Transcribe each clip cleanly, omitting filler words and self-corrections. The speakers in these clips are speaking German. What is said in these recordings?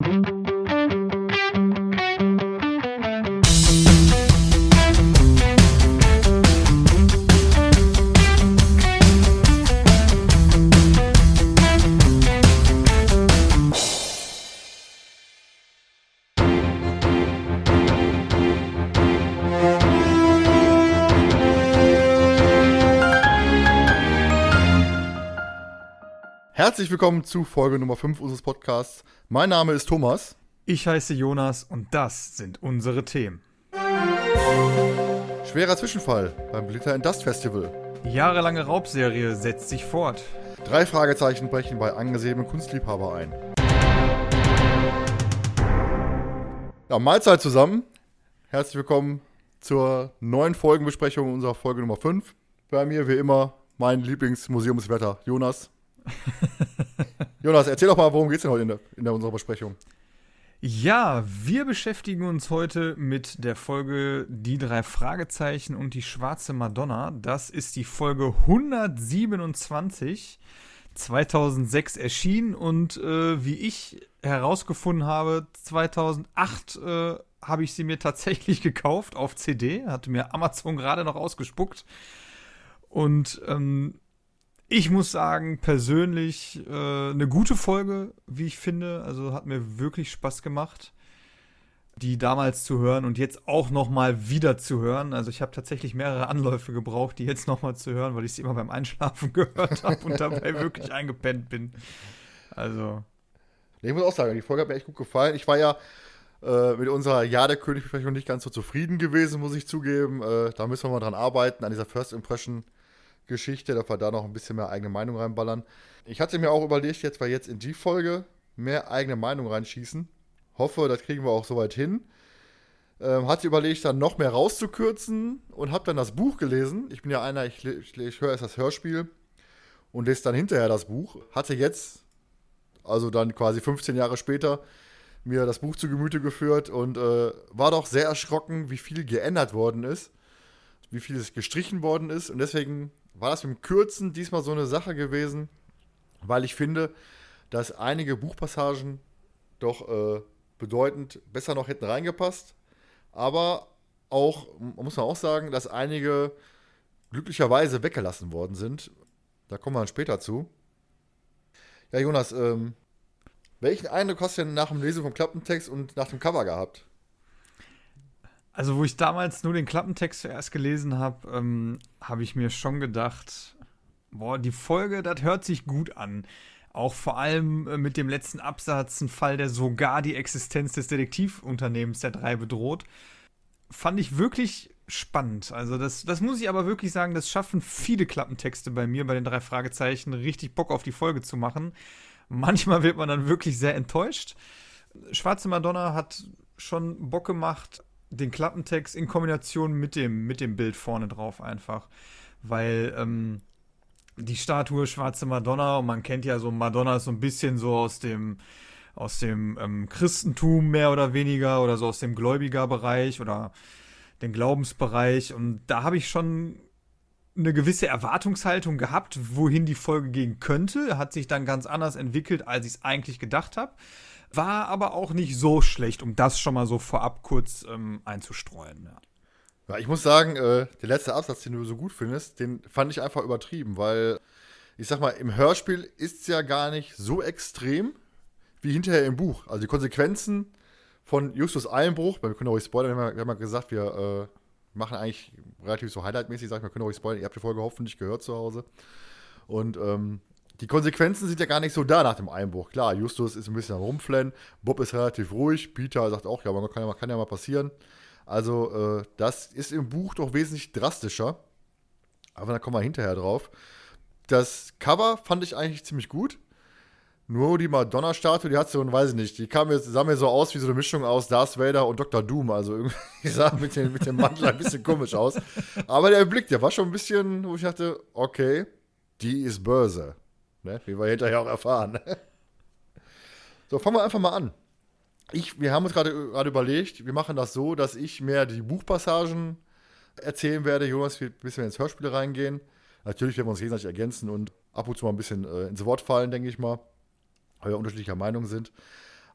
Herzlich willkommen zu Folge Nummer 5 unseres Podcasts. Mein Name ist Thomas. Ich heiße Jonas und das sind unsere Themen. Schwerer Zwischenfall beim Glitter and Dust Festival. Jahrelange Raubserie setzt sich fort. 3 Fragezeichen brechen bei angesehenen Kunstliebhaber ein. Ja, Mahlzeit zusammen. Herzlich willkommen zur neuen Folgenbesprechung unserer Folge Nummer 5. Bei mir wie immer mein Lieblingsmuseumswärter Jonas. Jonas, erzähl doch mal, worum geht es denn heute in unserer Besprechung? Ja, wir beschäftigen uns heute mit der Folge Die 3 Fragezeichen und die schwarze Madonna. Das ist die Folge 127, 2006 erschienen und wie ich herausgefunden habe, 2008 habe ich sie mir tatsächlich gekauft auf CD, hatte mir Amazon gerade noch ausgespuckt und ich muss sagen, persönlich eine gute Folge, wie ich finde. Also hat mir wirklich Spaß gemacht, die damals zu hören und jetzt auch nochmal wieder zu hören. Also ich habe tatsächlich mehrere Anläufe gebraucht, die jetzt nochmal zu hören, weil ich sie immer beim Einschlafen gehört habe und dabei wirklich eingepennt bin. Also. Ich muss auch sagen, die Folge hat mir echt gut gefallen. Ich war ja mit unserer Jahr der König-Besprechung nicht ganz so zufrieden gewesen, muss ich zugeben. Da müssen wir mal dran arbeiten, an dieser First Impression Geschichte, dass wir da noch ein bisschen mehr eigene Meinung reinballern. Ich hatte mir auch überlegt, jetzt in die Folge mehr eigene Meinung reinschießen. Hoffe, das kriegen wir auch soweit hin. Hatte überlegt, dann noch mehr rauszukürzen und habe dann das Buch gelesen. Ich bin ja einer, ich höre erst das Hörspiel und lese dann hinterher das Buch. Hatte jetzt, also dann quasi 15 Jahre später, mir das Buch zu Gemüte geführt und war doch sehr erschrocken, wie viel geändert worden ist, wie viel es gestrichen worden ist und deswegen war das mit dem Kürzen diesmal so eine Sache gewesen, weil ich finde, dass einige Buchpassagen doch bedeutend besser noch hätten reingepasst, aber auch, muss man auch sagen, dass einige glücklicherweise weggelassen worden sind. Da kommen wir dann später zu. Ja, Jonas, welchen Eindruck hast du denn nach dem Lesen vom Klappentext und nach dem Cover gehabt? Also, wo ich damals nur den Klappentext zuerst gelesen habe, habe ich mir schon gedacht, boah, die Folge, das hört sich gut an. Auch vor allem mit dem letzten Absatz, ein Fall, der sogar die Existenz des Detektivunternehmens der 3 bedroht. Fand ich wirklich spannend. Also, das muss ich aber wirklich sagen, das schaffen viele Klappentexte bei mir, bei den 3 Fragezeichen, richtig Bock auf die Folge zu machen. Manchmal wird man dann wirklich sehr enttäuscht. Schwarze Madonna hat schon Bock gemacht, den Klappentext in Kombination mit dem Bild vorne drauf einfach. Weil die Statue Schwarze Madonna, und man kennt ja so, Madonna ist so ein bisschen so aus dem Christentum mehr oder weniger oder so aus dem Gläubigerbereich oder den Glaubensbereich. Und da habe ich schon eine gewisse Erwartungshaltung gehabt, wohin die Folge gehen könnte. Hat sich dann ganz anders entwickelt, als ich es eigentlich gedacht habe. War aber auch nicht so schlecht, um das schon mal so vorab kurz einzustreuen. Ja. Ja, ich muss sagen, der letzte Absatz, den du so gut findest, den fand ich einfach übertrieben, weil, ich sag mal, im Hörspiel ist es ja gar nicht so extrem wie hinterher im Buch. Also die Konsequenzen von Justus Einbruch, wir können auch ruhig spoilern, wir haben ja gesagt, wir machen eigentlich relativ so highlightmäßig, wir können auch ruhig spoilern, ihr habt die Folge hoffentlich gehört zu Hause. Und die Konsequenzen sind ja gar nicht so da nach dem Einbruch. Klar, Justus ist ein bisschen am Rumflennen, Bob ist relativ ruhig, Peter sagt auch, ja, man kann ja mal passieren. Also, das ist im Buch doch wesentlich drastischer. Aber da kommen wir hinterher drauf. Das Cover fand ich eigentlich ziemlich gut. Nur die Madonna-Statue, die hat so, weiß ich nicht, die sah mir so aus wie so eine Mischung aus Darth Vader und Dr. Doom. Also irgendwie sah mit dem Mantel ein bisschen komisch aus. Aber der Blick, der war schon ein bisschen, wo ich dachte, okay, die ist böse. Ne? Wie wir hinterher auch erfahren. So, fangen wir einfach mal an. Wir haben uns gerade überlegt, wir machen das so, dass ich mehr die Buchpassagen erzählen werde. Jonas wird ein bisschen ins Hörspiel reingehen. Natürlich werden wir uns gegenseitig ergänzen und ab und zu mal ein bisschen ins Wort fallen, denke ich mal, weil wir unterschiedlicher Meinung sind.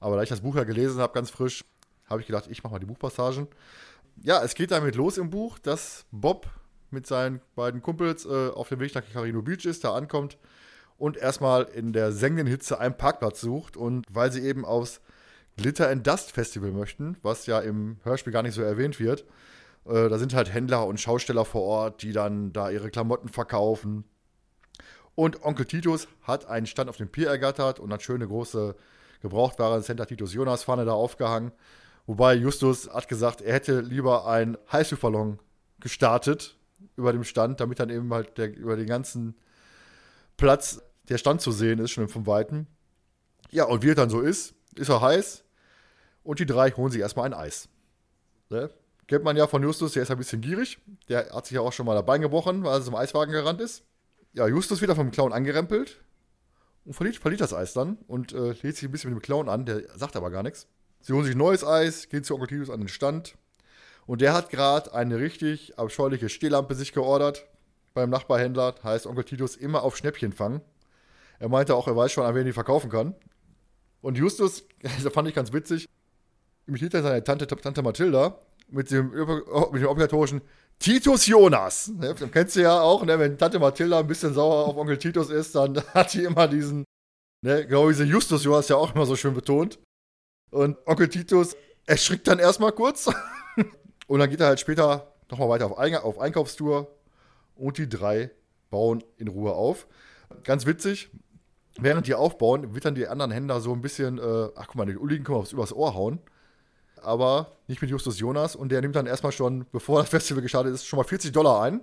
Aber da ich das Buch ja gelesen habe, ganz frisch, habe ich gedacht, ich mache mal die Buchpassagen. Ja, es geht damit los im Buch, dass Bob mit seinen beiden Kumpels auf dem Weg nach Carino Beach ist, da ankommt und erstmal in der sengenden Hitze einen Parkplatz sucht. Und weil sie eben aufs Glitter and Dust Festival möchten, was ja im Hörspiel gar nicht so erwähnt wird, da sind halt Händler und Schausteller vor Ort, die dann da ihre Klamotten verkaufen. Und Onkel Titus hat einen Stand auf dem Pier ergattert und hat schöne große Gebrauchtware Santa Titus Jonas Fahne da aufgehangen. Wobei Justus hat gesagt, er hätte lieber einen Heißluftballon gestartet über dem Stand, damit dann eben halt über den ganzen Platz der Stand zu sehen ist, schon vom Weiten. Ja, und wie es dann so ist er heiß und die drei holen sich erstmal ein Eis. Ne? Kennt man ja von Justus, der ist ein bisschen gierig. Der hat sich ja auch schon mal das Bein gebrochen, weil er zum Eiswagen gerannt ist. Ja, Justus wird vom Clown angerempelt und verliert das Eis dann und lädt sich ein bisschen mit dem Clown an, der sagt aber gar nichts. Sie holen sich neues Eis, gehen zu Onkel Titus an den Stand und der hat gerade eine richtig abscheuliche Stehlampe sich geordert beim Nachbarhändler. Heißt Onkel Titus immer auf Schnäppchen fangen. Er meinte auch, er weiß schon, an wen die verkaufen kann. Und Justus, das fand ich ganz witzig, imitiert er seine Tante Mathilda mit dem obligatorischen Titus Jonas. Ne, den kennst du ja auch, ne? Wenn Tante Mathilda ein bisschen sauer auf Onkel Titus ist, dann hat sie immer diesen, ne, genau wie sie Justus Jonas ja auch immer so schön betont. Und Onkel Titus erschrickt dann erstmal kurz. Und dann geht er halt später nochmal weiter auf Einkaufstour. Und die drei bauen in Ruhe auf. Ganz witzig, während die aufbauen, wird dann die anderen Händler so ein bisschen, ach guck mal, den Ulligen können wir übers Ohr hauen. Aber nicht mit Justus Jonas. Und der nimmt dann erstmal schon, bevor das Festival gestartet ist, schon mal $40 ein.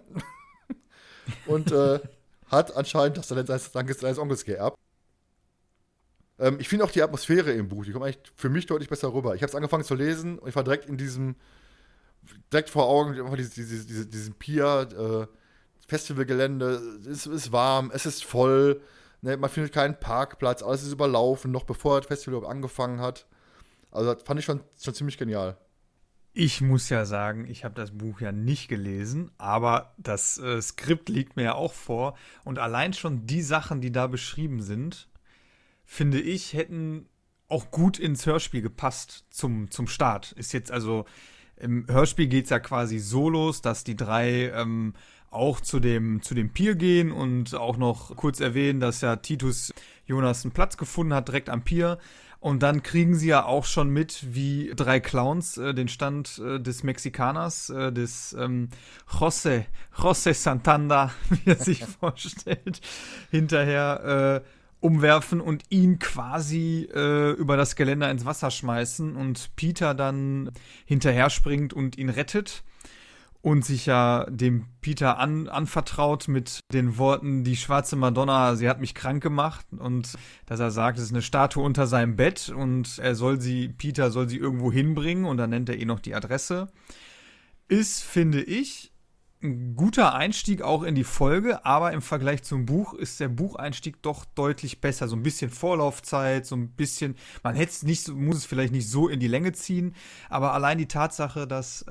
Und hat anscheinend das Talent seines Onkels geerbt. Ich finde auch die Atmosphäre im Buch, die kommt eigentlich für mich deutlich besser rüber. Ich habe es angefangen zu lesen und ich war direkt direkt vor Augen, diesen Pier, Festivalgelände, es ist warm, es ist voll, ne, man findet keinen Parkplatz, alles ist überlaufen, noch bevor das Festival überhaupt angefangen hat. Also das fand ich schon ziemlich genial. Ich muss ja sagen, ich habe das Buch ja nicht gelesen, aber das Skript liegt mir ja auch vor. Und allein schon die Sachen, die da beschrieben sind, finde ich, hätten auch gut ins Hörspiel gepasst zum Start. Ist jetzt also, im Hörspiel geht es ja quasi so los, dass die drei auch zu dem Pier gehen und auch noch kurz erwähnen, dass ja Titus Jonas einen Platz gefunden hat, direkt am Pier. Und dann kriegen sie ja auch schon mit, wie drei Clowns den Stand des Mexikaners, des José Santana, wie er sich vorstellt, hinterher umwerfen und ihn quasi über das Geländer ins Wasser schmeißen und Peter dann hinterher springt und ihn rettet und sich ja dem Peter anvertraut mit den Worten, die schwarze Madonna, sie hat mich krank gemacht, und dass er sagt, es ist eine Statue unter seinem Bett und Peter soll sie irgendwo hinbringen, und dann nennt er ihr noch die Adresse. Ist, finde ich, ein guter Einstieg auch in die Folge, aber im Vergleich zum Buch ist der Bucheinstieg doch deutlich besser. So ein bisschen Vorlaufzeit, so ein bisschen, man hätte es nicht, muss es vielleicht nicht so in die Länge ziehen, aber allein die Tatsache, dass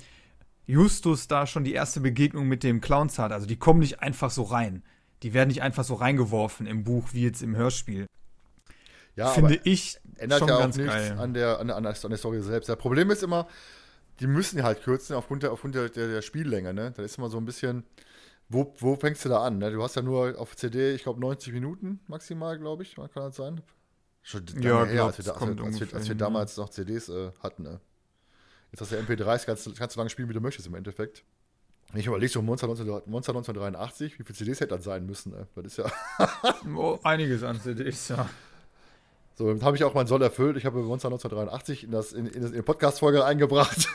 Justus da schon die erste Begegnung mit dem Clowns hat, also die kommen nicht einfach so rein. Die werden nicht einfach so reingeworfen im Buch wie jetzt im Hörspiel. Ja, finde ich ändert schon ja auch ganz nichts geil. an der Story selbst. Das Problem ist immer, die müssen halt kürzen aufgrund der Spiellänge, ne? Das ist immer so ein bisschen, wo fängst du da an, ne? Du hast ja nur auf CD, ich glaube, 90 Minuten maximal, glaube ich, kann das sein? Schon Ja, lange her, kommt als wir damals noch CDs hatten, ne? Jetzt hast du MP3s, kannst du lange spielen, wie du möchtest im Endeffekt. Wenn ich überlege, so Monster 1983, wie viele CDs hätte das sein müssen, ne? Das ist ja Oh, einiges an CDs, ja. so, damit habe ich auch meinen Soll erfüllt. Ich habe Monster 1983 in die Podcast-Folge eingebracht.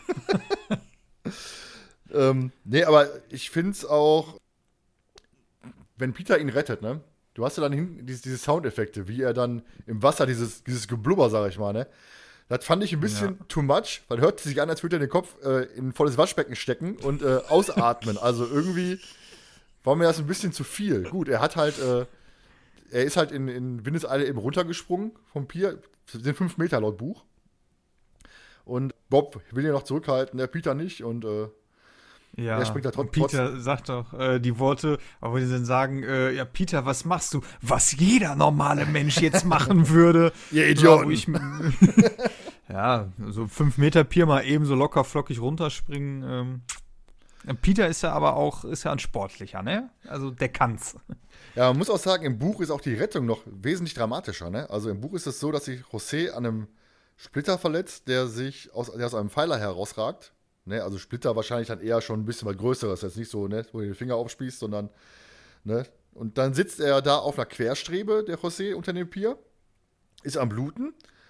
Nee, aber ich finde es auch, wenn Peter ihn rettet, ne? Du hast ja dann hinten diese Soundeffekte, wie er dann im Wasser, dieses Geblubber, sag ich mal, ne? Das fand ich ein bisschen too much, weil hört sich an, als würde er den Kopf in ein volles Waschbecken stecken und ausatmen. Also irgendwie war mir das ein bisschen zu viel. Gut, er ist halt in Windeseile eben runtergesprungen vom Pier. Das sind 5 Meter laut Buch. Und Bob will ihn noch zurückhalten, der Peter nicht. Und Ja, Der springt da und Peter sagt doch die Worte, aber die dann sagen, ja, Peter, was machst du? Was jeder normale Mensch jetzt machen würde. Ihr Ja, wo Idioten. ja, so 5 Meter Pier mal eben so locker flockig runterspringen. Peter ist ja aber auch, ist ja ein Sportlicher, ne? Also der kann's. Ja, man muss auch sagen, im Buch ist auch die Rettung noch wesentlich dramatischer, ne? Also im Buch ist es so, dass sich José an einem Splitter verletzt, der aus einem Pfeiler herausragt. Ne? Also Splitter wahrscheinlich dann eher schon ein bisschen was Größeres. Jetzt nicht so, ne, wo du den Finger aufspießt, sondern, ne? Und dann sitzt er da auf einer Querstrebe, der José, unter dem Pier, ist am Bluten.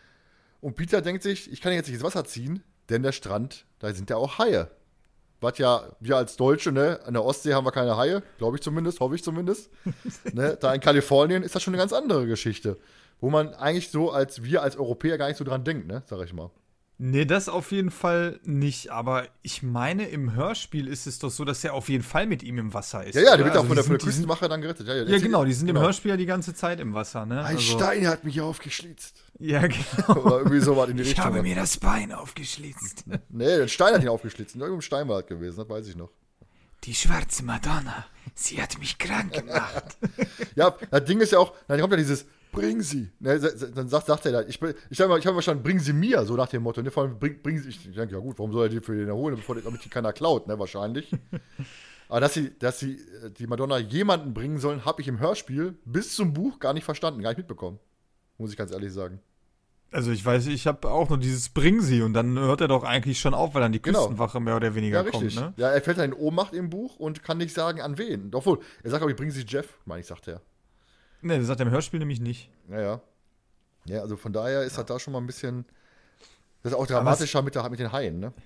Und Peter denkt sich, ich kann jetzt nicht ins Wasser ziehen, denn der Strand, da sind ja auch Haie. Was ja, wir als Deutsche, ne, an der Ostsee haben wir keine Haie, glaube ich zumindest, hoffe ich zumindest. Ne, da in Kalifornien ist das schon eine ganz andere Geschichte. Wo man eigentlich so wir als Europäer gar nicht so dran denkt, ne, sag ich mal. Nee, das auf jeden Fall nicht. Aber ich meine, im Hörspiel ist es doch so, dass er auf jeden Fall mit ihm im Wasser ist. Ja, der oder? wird auch Also von der die Küstenwache dann gerettet. Ja, genau, die sind im Hörspiel ja die ganze Zeit im Wasser, ne? Ein Stein hat mich aufgeschlitzt. Ja, genau. Oder irgendwie sowas in die Richtung. Ich habe mir das Bein aufgeschlitzt. Nee, ein Stein hat ihn aufgeschlitzt. Irgendein Stein war das gewesen, das weiß ich noch. Die schwarze Madonna, sie hat mich krank gemacht. Ja, das Ding ist ja auch, dann kommt ja dieses bring sie. Ne, dann sagt er da, ich habe verstanden, bring sie mir, so nach dem Motto. Ne, vor allem, bring sie. Ich denke, ja gut, warum soll er die für den erholen, damit die keiner klaut, ne, wahrscheinlich. Aber dass sie die Madonna jemanden bringen sollen, habe ich im Hörspiel bis zum Buch gar nicht verstanden, gar nicht mitbekommen. Muss ich ganz ehrlich sagen. Also ich weiß, ich habe auch nur dieses Bring sie und dann hört er doch eigentlich schon auf, weil dann die Küstenwache mehr oder weniger kommt, ne? Ja, er fällt dann in Ohnmacht im Buch und kann nicht sagen, an wen. Obwohl, er sagt, aber ich bringe sie Jeff, meine ich, sagt er. Ne, das sagt er im Hörspiel nämlich nicht. Ja. Ja, also von daher ist das da schon mal ein bisschen. Das ist auch dramatischer mit den Haien, ne?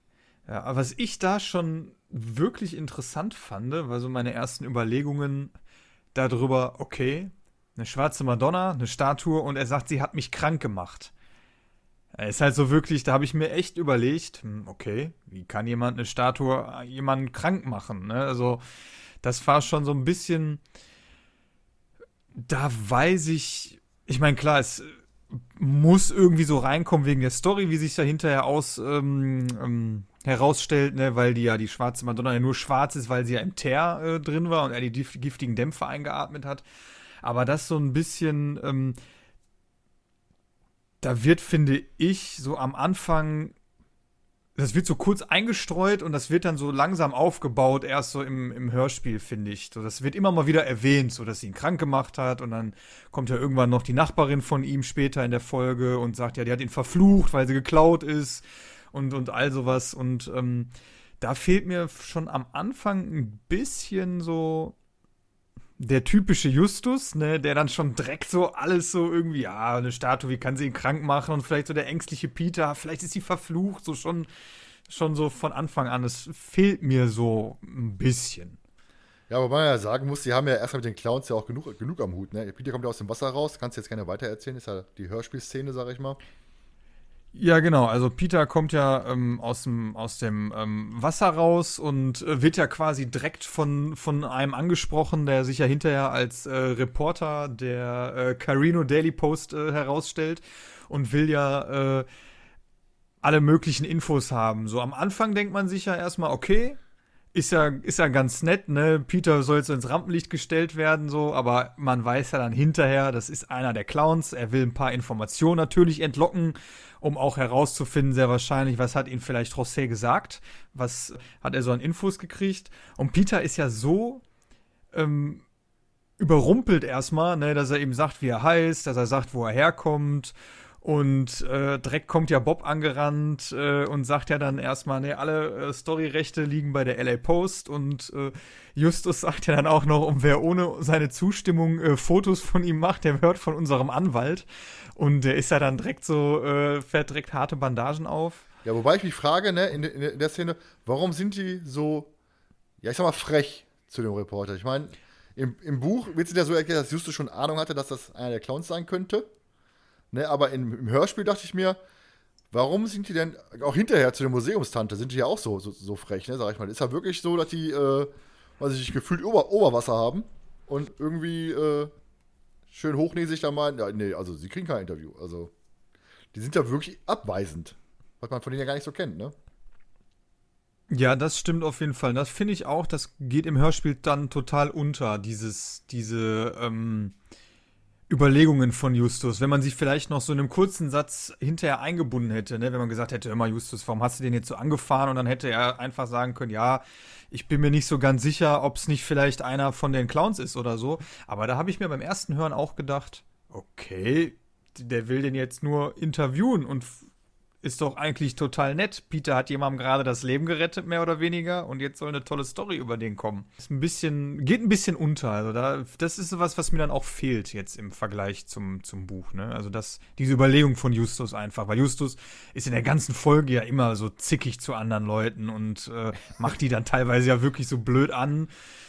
Ja, aber was ich da schon wirklich interessant fand, war so meine ersten Überlegungen darüber, okay, eine schwarze Madonna, eine Statue und er sagt, sie hat mich krank gemacht. Ist halt so wirklich, da habe ich mir echt überlegt, okay, wie kann jemand eine Statue jemanden krank machen, ne? Also das war schon so ein bisschen, da weiß ich meine, klar, es muss irgendwie so reinkommen wegen der Story, wie sich da hinterher herausstellt, ne, weil die schwarze Madonna ja nur schwarz ist, weil sie ja im Teer drin war und er die giftigen Dämpfe eingeatmet hat. Aber das so ein bisschen, da wird, finde ich, so am Anfang, das wird so kurz eingestreut und das wird dann so langsam aufgebaut, erst so im Hörspiel, finde ich. So, das wird immer mal wieder erwähnt, so dass sie ihn krank gemacht hat und dann kommt ja irgendwann noch die Nachbarin von ihm später in der Folge und sagt, ja, die hat ihn verflucht, weil sie geklaut ist und all sowas. Und da fehlt mir schon am Anfang ein bisschen so der typische Justus, ne, der dann schon direkt so alles so irgendwie, ja, eine Statue, wie kann sie ihn krank machen und vielleicht so der ängstliche Peter, vielleicht ist sie verflucht, so schon so von Anfang an. Es fehlt mir so ein bisschen. Ja, wobei man ja sagen muss, die haben ja erstmal mit den Clowns ja auch genug am Hut, ne? Peter kommt ja aus dem Wasser raus, kannst du jetzt gerne weitererzählen, ist ja die Hörspielszene, sag ich mal. Ja, genau. Also Peter kommt ja aus dem Wasser raus und wird ja quasi direkt von einem angesprochen, der sich ja hinterher als Reporter der Carino Daily Post herausstellt und will ja alle möglichen Infos haben. So am Anfang denkt man sich ja erstmal, okay, ist ja ganz nett, ne? Peter soll so ins Rampenlicht gestellt werden, so, aber man weiß ja dann hinterher, das ist einer der Clowns. Er will ein paar Informationen natürlich entlocken, um auch herauszufinden, sehr wahrscheinlich, was hat ihm vielleicht José gesagt, was hat er so an Infos gekriegt. Und Peter ist ja so überrumpelt erstmal, ne, dass er eben sagt, wie er heißt, dass er sagt, wo er herkommt. Und direkt kommt ja Bob angerannt und sagt ja dann erstmal, ne, alle Storyrechte liegen bei der LA Post. Und Justus sagt ja dann auch noch, und wer ohne seine Zustimmung Fotos von ihm macht, der hört von unserem Anwalt. Und der ist ja dann direkt so, fährt direkt harte Bandagen auf. Ja, wobei ich mich frage, ne, in der Szene, warum sind die so, ja, ich sag mal, frech zu dem Reporter? Ich meine, im Buch wird es ja so erklärt, dass Justus schon Ahnung hatte, dass das einer der Clowns sein könnte. Ne, aber im Hörspiel dachte ich mir, warum sind die denn auch hinterher zu der Museumstante, sind die ja auch so frech, ne, sag ich mal. Ist ja wirklich so, dass die, weiß ich nicht, gefühlt Oberwasser haben und irgendwie schön hochnäsig da meinen, ja, nee, also sie kriegen kein Interview. Also, die sind ja wirklich abweisend, was man von denen ja gar nicht so kennt, ne? Ja, das stimmt auf jeden Fall. Das finde ich auch, das geht im Hörspiel dann total unter, diese Überlegungen von Justus. Wenn man sich vielleicht noch so in einem kurzen Satz hinterher eingebunden hätte, ne? Wenn man gesagt hätte, hör mal Justus, warum hast du den jetzt so angefahren? Und dann hätte er einfach sagen können, ja, ich bin mir nicht so ganz sicher, ob es nicht vielleicht einer von den Clowns ist oder so. Aber da habe ich mir beim ersten Hören auch gedacht, okay, der will den jetzt nur interviewen und ist doch eigentlich total nett. Peter hat jemandem gerade das Leben gerettet, mehr oder weniger, und jetzt soll eine tolle Story über den kommen. Geht ein bisschen unter. Also das ist sowas, was mir dann auch fehlt jetzt im Vergleich zum Buch. Ne? Also diese Überlegung von Justus einfach, weil Justus ist in der ganzen Folge ja immer so zickig zu anderen Leuten und macht die dann teilweise ja wirklich so blöd an.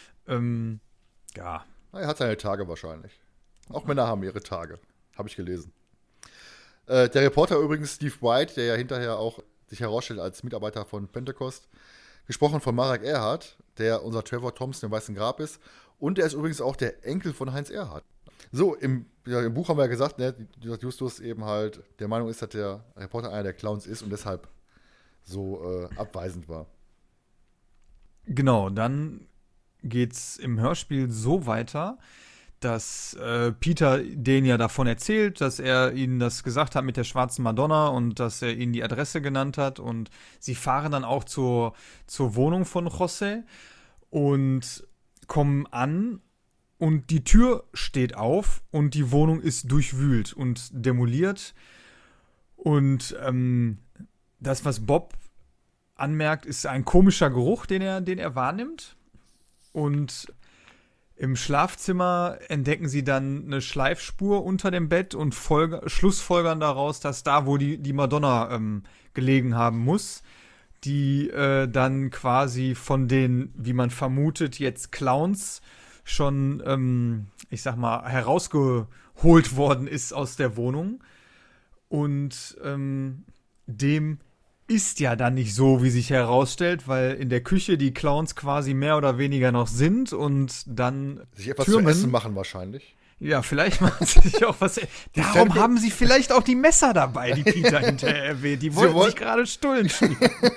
Ja. Er hat seine Tage wahrscheinlich. Auch Männer haben ihre Tage. Habe ich gelesen. Der Reporter übrigens, Steve White, der ja hinterher auch sich herausstellt als Mitarbeiter von Pentecost, gesprochen von Marek Erhardt, der unser Trevor Thompson im Weißen Grab ist. Und er ist übrigens auch der Enkel von Heinz Erhardt. So, im Buch haben wir ja gesagt, ne, dass Justus eben halt der Meinung ist, dass der Reporter einer der Clowns ist und deshalb so abweisend war. Genau, dann geht's im Hörspiel so weiter, dass Peter denen ja davon erzählt, dass er ihnen das gesagt hat mit der schwarzen Madonna und dass er ihnen die Adresse genannt hat. Und sie fahren dann auch zur Wohnung von José und kommen an und die Tür steht auf und die Wohnung ist durchwühlt und demoliert. Und das, was Bob anmerkt, ist ein komischer Geruch, den er wahrnimmt. Und im Schlafzimmer entdecken sie dann eine Schleifspur unter dem Bett und schlussfolgern daraus, dass da, wo die Madonna gelegen haben muss, die dann quasi von den, wie man vermutet, jetzt Clowns schon, ich sag mal, herausgeholt worden ist aus der Wohnung. Und dem ist ja dann nicht so, wie sich herausstellt, weil in der Küche die Clowns quasi mehr oder weniger noch sind und dann sich etwas zu essen machen wahrscheinlich. Ja, vielleicht machen sie sich auch was. Darum haben sie vielleicht auch die Messer dabei, die Peter hinterher erwähnt. Die wollten sich gerade Stullen schmieden.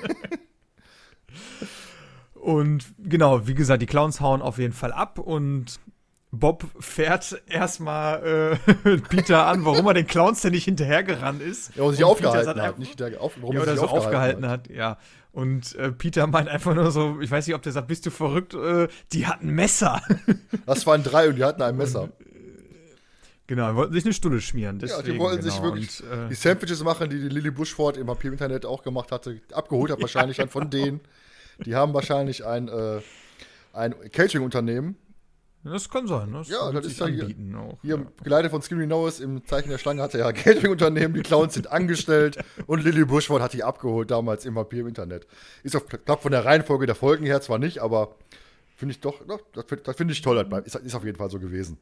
Und genau, wie gesagt, die Clowns hauen auf jeden Fall ab und Bob fährt erstmal Peter an, warum er den Clowns denn nicht hinterhergerannt ist. Ja, und sich aufgehalten hat. Nicht warum ja, oder so aufgehalten hat. Ja. Und Peter meint einfach nur so, ich weiß nicht, ob der sagt, bist du verrückt? Die hatten Messer. Das waren 3 und die hatten ein Messer. Genau, die wollten sich eine Stulle schmieren. Deswegen, ja, die wollten sich wirklich die Sandwiches machen, die Lily Bushford im Vampir-Internet auch gemacht hatte. Abgeholt hat wahrscheinlich dann von denen. Die haben wahrscheinlich ein Catering-Unternehmen. Das kann sein. Das ist ja anbieten auch. Hier geleitet von Skinny Norris im Zeichen der Schlange hatte ja ein Catering-Unternehmen, die Clowns sind angestellt und Lily Bushford hat die abgeholt damals im Vampir im Internet. Ist auch knapp von der Reihenfolge der Folgen her zwar nicht, aber finde ich doch, das finde ich toll. Ist auf jeden Fall so gewesen.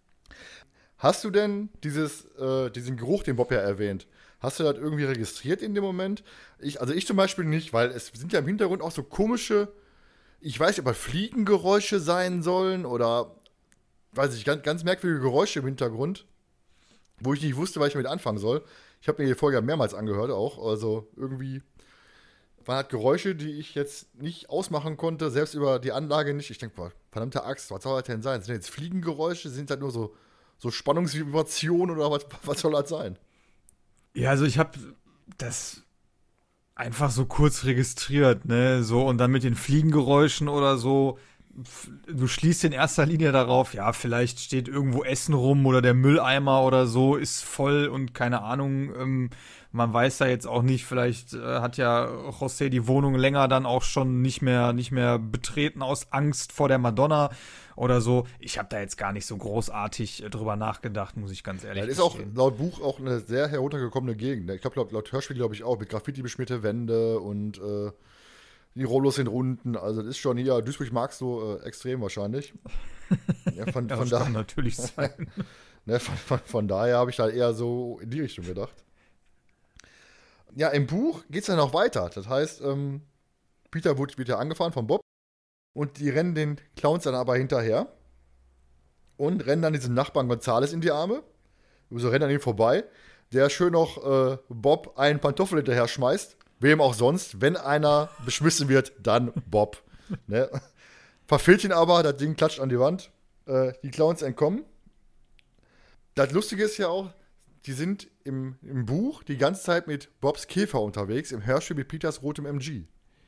Hast du denn diesen Geruch, den Bob ja erwähnt, hast du das irgendwie registriert in dem Moment? Ich zum Beispiel nicht, weil es sind ja im Hintergrund auch so komische, ich weiß nicht, ob das Fliegengeräusche sein sollen oder, weiß ich, ganz, ganz merkwürdige Geräusche im Hintergrund, wo ich nicht wusste, was ich damit anfangen soll. Ich habe mir die Folge ja mehrmals angehört auch, also irgendwie waren halt Geräusche, die ich jetzt nicht ausmachen konnte, selbst über die Anlage nicht. Ich denke, verdammte Axt, was soll das denn sein? Sind das jetzt Fliegengeräusche? Sind das nur so Spannungsvibrationen oder was soll das sein? Ja, also ich habe das einfach so kurz registriert, ne, so, und dann mit den Fliegengeräuschen oder so, du schließt in erster Linie darauf, ja, vielleicht steht irgendwo Essen rum oder der Mülleimer oder so ist voll und keine Ahnung, man weiß da jetzt auch nicht, vielleicht hat ja José die Wohnung länger dann auch schon nicht mehr betreten aus Angst vor der Madonna oder so. Ich habe da jetzt gar nicht so großartig drüber nachgedacht, muss ich ganz ehrlich sagen. Das ist auch laut Buch auch eine sehr heruntergekommene Gegend. Ich glaube, laut Hörspiel glaube ich auch, mit Graffiti beschmierte Wände und die Rollos sind runden. Also das ist schon hier, Duisburg magst du extrem wahrscheinlich. Ja, von das da, kann natürlich sein. Ne, von daher habe ich da eher so in die Richtung gedacht. Ja, im Buch geht es dann auch weiter. Das heißt, Peter wird ja angefahren von Bob und die rennen den Clowns dann aber hinterher und rennen dann diesen Nachbarn Gonzales in die Arme. So rennen an ihm vorbei, der schön noch Bob einen Pantoffel hinterher schmeißt Wem auch sonst. Wenn einer beschmissen wird, dann Bob. Ne? Verfehlt ihn aber, das Ding klatscht an die Wand. Die Clowns entkommen. Das Lustige ist ja auch, die sind im Buch die ganze Zeit mit Bobs Käfer unterwegs, im Hörspiel mit Peters rotem MG.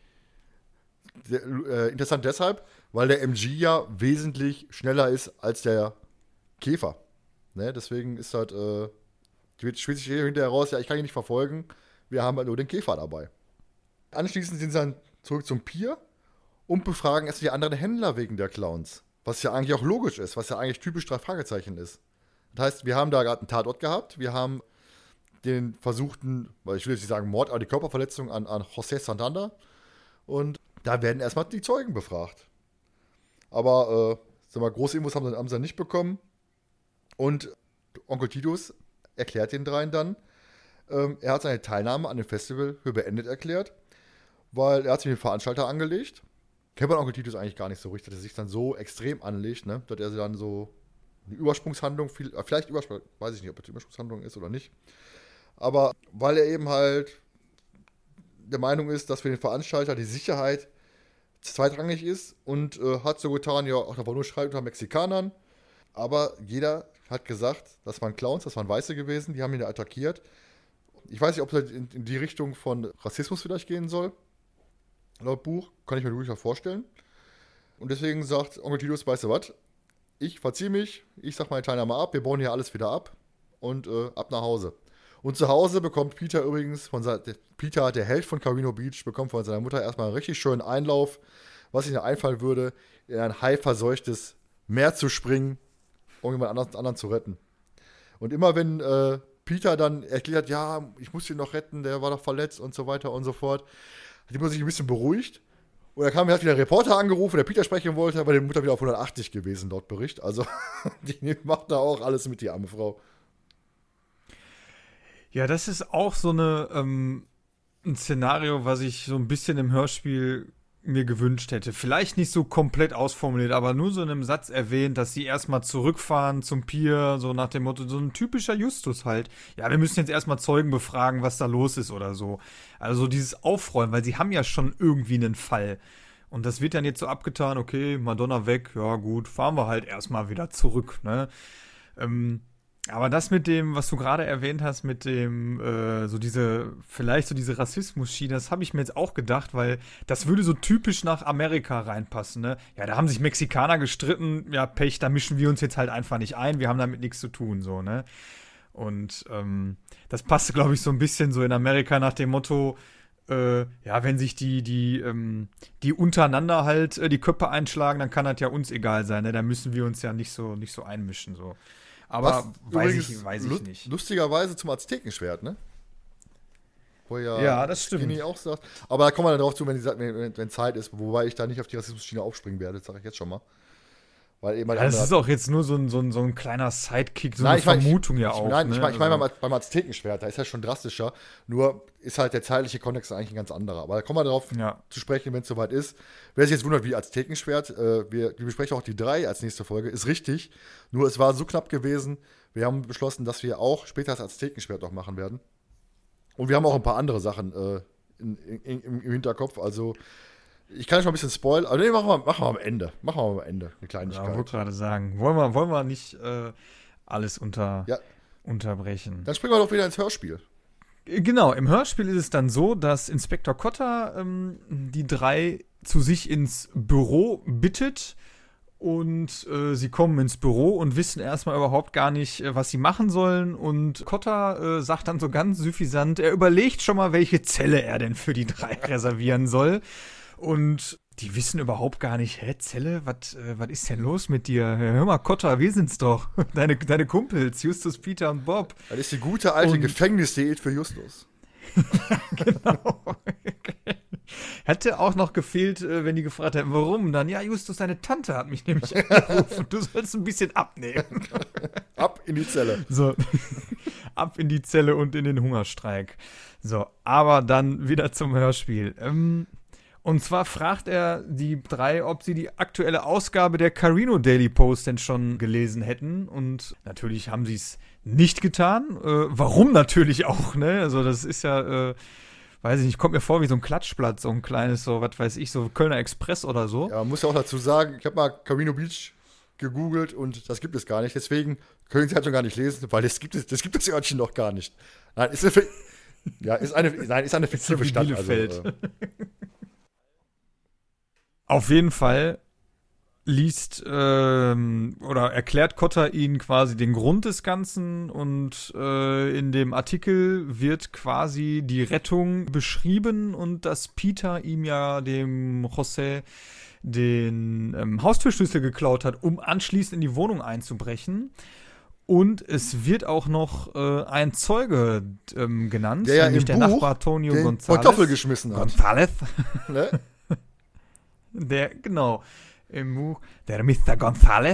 Interessant deshalb, weil der MG ja wesentlich schneller ist als der Käfer. Ne? Deswegen ist halt, spielt sich hinterher raus, ja, ich kann ihn nicht verfolgen, wir haben halt nur den Käfer dabei. Anschließend sind sie dann zurück zum Pier und befragen erst die anderen Händler wegen der Clowns. Was ja eigentlich auch logisch ist, was ja eigentlich typisch 3 Fragezeichen ist. Das heißt, wir haben da gerade einen Tatort gehabt, wir haben den versuchten, weil ich will jetzt nicht sagen Mord, aber die Körperverletzung an José Santander. Und da werden erstmal die Zeugen befragt. Aber, große Infos haben sie dann nicht bekommen. Und Onkel Titus erklärt den dreien dann, er hat seine Teilnahme an dem Festival für beendet erklärt, weil er hat sich mit dem Veranstalter angelegt. Kennt man Onkel Titus eigentlich gar nicht so richtig, dass er sich dann so extrem anlegt, ne? Dass er dann so eine Übersprungshandlung, vielleicht weiß ich nicht, ob das die Übersprungshandlung ist oder nicht. Aber weil er eben halt der Meinung ist, dass für den Veranstalter die Sicherheit zweitrangig ist und hat so getan, ja, auch da war nur Streit unter Mexikanern. Aber jeder hat gesagt, das waren Clowns, das waren Weiße gewesen, die haben ihn da attackiert. Ich weiß nicht, ob das in die Richtung von Rassismus vielleicht gehen soll. Laut Buch, kann ich mir durchaus vorstellen. Und deswegen sagt Onkel Titus, weißt du was, ich verziehe mich, ich sag meine Teilnahme ab, wir bauen hier alles wieder ab und ab nach Hause. Und zu Hause bekommt Peter übrigens, Peter, der Held von Carino Beach, bekommt von seiner Mutter erstmal einen richtig schönen Einlauf, was ihm einfallen würde, in ein haiverseuchtes Meer zu springen, um jemand anderen zu retten. Und immer wenn Peter dann erklärt, ja, ich muss ihn noch retten, der war doch verletzt und so weiter und so fort, hat die Mutter sich ein bisschen beruhigt. Und da hat wieder ein Reporter angerufen, der Peter sprechen wollte, aber die Mutter wieder auf 180 gewesen, laut Bericht. Also, die macht da auch alles mit, die arme Frau. Ja, das ist auch so ein Szenario, was ich so ein bisschen im Hörspiel mir gewünscht hätte. Vielleicht nicht so komplett ausformuliert, aber nur so in einem Satz erwähnt, dass sie erstmal zurückfahren zum Pier, so nach dem Motto, so ein typischer Justus halt. Ja, wir müssen jetzt erstmal Zeugen befragen, was da los ist oder so. Also dieses Aufräumen, weil sie haben ja schon irgendwie einen Fall. Und das wird dann jetzt so abgetan, okay, Madonna weg, ja gut, fahren wir halt erstmal wieder zurück, ne? Aber das mit dem, was du gerade erwähnt hast, mit dem, diese Rassismus-Schiene, das habe ich mir jetzt auch gedacht, weil das würde so typisch nach Amerika reinpassen, ne? Ja, da haben sich Mexikaner gestritten, ja, Pech, da mischen wir uns jetzt halt einfach nicht ein, wir haben damit nichts zu tun, so, ne? Und das passt, glaube ich, so ein bisschen so in Amerika nach dem Motto, ja, wenn sich die untereinander halt die Köpfe einschlagen, dann kann das ja uns egal sein, ne? Da müssen wir uns ja nicht so einmischen, so. Aber weiß ich nicht. Lustigerweise zum Aztekenschwert, ne? Wo ja, das stimmt. Skinny auch sagt. Aber da kommen wir dann drauf zu, wenn Zeit ist, wobei ich da nicht auf die Rassismus-Schiene aufspringen werde, das sage ich jetzt schon mal. Weil eben das ist auch jetzt nur so ein kleiner Sidekick, so eine Vermutung ja auch. Nein, ich meine beim Aztekenschwert, da ist ja schon drastischer. Nur ist halt der zeitliche Kontext eigentlich ein ganz anderer. Aber da kommen wir darauf zu sprechen, wenn es soweit ist. Wer sich jetzt wundert, wie Aztekenschwert, wir besprechen auch die 3 als nächste Folge, ist richtig. Nur es war so knapp gewesen, wir haben beschlossen, dass wir auch später das Aztekenschwert noch machen werden. Und wir haben auch ein paar andere Sachen im Hinterkopf, also ich kann schon ein bisschen spoilern, aber nee, machen wir am Ende. Machen wir am Ende eine Kleinigkeit. Ja, wollte gerade sagen. Wollen wir nicht alles unterbrechen. Dann springen wir doch wieder ins Hörspiel. Genau, im Hörspiel ist es dann so, dass Inspektor Cotta die 3 zu sich ins Büro bittet und sie kommen ins Büro und wissen erstmal überhaupt gar nicht, was sie machen sollen und Cotta sagt dann so ganz süffisant, er überlegt schon mal, welche Zelle er denn für die 3 reservieren soll. Und die wissen überhaupt gar nicht, Zelle, was ist denn los mit dir? Hör mal, Cotta, wir sind's doch. Deine Kumpels, Justus, Peter und Bob. Das ist die gute alte Gefängnisdiät für Justus. Genau. Hätte auch noch gefehlt, wenn die gefragt hätten, warum? Dann, ja, Justus, deine Tante hat mich nämlich angerufen. Du sollst ein bisschen abnehmen. Ab in die Zelle. So, ab in die Zelle und in den Hungerstreik. So, aber dann wieder zum Hörspiel. Und zwar fragt er die 3, ob sie die aktuelle Ausgabe der Carino Daily Post denn schon gelesen hätten. Und natürlich haben sie es nicht getan. Warum natürlich auch, ne? Also das ist ja weiß ich nicht, kommt mir vor wie so ein Klatschblatt, so ein kleines, so, was weiß ich, so Kölner Express oder so. Ja, man muss ja auch dazu sagen, ich habe mal Camino Beach gegoogelt und das gibt es gar nicht. Deswegen können Sie halt schon gar nicht lesen, weil das gibt das Örtchen noch gar nicht. Nein, ist eine fiktive Stadt. Bielefeld. Also, Auf jeden Fall liest oder erklärt Kotter ihnen quasi den Grund des Ganzen und in dem Artikel wird quasi die Rettung beschrieben und dass Peter ihm ja dem José den Haustürschlüssel geklaut hat, um anschließend in die Wohnung einzubrechen. Und es wird auch noch ein Zeuge genannt, der nämlich der Buch Nachbar Tonio den González. Kartoffel geschmissen hat. González. Ne? Genau, im Buch, der Mr. González.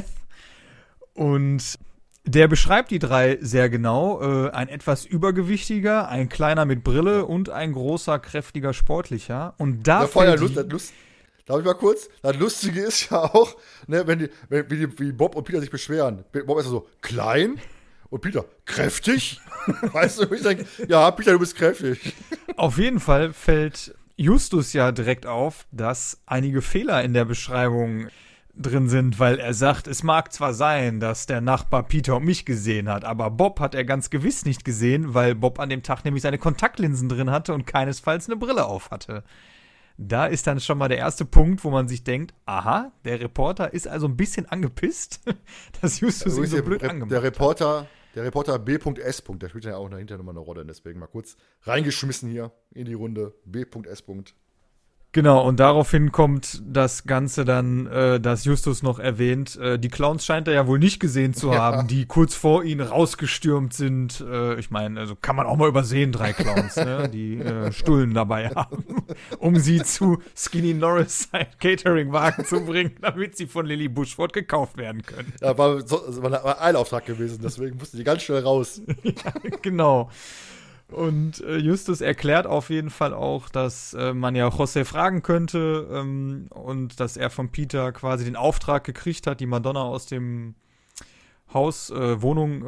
Und der beschreibt die drei sehr genau. Ein etwas übergewichtiger, ein kleiner mit Brille und ein großer, kräftiger, sportlicher. Und da darf ich mal kurz? Das Lustige ist ja auch, ne, wie Bob und Peter sich beschweren. Bob ist so klein und Peter kräftig. Weißt du, ich denke, ja, Peter, du bist kräftig. Auf jeden Fall fällt Justus ja direkt auf, dass einige Fehler in der Beschreibung drin sind, weil er sagt, es mag zwar sein, dass der Nachbar Peter und mich gesehen hat, aber Bob hat er ganz gewiss nicht gesehen, weil Bob an dem Tag nämlich seine Kontaktlinsen drin hatte und keinesfalls eine Brille auf hatte. Da ist dann schon mal der erste Punkt, wo man sich denkt, aha, der Reporter ist also ein bisschen angepisst, dass Justus ihn so blöd angemacht hat. Der Reporter B.S. Der spielt ja auch dahinter nochmal eine Rolle, deswegen mal kurz reingeschmissen hier in die Runde. B.S. Genau, und daraufhin kommt das Ganze dann, dass Justus noch erwähnt, die Clowns scheint er ja wohl nicht gesehen zu haben, die kurz vor ihnen rausgestürmt sind. Ich meine, also kann man auch mal übersehen, 3 Clowns, ne, die Stullen dabei haben, um sie zu Skinny Norris Catering-Wagen zu bringen, damit sie von Lily Bushford gekauft werden können. Ja, war ein Eilauftrag gewesen, deswegen mussten die ganz schnell raus. Ja, genau. Und Justus erklärt auf jeden Fall auch, dass man ja José fragen könnte und dass er von Peter quasi den Auftrag gekriegt hat, die Madonna aus dem aus der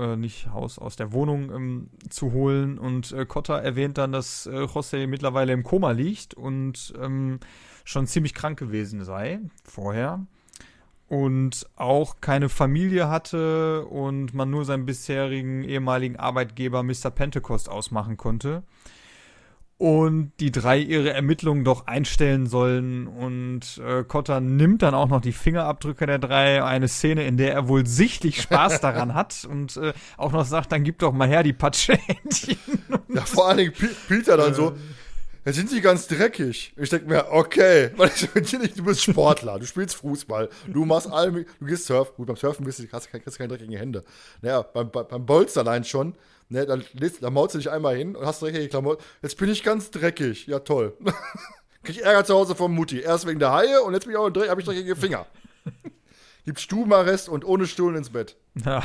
Wohnung zu holen. Und Kotter erwähnt dann, dass José mittlerweile im Koma liegt und schon ziemlich krank gewesen sei vorher. Und auch keine Familie hatte und man nur seinen bisherigen ehemaligen Arbeitgeber Mr. Pentecost ausmachen konnte. Und die 3 ihre Ermittlungen doch einstellen sollen. Und Kotter nimmt dann auch noch die Fingerabdrücke der 3. Eine Szene, in der er wohl sichtlich Spaß daran hat. Und auch noch sagt, dann gib doch mal her die Patschehändchen. Ja, vor allen Dingen Peter dann so, da sind sie ganz dreckig. Ich denke mir, okay, du bist Sportler, du spielst Fußball, du machst du gehst surfen. Gut, beim Surfen kriegst du keine dreckigen Hände. Naja, beim Bolzen allein schon, ne, dann maulst du dich einmal hin und hast dreckige Klamotten. Jetzt bin ich ganz dreckig. Ja, toll. Krieg ich Ärger zu Hause von Mutti. Erst wegen der Haie und jetzt habe ich dreckige Finger. Gibt Stubenarrest und ohne Stuhlen ins Bett. Ja.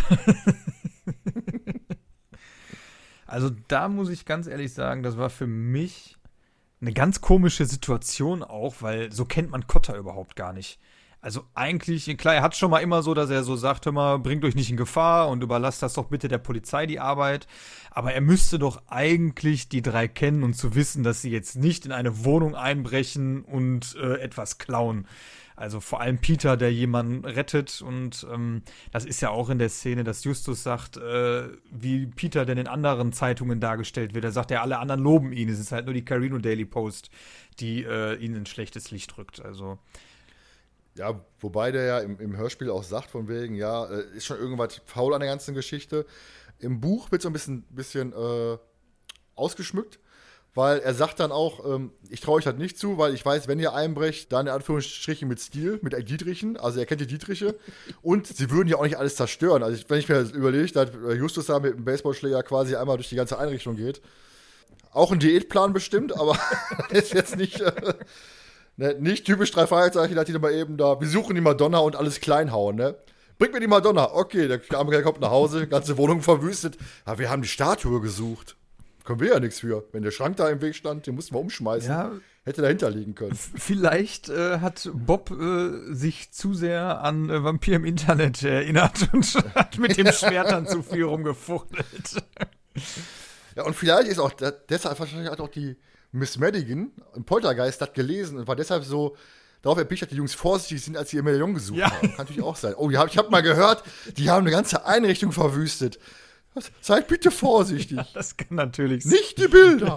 Also da muss ich ganz ehrlich sagen, das war für mich eine ganz komische Situation auch, weil so kennt man Kotter überhaupt gar nicht. Also eigentlich, klar, er hat schon mal immer so, dass er so sagt, hör mal, bringt euch nicht in Gefahr und überlasst das doch bitte der Polizei die Arbeit. Aber er müsste doch eigentlich die 3 kennen und zu wissen, dass sie jetzt nicht in eine Wohnung einbrechen und etwas klauen. Also vor allem Peter, der jemanden rettet und das ist ja auch in der Szene, dass Justus sagt, wie Peter denn in anderen Zeitungen dargestellt wird. Er sagt ja, alle anderen loben ihn. Es ist halt nur die Carino Daily Post, die ihn in schlechtes Licht rückt. Also ja, wobei der ja im Hörspiel auch sagt, von wegen, ja, ist schon irgendwas faul an der ganzen Geschichte. Im Buch wird so ein bisschen ausgeschmückt, weil er sagt dann auch, ich traue euch halt nicht zu, weil ich weiß, wenn ihr einbrecht, dann in Anführungsstrichen mit Stil, mit Dietrichen, also er kennt die Dietriche, und sie würden ja auch nicht alles zerstören. Also wenn ich mir überlege, dass Justus da mit dem Baseballschläger quasi einmal durch die ganze Einrichtung geht, auch ein Diätplan bestimmt, aber ist jetzt nicht... nicht typisch 3 Fragezeichen, dass die mal eben da, wir suchen die Madonna und alles klein hauen, ne? Bringt mir die Madonna. Okay, der arme Kerl kommt nach Hause, ganze Wohnung verwüstet. Ja, wir haben die Statue gesucht. Können wir ja nichts für. Wenn der Schrank da im Weg stand, den mussten wir umschmeißen. Ja, hätte dahinter liegen können. Vielleicht hat Bob sich zu sehr an Vampir im Internet erinnert und hat mit dem Schwert dann zu viel rumgefuchtelt. Ja, und vielleicht ist auch deshalb wahrscheinlich hat auch die Miss Madigan und Poltergeist das gelesen und war deshalb so darauf erpicht, dass die Jungs vorsichtig sind, als sie ihr Medaillon gesucht haben. Kann natürlich auch sein. Oh, ich hab mal gehört, die haben eine ganze Einrichtung verwüstet. Seid bitte vorsichtig. Ja, das kann natürlich sein. Nicht die Bilder.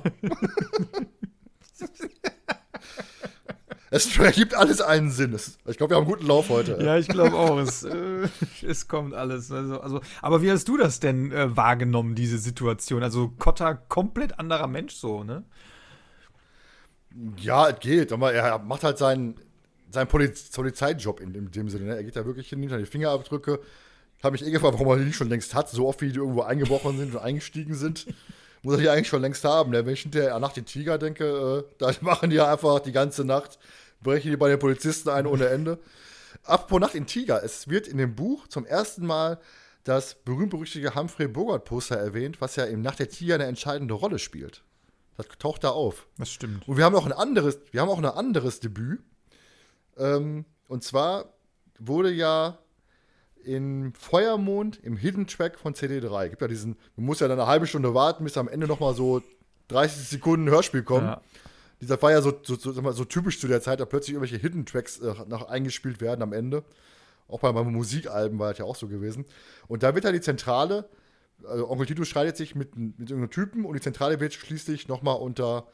Es ergibt alles einen Sinn. Ich glaube, wir haben einen guten Lauf heute. Ja, ich glaube auch. Es kommt alles. Aber wie hast du das denn wahrgenommen, diese Situation? Also Kotter komplett anderer Mensch so, ne? Ja, es geht. Aber er macht halt seinen Polizeijob in dem Sinne. Ne? Er geht da wirklich hinter die Fingerabdrücke. Ich habe mich gefragt, warum er die nicht schon längst hat. So oft, wie die irgendwo eingebrochen sind und eingestiegen sind. Muss er die eigentlich schon längst haben. Ne? Wenn ich hinterher nach den Tiger denke, da machen die ja einfach die ganze Nacht, brechen die bei den Polizisten ein ohne Ende. Apropos Nacht in Tiger. Es wird in dem Buch zum ersten Mal das berühmt-berüchtigte Humphrey Bogart-Poster erwähnt, was ja im Nacht der Tiger eine entscheidende Rolle spielt. Das taucht da auf. Das stimmt. Und wir haben auch ein anderes Debüt. Und zwar wurde ja in Feuermond im Hidden Track von CD3. Gibt ja man muss ja dann eine halbe Stunde warten, bis am Ende nochmal so 30 Sekunden Hörspiel kommen. Ja. Dieser war ja so typisch zu der Zeit, da plötzlich irgendwelche Hidden Tracks noch eingespielt werden am Ende. Auch bei Musikalben war das ja auch so gewesen. Und da wird ja die Zentrale, also Onkel Tito streitet sich mit irgendeinem Typen und die Zentrale wird schließlich nochmal unter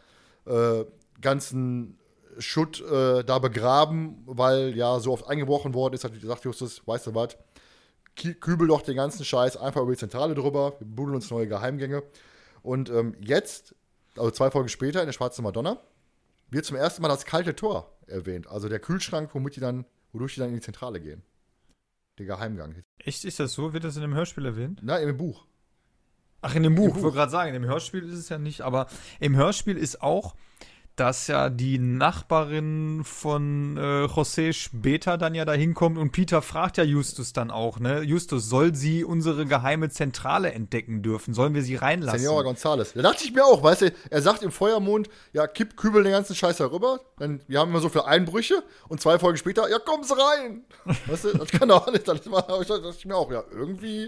ganzen Schutt da begraben, weil ja so oft eingebrochen worden ist, hat gesagt Justus, weißt du was, kübel doch den ganzen Scheiß einfach über die Zentrale drüber, wir buddeln uns neue Geheimgänge. Und jetzt, also 2 Folgen später in der Schwarzen Madonna, wird zum ersten Mal das kalte Tor erwähnt. Also der Kühlschrank, wodurch die dann in die Zentrale gehen. Der Geheimgang. Echt, ist das so? Wird das in dem Hörspiel erwähnt? Nein, im Buch. Ach, in dem Buch. Ich wollte gerade sagen, in dem Hörspiel ist es ja nicht, aber im Hörspiel ist auch, dass ja die Nachbarin von José später dann ja da hinkommt und Peter fragt ja Justus dann auch, ne? Justus, soll sie unsere geheime Zentrale entdecken dürfen? Sollen wir sie reinlassen? Senora González. Da dachte ich mir auch, weißt du, er sagt im Feuermond, ja, kübel den ganzen Scheiß herüber, denn wir haben immer so viele Einbrüche und 2 Folgen später, ja, komm's rein! Weißt du, das kann doch alles, das dachte ich mir auch, ja, irgendwie.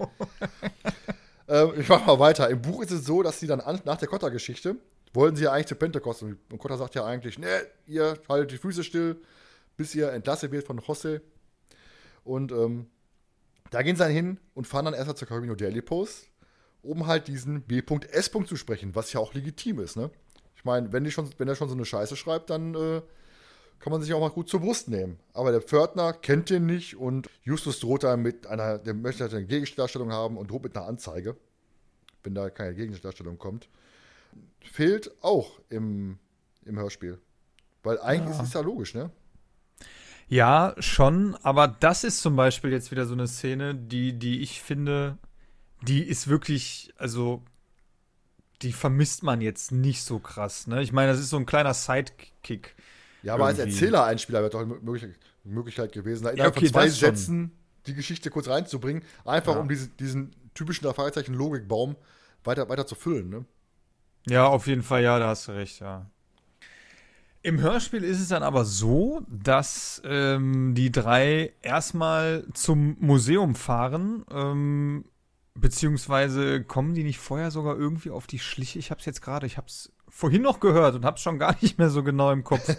Ich mach mal weiter. Im Buch ist es so, dass sie dann nach der Kotter-Geschichte wollten sie ja eigentlich zu Pentecost. Und Kotter sagt ja eigentlich, ne, ihr haltet die Füße still, bis ihr entlassen wird von José. Und da gehen sie dann hin und fahren dann erstmal zur Carabino Daily Post, um halt diesen B.S. zu sprechen, was ja auch legitim ist, ne? Ich meine, wenn er schon so eine Scheiße schreibt, dann kann man sich auch mal gut zur Brust nehmen. Aber der Pförtner kennt den nicht und Justus droht da der möchte halt eine Gegendarstellung haben und droht mit einer Anzeige, wenn da keine Gegendarstellung kommt. Fehlt auch im Hörspiel. Weil eigentlich ist es ja logisch, ne? Ja, schon, aber das ist zum Beispiel jetzt wieder so eine Szene, die ich finde, die ist wirklich, also die vermisst man jetzt nicht so krass, ne? Ich meine, das ist so ein kleiner Sidekick. Ja, aber irgendwie. Als Erzähler-Einspieler wäre doch eine Möglichkeit gewesen, da innerhalb von 2 Sätzen die Geschichte kurz reinzubringen, einfach um diesen typischen Logikbaum weiter zu füllen, ne? Ja, auf jeden Fall, ja, da hast du recht, ja. Im Hörspiel ist es dann aber so, dass die 3 erstmal zum Museum fahren, beziehungsweise kommen die nicht vorher sogar irgendwie auf die Schliche? Ich hab's vorhin noch gehört und hab's schon gar nicht mehr so genau im Kopf.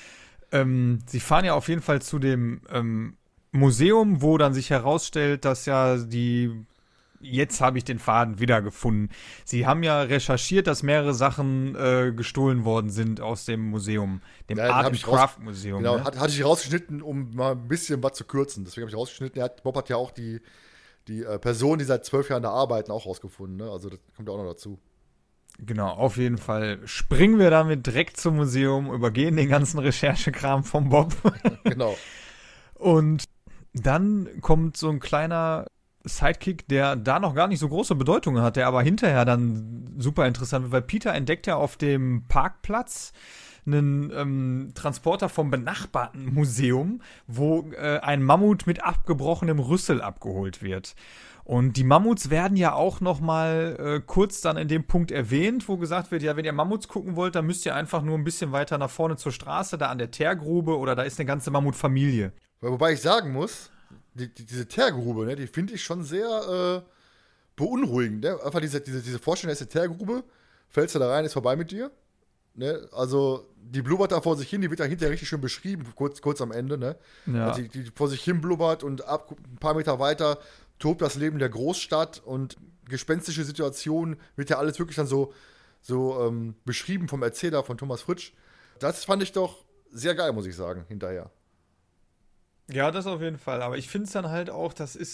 Sie fahren ja auf jeden Fall zu dem Museum, wo dann sich herausstellt, dass ja jetzt habe ich den Faden wiedergefunden. Sie haben ja recherchiert, dass mehrere Sachen gestohlen worden sind aus dem Museum, dem Art and Craft Museum. Genau, ne? hatte ich rausgeschnitten, um mal ein bisschen was zu kürzen. Deswegen habe ich rausgeschnitten. Bob hat ja auch die Person, die seit 12 Jahren da arbeiten, auch rausgefunden. Ne? Also das kommt ja auch noch dazu. Genau, auf jeden Fall springen wir damit direkt zum Museum, übergehen den ganzen Recherchekram vom Bob. Genau. Und dann kommt so ein kleiner Sidekick, der da noch gar nicht so große Bedeutung hat, der aber hinterher dann super interessant wird, weil Peter entdeckt ja auf dem Parkplatz einen Transporter vom benachbarten Museum, wo ein Mammut mit abgebrochenem Rüssel abgeholt wird. Und die Mammuts werden ja auch noch mal kurz dann in dem Punkt erwähnt, wo gesagt wird, ja, wenn ihr Mammuts gucken wollt, dann müsst ihr einfach nur ein bisschen weiter nach vorne zur Straße, da an der Teergrube oder da ist eine ganze Mammutfamilie. Wobei ich sagen muss, diese Teergrube, ne, die finde ich schon sehr beunruhigend. Ne? Einfach diese Vorstellung, da ist eine Teergrube fällst du da rein, ist vorbei mit dir. Ne? Also, die blubbert da vor sich hin, die wird da hinterher richtig schön beschrieben, kurz am Ende, ne? Ja. Also die vor sich hin blubbert und ein paar Meter weiter tobt das Leben der Großstadt und gespenstische Situationen, wird ja alles wirklich dann so beschrieben vom Erzähler von Thomas Fritsch. Das fand ich doch sehr geil, muss ich sagen, hinterher. Ja, das auf jeden Fall. Aber ich finde es dann halt auch,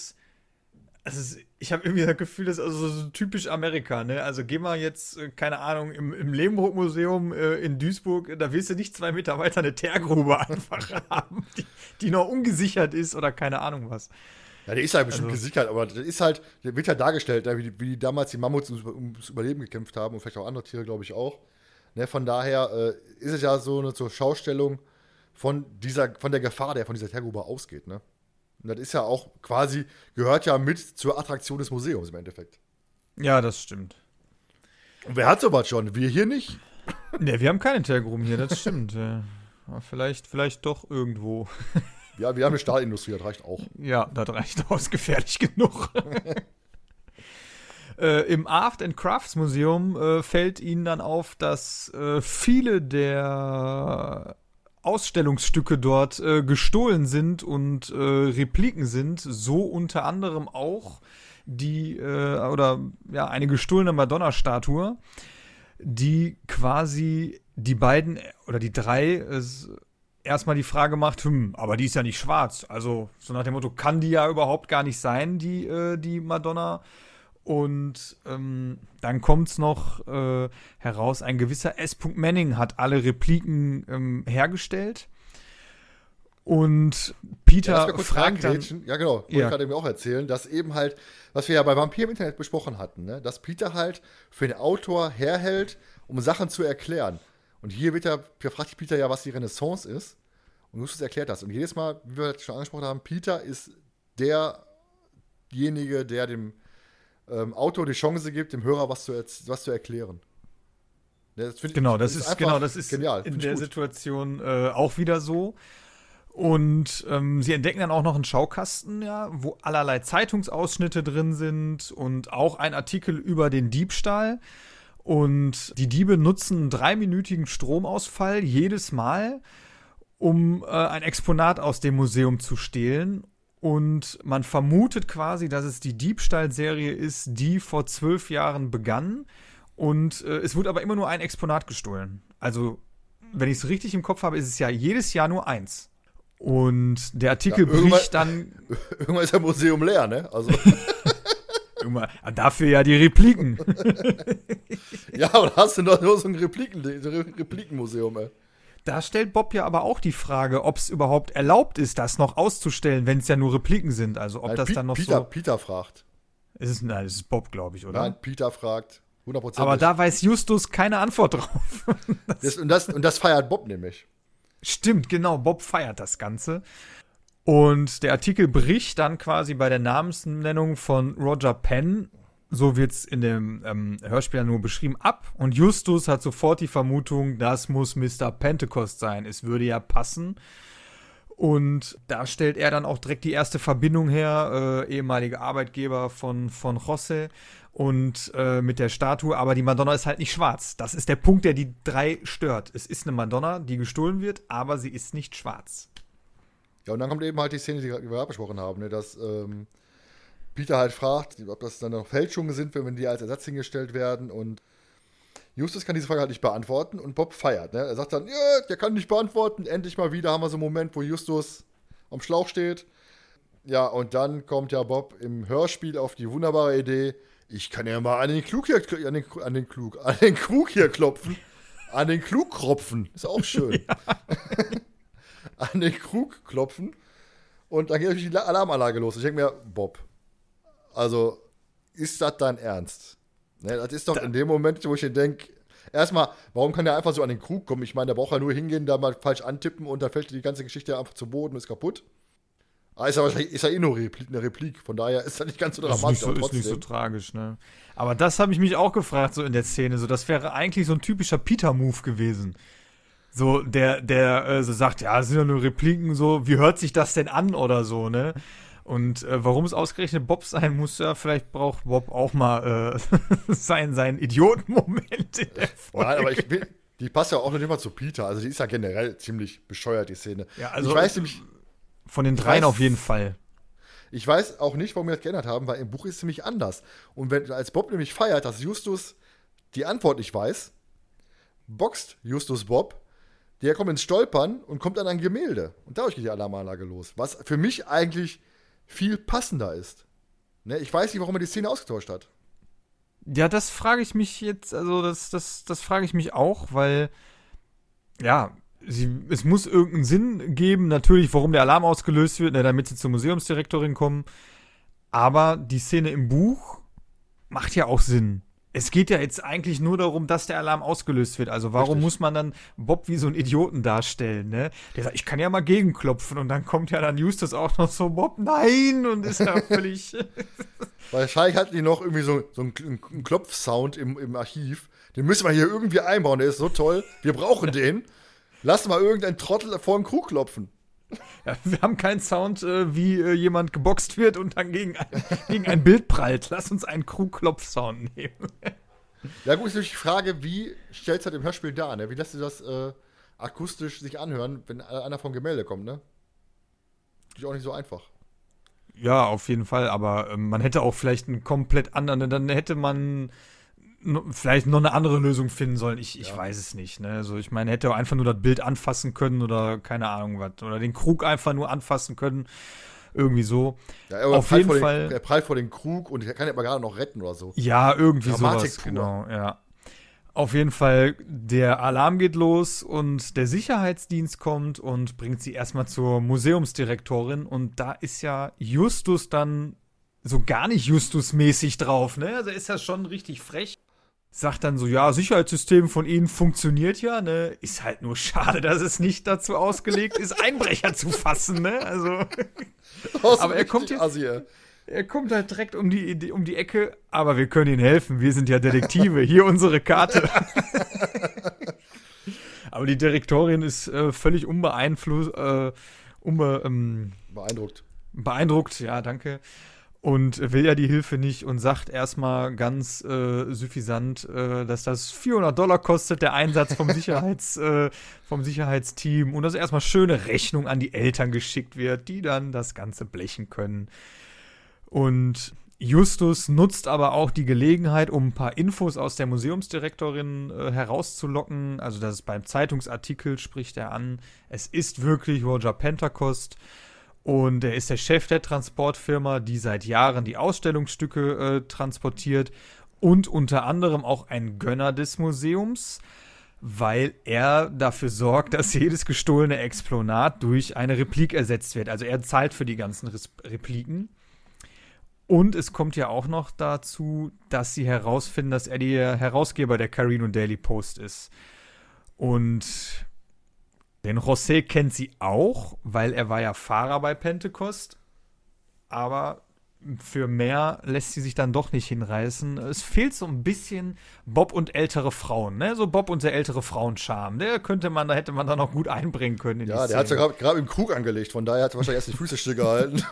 ich habe irgendwie das Gefühl, das ist also so typisch Amerika, ne? Also geh mal jetzt, keine Ahnung, im Leeuwenhoek-Museum in Duisburg, da wirst du nicht 2 Meter weiter eine Teergrube einfach haben, die noch ungesichert ist oder keine Ahnung was. Ja, der ist halt bestimmt gesichert, aber der wird ja dargestellt, wie damals die Mammuts ums Überleben gekämpft haben und vielleicht auch andere Tiere, glaube ich, auch. Ne, von daher ist es ja so eine zur Schaustellung von der Gefahr, der von dieser Teergrube ausgeht, ne? Und das ist ja auch quasi, gehört ja mit zur Attraktion des Museums im Endeffekt. Ja, das stimmt. Und wer hat sowas schon? Wir hier nicht? Ne, wir haben keine Teergruben hier, das stimmt. Ja. Vielleicht doch irgendwo. Ja, wir haben eine Stahlindustrie, das reicht auch. Ja, das reicht aus, gefährlich genug. Im Art and Crafts Museum fällt ihnen dann auf, dass viele der Ausstellungsstücke dort gestohlen sind und Repliken sind, so unter anderem auch eine gestohlene Madonna-Statue, die quasi die beiden oder die drei erstmal die Frage macht, aber die ist ja nicht schwarz. Also so nach dem Motto, kann die ja überhaupt gar nicht sein, die Madonna. Und dann kommt es noch heraus, ein gewisser S. Manning hat alle Repliken hergestellt. Und Peter fragt dann... Ja, genau. Wollte ich gerade mir auch erzählen, dass eben halt, was wir ja bei Vampir im Internet besprochen hatten, ne? Dass Peter halt für den Autor herhält, um Sachen zu erklären. Und hier fragt Peter ja, was die Renaissance ist. Und Justus erklärt das. Und jedes Mal, wie wir schon angesprochen haben, Peter ist derjenige, der dem Autor die Chance gibt, dem Hörer was zu erklären. Das ist genial. In der Situation auch wieder so. Und sie entdecken dann auch noch einen Schaukasten, ja, wo allerlei Zeitungsausschnitte drin sind und auch ein Artikel über den Diebstahl. Und die Diebe nutzen einen 3-minütigen Stromausfall jedes Mal, um ein Exponat aus dem Museum zu stehlen. Und man vermutet quasi, dass es die Diebstahlserie ist, die vor 12 Jahren begann. Und es wurde aber immer nur ein Exponat gestohlen. Also, wenn ich es richtig im Kopf habe, ist es ja jedes Jahr nur eins. Und der Artikel bricht dann... Irgendwann ist das Museum leer, ne? Also... Dafür ja die Repliken. Ja, aber da hast du doch nur so ein Replikenmuseum, ey. Da stellt Bob ja aber auch die Frage, ob es überhaupt erlaubt ist, das noch auszustellen, wenn es ja nur Repliken sind. Also ob das dann noch Peter fragt. Es ist Bob, glaube ich, oder? Nein, Peter fragt. 100%. Aber da weiß Justus keine Antwort drauf. das feiert Bob nämlich. Stimmt, genau. Bob feiert das Ganze. Und der Artikel bricht dann quasi bei der Namensnennung von Roger Penn, so wird es in dem Hörspiel nur beschrieben, ab. Und Justus hat sofort die Vermutung, das muss Mr. Pentecost sein. Es würde ja passen. Und da stellt er dann auch direkt die erste Verbindung her, ehemaliger Arbeitgeber von José und mit der Statue. Aber die Madonna ist halt nicht schwarz. Das ist der Punkt, der die drei stört. Es ist eine Madonna, die gestohlen wird, aber sie ist nicht schwarz. Ja, und dann kommt eben halt die Szene, die wir gerade besprochen haben, ne, dass Peter halt fragt, ob das dann noch Fälschungen sind, wenn die als Ersatz hingestellt werden. Und Justus kann diese Frage halt nicht beantworten und Bob feiert. Ne? Er sagt dann, ja, der kann nicht beantworten. Endlich mal wieder haben wir so einen Moment, wo Justus am Schlauch steht. Ja, und dann kommt ja Bob im Hörspiel auf die wunderbare Idee, ich kann ja mal an den Krug hier klopfen. An den Klug kropfen. Ist auch schön. Ja. An den Krug klopfen. Und dann geht natürlich die Alarmanlage los. Ich denke mir, Bob, also, ist das dein Ernst? Ne, das ist doch in dem Moment, wo ich mir denke, erstmal, warum kann der einfach so an den Krug kommen? Ich meine, der braucht ja nur hingehen, da mal falsch antippen und dann fällt die ganze Geschichte einfach zu Boden und ist kaputt. Aber ist ja eh nur eine Replik, von daher ist das nicht ganz so dramatisch. Ist nicht so tragisch, ne? Aber das habe ich mich auch gefragt, so in der Szene. So, das wäre eigentlich so ein typischer Peter-Move gewesen. So, der so sagt, ja, das sind ja nur Repliken, so, wie hört sich das denn an oder so, ne? Und warum es ausgerechnet Bob sein muss, ja, vielleicht braucht Bob auch mal seinen Idiotenmoment in der Folge. Nein, aber die passt ja auch nicht immer zu Peter. Also die ist ja generell ziemlich bescheuert, die Szene. Ja, also ich weiß nämlich, von den dreien auf jeden Fall. Ich weiß auch nicht, warum wir das geändert haben, weil im Buch ist es nämlich anders. Und als Bob nämlich feiert, dass Justus die Antwort nicht weiß, boxt Justus Bob, der kommt ins Stolpern und kommt an ein Gemälde. Und dadurch geht die Alarmanlage los. Was für mich eigentlich viel passender ist. Ne? Ich weiß nicht, warum er die Szene ausgetauscht hat. Ja, das frage ich mich jetzt, also das frage ich mich auch, weil, ja, es muss irgendeinen Sinn geben, natürlich, warum der Alarm ausgelöst wird, ne, damit sie zur Museumsdirektorin kommen. Aber die Szene im Buch macht ja auch Sinn. Es geht ja jetzt eigentlich nur darum, dass der Alarm ausgelöst wird. Also warum Richtig. muss man dann Bob wie so einen Idioten darstellen, ne? Der sagt, ich kann ja mal gegenklopfen. Und dann kommt ja dann Justus auch noch so, Bob, nein! Und ist ja völlig... Wahrscheinlich hatten die noch irgendwie so einen Klopfsound im Archiv. Den müssen wir hier irgendwie einbauen, der ist so toll. Wir brauchen den. Lass mal irgendeinen Trottel vor den Krug klopfen. Ja, wir haben keinen Sound, wie jemand geboxt wird und dann gegen ein Bild prallt. Lass uns einen Krugklopf-Sound nehmen. Ja gut, ist natürlich die Frage, wie stellst du das im Hörspiel dar, ne? Wie lässt du das akustisch sich anhören, wenn einer vom Gemälde kommt, ne? Natürlich auch nicht so einfach. Ja, auf jeden Fall, aber man hätte auch vielleicht einen komplett anderen, dann hätte man vielleicht noch eine andere Lösung finden sollen. Ich weiß es nicht, ne? Also ich meine, hätte auch einfach nur das Bild anfassen können oder keine Ahnung was. Oder den Krug einfach nur anfassen können. Irgendwie so. Ja, aber auf jeden Fall. Er prallt vor den Krug und er kann ihn aber gerade noch retten oder so. Ja, irgendwie Dramatik sowas, pur. genau, ja. Auf jeden Fall, der Alarm geht los und der Sicherheitsdienst kommt und bringt sie erstmal zur Museumsdirektorin. Und da ist ja Justus dann so gar nicht Justus-mäßig drauf, ne? Also ist ja schon richtig frech. Sagt dann so, ja, Sicherheitssystem von Ihnen funktioniert ja, ne? Ist halt nur schade, dass es nicht dazu ausgelegt ist, Einbrecher zu fassen, ne? Also. Aber er kommt jetzt. Er kommt halt direkt um die Ecke, aber wir können Ihnen helfen. Wir sind ja Detektive. Hier unsere Karte. Aber die Direktorin ist völlig Beeindruckt. Beeindruckt, ja, danke. Und will ja die Hilfe nicht und sagt erstmal ganz suffisant, dass das $400 kostet, der Einsatz vom Sicherheitsteam. Und dass erstmal schöne Rechnung an die Eltern geschickt wird, die dann das Ganze blechen können. Und Justus nutzt aber auch die Gelegenheit, um ein paar Infos aus der Museumsdirektorin herauszulocken. Also das ist beim Zeitungsartikel, spricht er an, es ist wirklich Roger Pentecost. Und er ist der Chef der Transportfirma, die seit Jahren die Ausstellungsstücke transportiert. Und unter anderem auch ein Gönner des Museums, weil er dafür sorgt, dass jedes gestohlene Exponat durch eine Replik ersetzt wird. Also er zahlt für die ganzen Repliken. Und es kommt ja auch noch dazu, dass sie herausfinden, dass er der Herausgeber der Carino Daily Post ist. Und den José kennt sie auch, weil er war ja Fahrer bei Pentecost. Aber für mehr lässt sie sich dann doch nicht hinreißen. Es fehlt so ein bisschen Bob und ältere Frauen, ne? So Bob und der ältere Frauenscharme. Da hätte man da noch gut einbringen können. Ja, der hat es ja gerade im Krug angelegt, von daher hat er wahrscheinlich erst die Füße stillgehalten.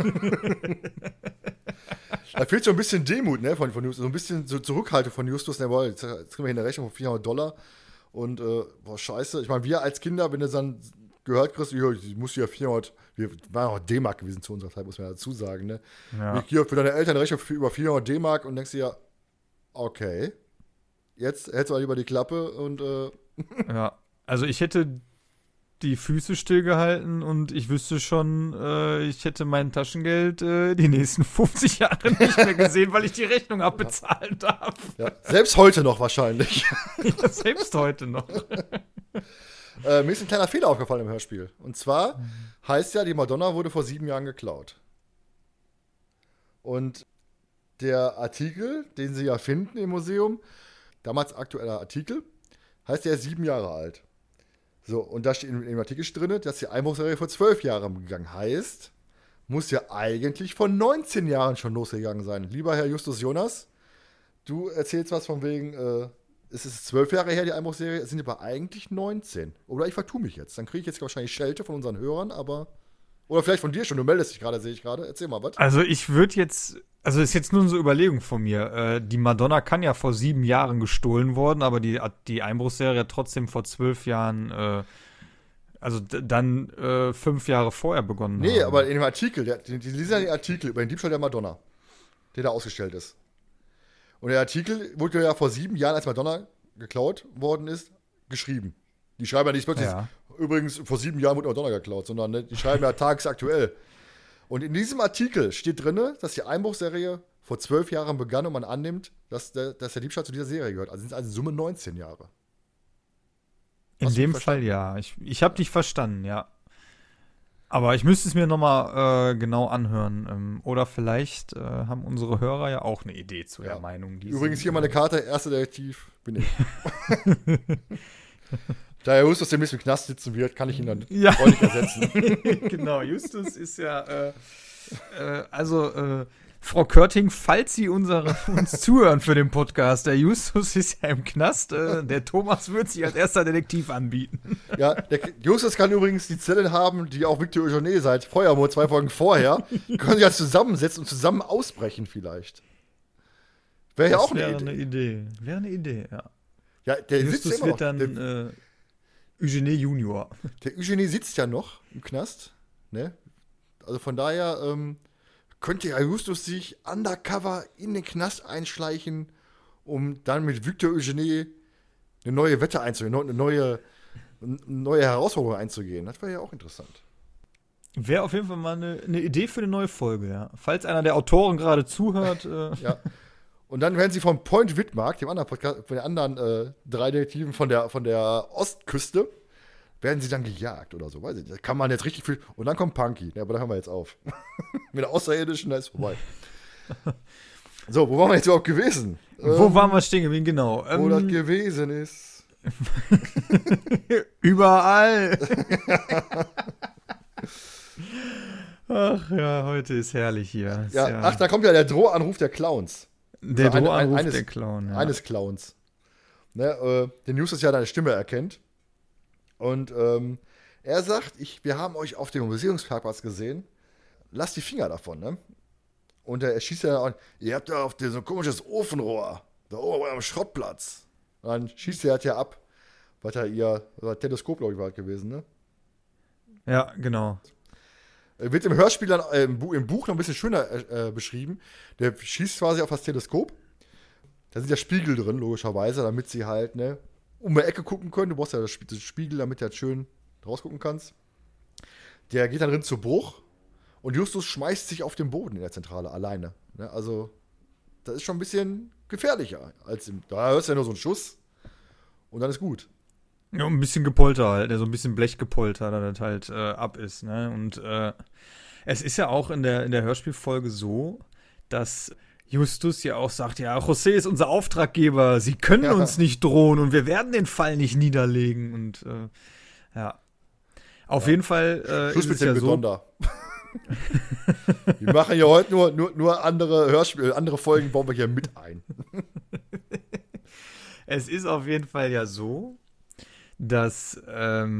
Da fehlt so ein bisschen Demut, ne, von Justus, so ein bisschen so Zurückhaltung von Justus, ne, boah, jetzt kriegen wir hier eine Rechnung von $400 und, boah, scheiße. Ich meine, wir als Kinder, wenn du dann gehört kriegst, ich muss hier 400, wir waren auch D-Mark gewesen zu unserer Zeit, muss man ja dazu sagen, ne. Ja. Hier für deine Eltern eine Rechnung für über 400 D-Mark und denkst dir ja, okay, jetzt hältst du mal lieber die Klappe und, Ja, also ich hätte die Füße stillgehalten und ich wüsste schon, ich hätte mein Taschengeld die nächsten 50 Jahre nicht mehr gesehen, weil ich die Rechnung abbezahlen darf. ja, selbst heute noch wahrscheinlich. Ja, selbst heute noch. Mir ist ein kleiner Fehler aufgefallen im Hörspiel. Und zwar heißt ja, die Madonna wurde vor 7 Jahren geklaut. Und der Artikel, den sie ja finden im Museum, damals aktueller Artikel, heißt, er ist 7 Jahre alt. So, und da steht in dem Artikel drin, dass die Einbruchserie vor 12 Jahren gegangen heißt, muss ja eigentlich vor 19 Jahren schon losgegangen sein. Lieber Herr Justus Jonas, du erzählst was von wegen, es ist 12 Jahre her, die Einbruchserie, es sind aber eigentlich 19. Oder ich vertue mich jetzt. Dann kriege ich jetzt wahrscheinlich Schelte von unseren Hörern, aber Oder vielleicht von dir schon, du meldest dich gerade, sehe ich gerade. Erzähl mal was. Also ich würde jetzt, also ist jetzt nur so eine Überlegung von mir. Die Madonna kann ja vor 7 Jahren gestohlen worden, aber die Einbruchsserie hat trotzdem vor 12 Jahren, dann 5 Jahre vorher begonnen. Nee, haben. aber in dem Artikel, die lesen ja den Artikel über den Diebstahl der Madonna, der da ausgestellt ist. Und der Artikel wurde ja vor 7 Jahren, als Madonna geklaut worden ist, geschrieben. Die schreiben ja nicht plötzlich, übrigens, vor 7 Jahren wurde Madonna geklaut, sondern ne, die schreiben ja tagesaktuell. Und in diesem Artikel steht drin, dass die Einbruchserie vor 12 Jahren begann und man annimmt, dass der Diebstahl zu dieser Serie gehört. Also sind es also Summe 19 Jahre. In dem Fall ja. Ich habe dich verstanden, ja. Aber ich müsste es mir nochmal genau anhören. Oder vielleicht haben unsere Hörer ja auch eine Idee zu der Meinung. Übrigens hier meine Karte, erster Detektiv bin ich. Da Herr Justus demnächst im Knast sitzen wird, kann ich ihn dann freundlich ersetzen. Genau, Justus ist ja, Frau Körting, falls Sie uns zuhören für den Podcast, der Justus ist ja im Knast, der Thomas wird sich als erster Detektiv anbieten. Ja, der Justus kann übrigens die Zellen haben, die auch Victor Eugène seit Feuermord 2 Folgen vorher, können sich ja zusammensetzen und zusammen ausbrechen vielleicht. Wäre ja auch eine Idee. Wäre eine Idee, ja. Ja, der Justus sitzt ja wird dann Eugène Junior. Der Eugène sitzt ja noch im Knast, ne? Also von daher könnte ja Justus sich undercover in den Knast einschleichen, um dann mit Victor Eugène eine neue Wette einzugehen, eine neue Herausforderung einzugehen. Das wäre ja auch interessant. Wäre auf jeden Fall mal eine Idee für eine neue Folge, ja. Falls einer der Autoren gerade zuhört. Ja. Und dann werden sie von Point Widmark, dem anderen Podcast, von den anderen 3 Detektiven von der Ostküste, werden sie dann gejagt oder so. Weiß ich nicht. Da kann man jetzt richtig viel. Und dann kommt Punky. Ja, aber da hören wir jetzt auf. Mit der Außerirdischen, da ist vorbei. So, wo waren wir jetzt überhaupt gewesen? Wo waren wir stehen geblieben, genau. Wo das gewesen ist. Überall. Ach ja, heute ist herrlich hier. Ja, ach, da kommt ja der Drohanruf der Clowns. Der Drohanruf der Clown, ja. Eines Clowns. Ne, den Justus ja deine Stimme erkennt. Und er sagt, wir haben euch auf dem Museumsparkplatz gesehen. Lasst die Finger davon, ne? Und er schießt ja an, ihr habt ja auf so ein komisches Ofenrohr. Da oben am Schrottplatz. Und dann schießt er halt ja ab. Was ihr Teleskop, glaube ich, war gewesen, ne? Ja, genau. Wird im Hörspiel dann im Buch noch ein bisschen schöner beschrieben. Der schießt quasi auf das Teleskop. Da sind ja Spiegel drin, logischerweise, damit sie halt, ne, um eine Ecke gucken können. Du brauchst ja das Spiegel, damit du halt schön rausgucken kannst. Der geht dann drin zu Bruch und Justus schmeißt sich auf den Boden in der Zentrale alleine. Ne, also, das ist schon ein bisschen gefährlicher. Da hörst du ja nur so einen Schuss und dann ist gut. Ja, ein bisschen Gepolter halt, so ein bisschen Blechgepolter, da das halt ab ist, ne? Und es ist ja auch in der Hörspielfolge so, dass Justus ja auch sagt, ja, José ist unser Auftraggeber, sie können uns nicht drohen und wir werden den Fall nicht niederlegen und ja. Auf jeden Fall Schluss ist mit es dem ja so. Gedonder. Wir machen ja heute nur andere Hörspiele, andere Folgen bauen wir hier mit ein. Es ist auf jeden Fall ja so, dass, was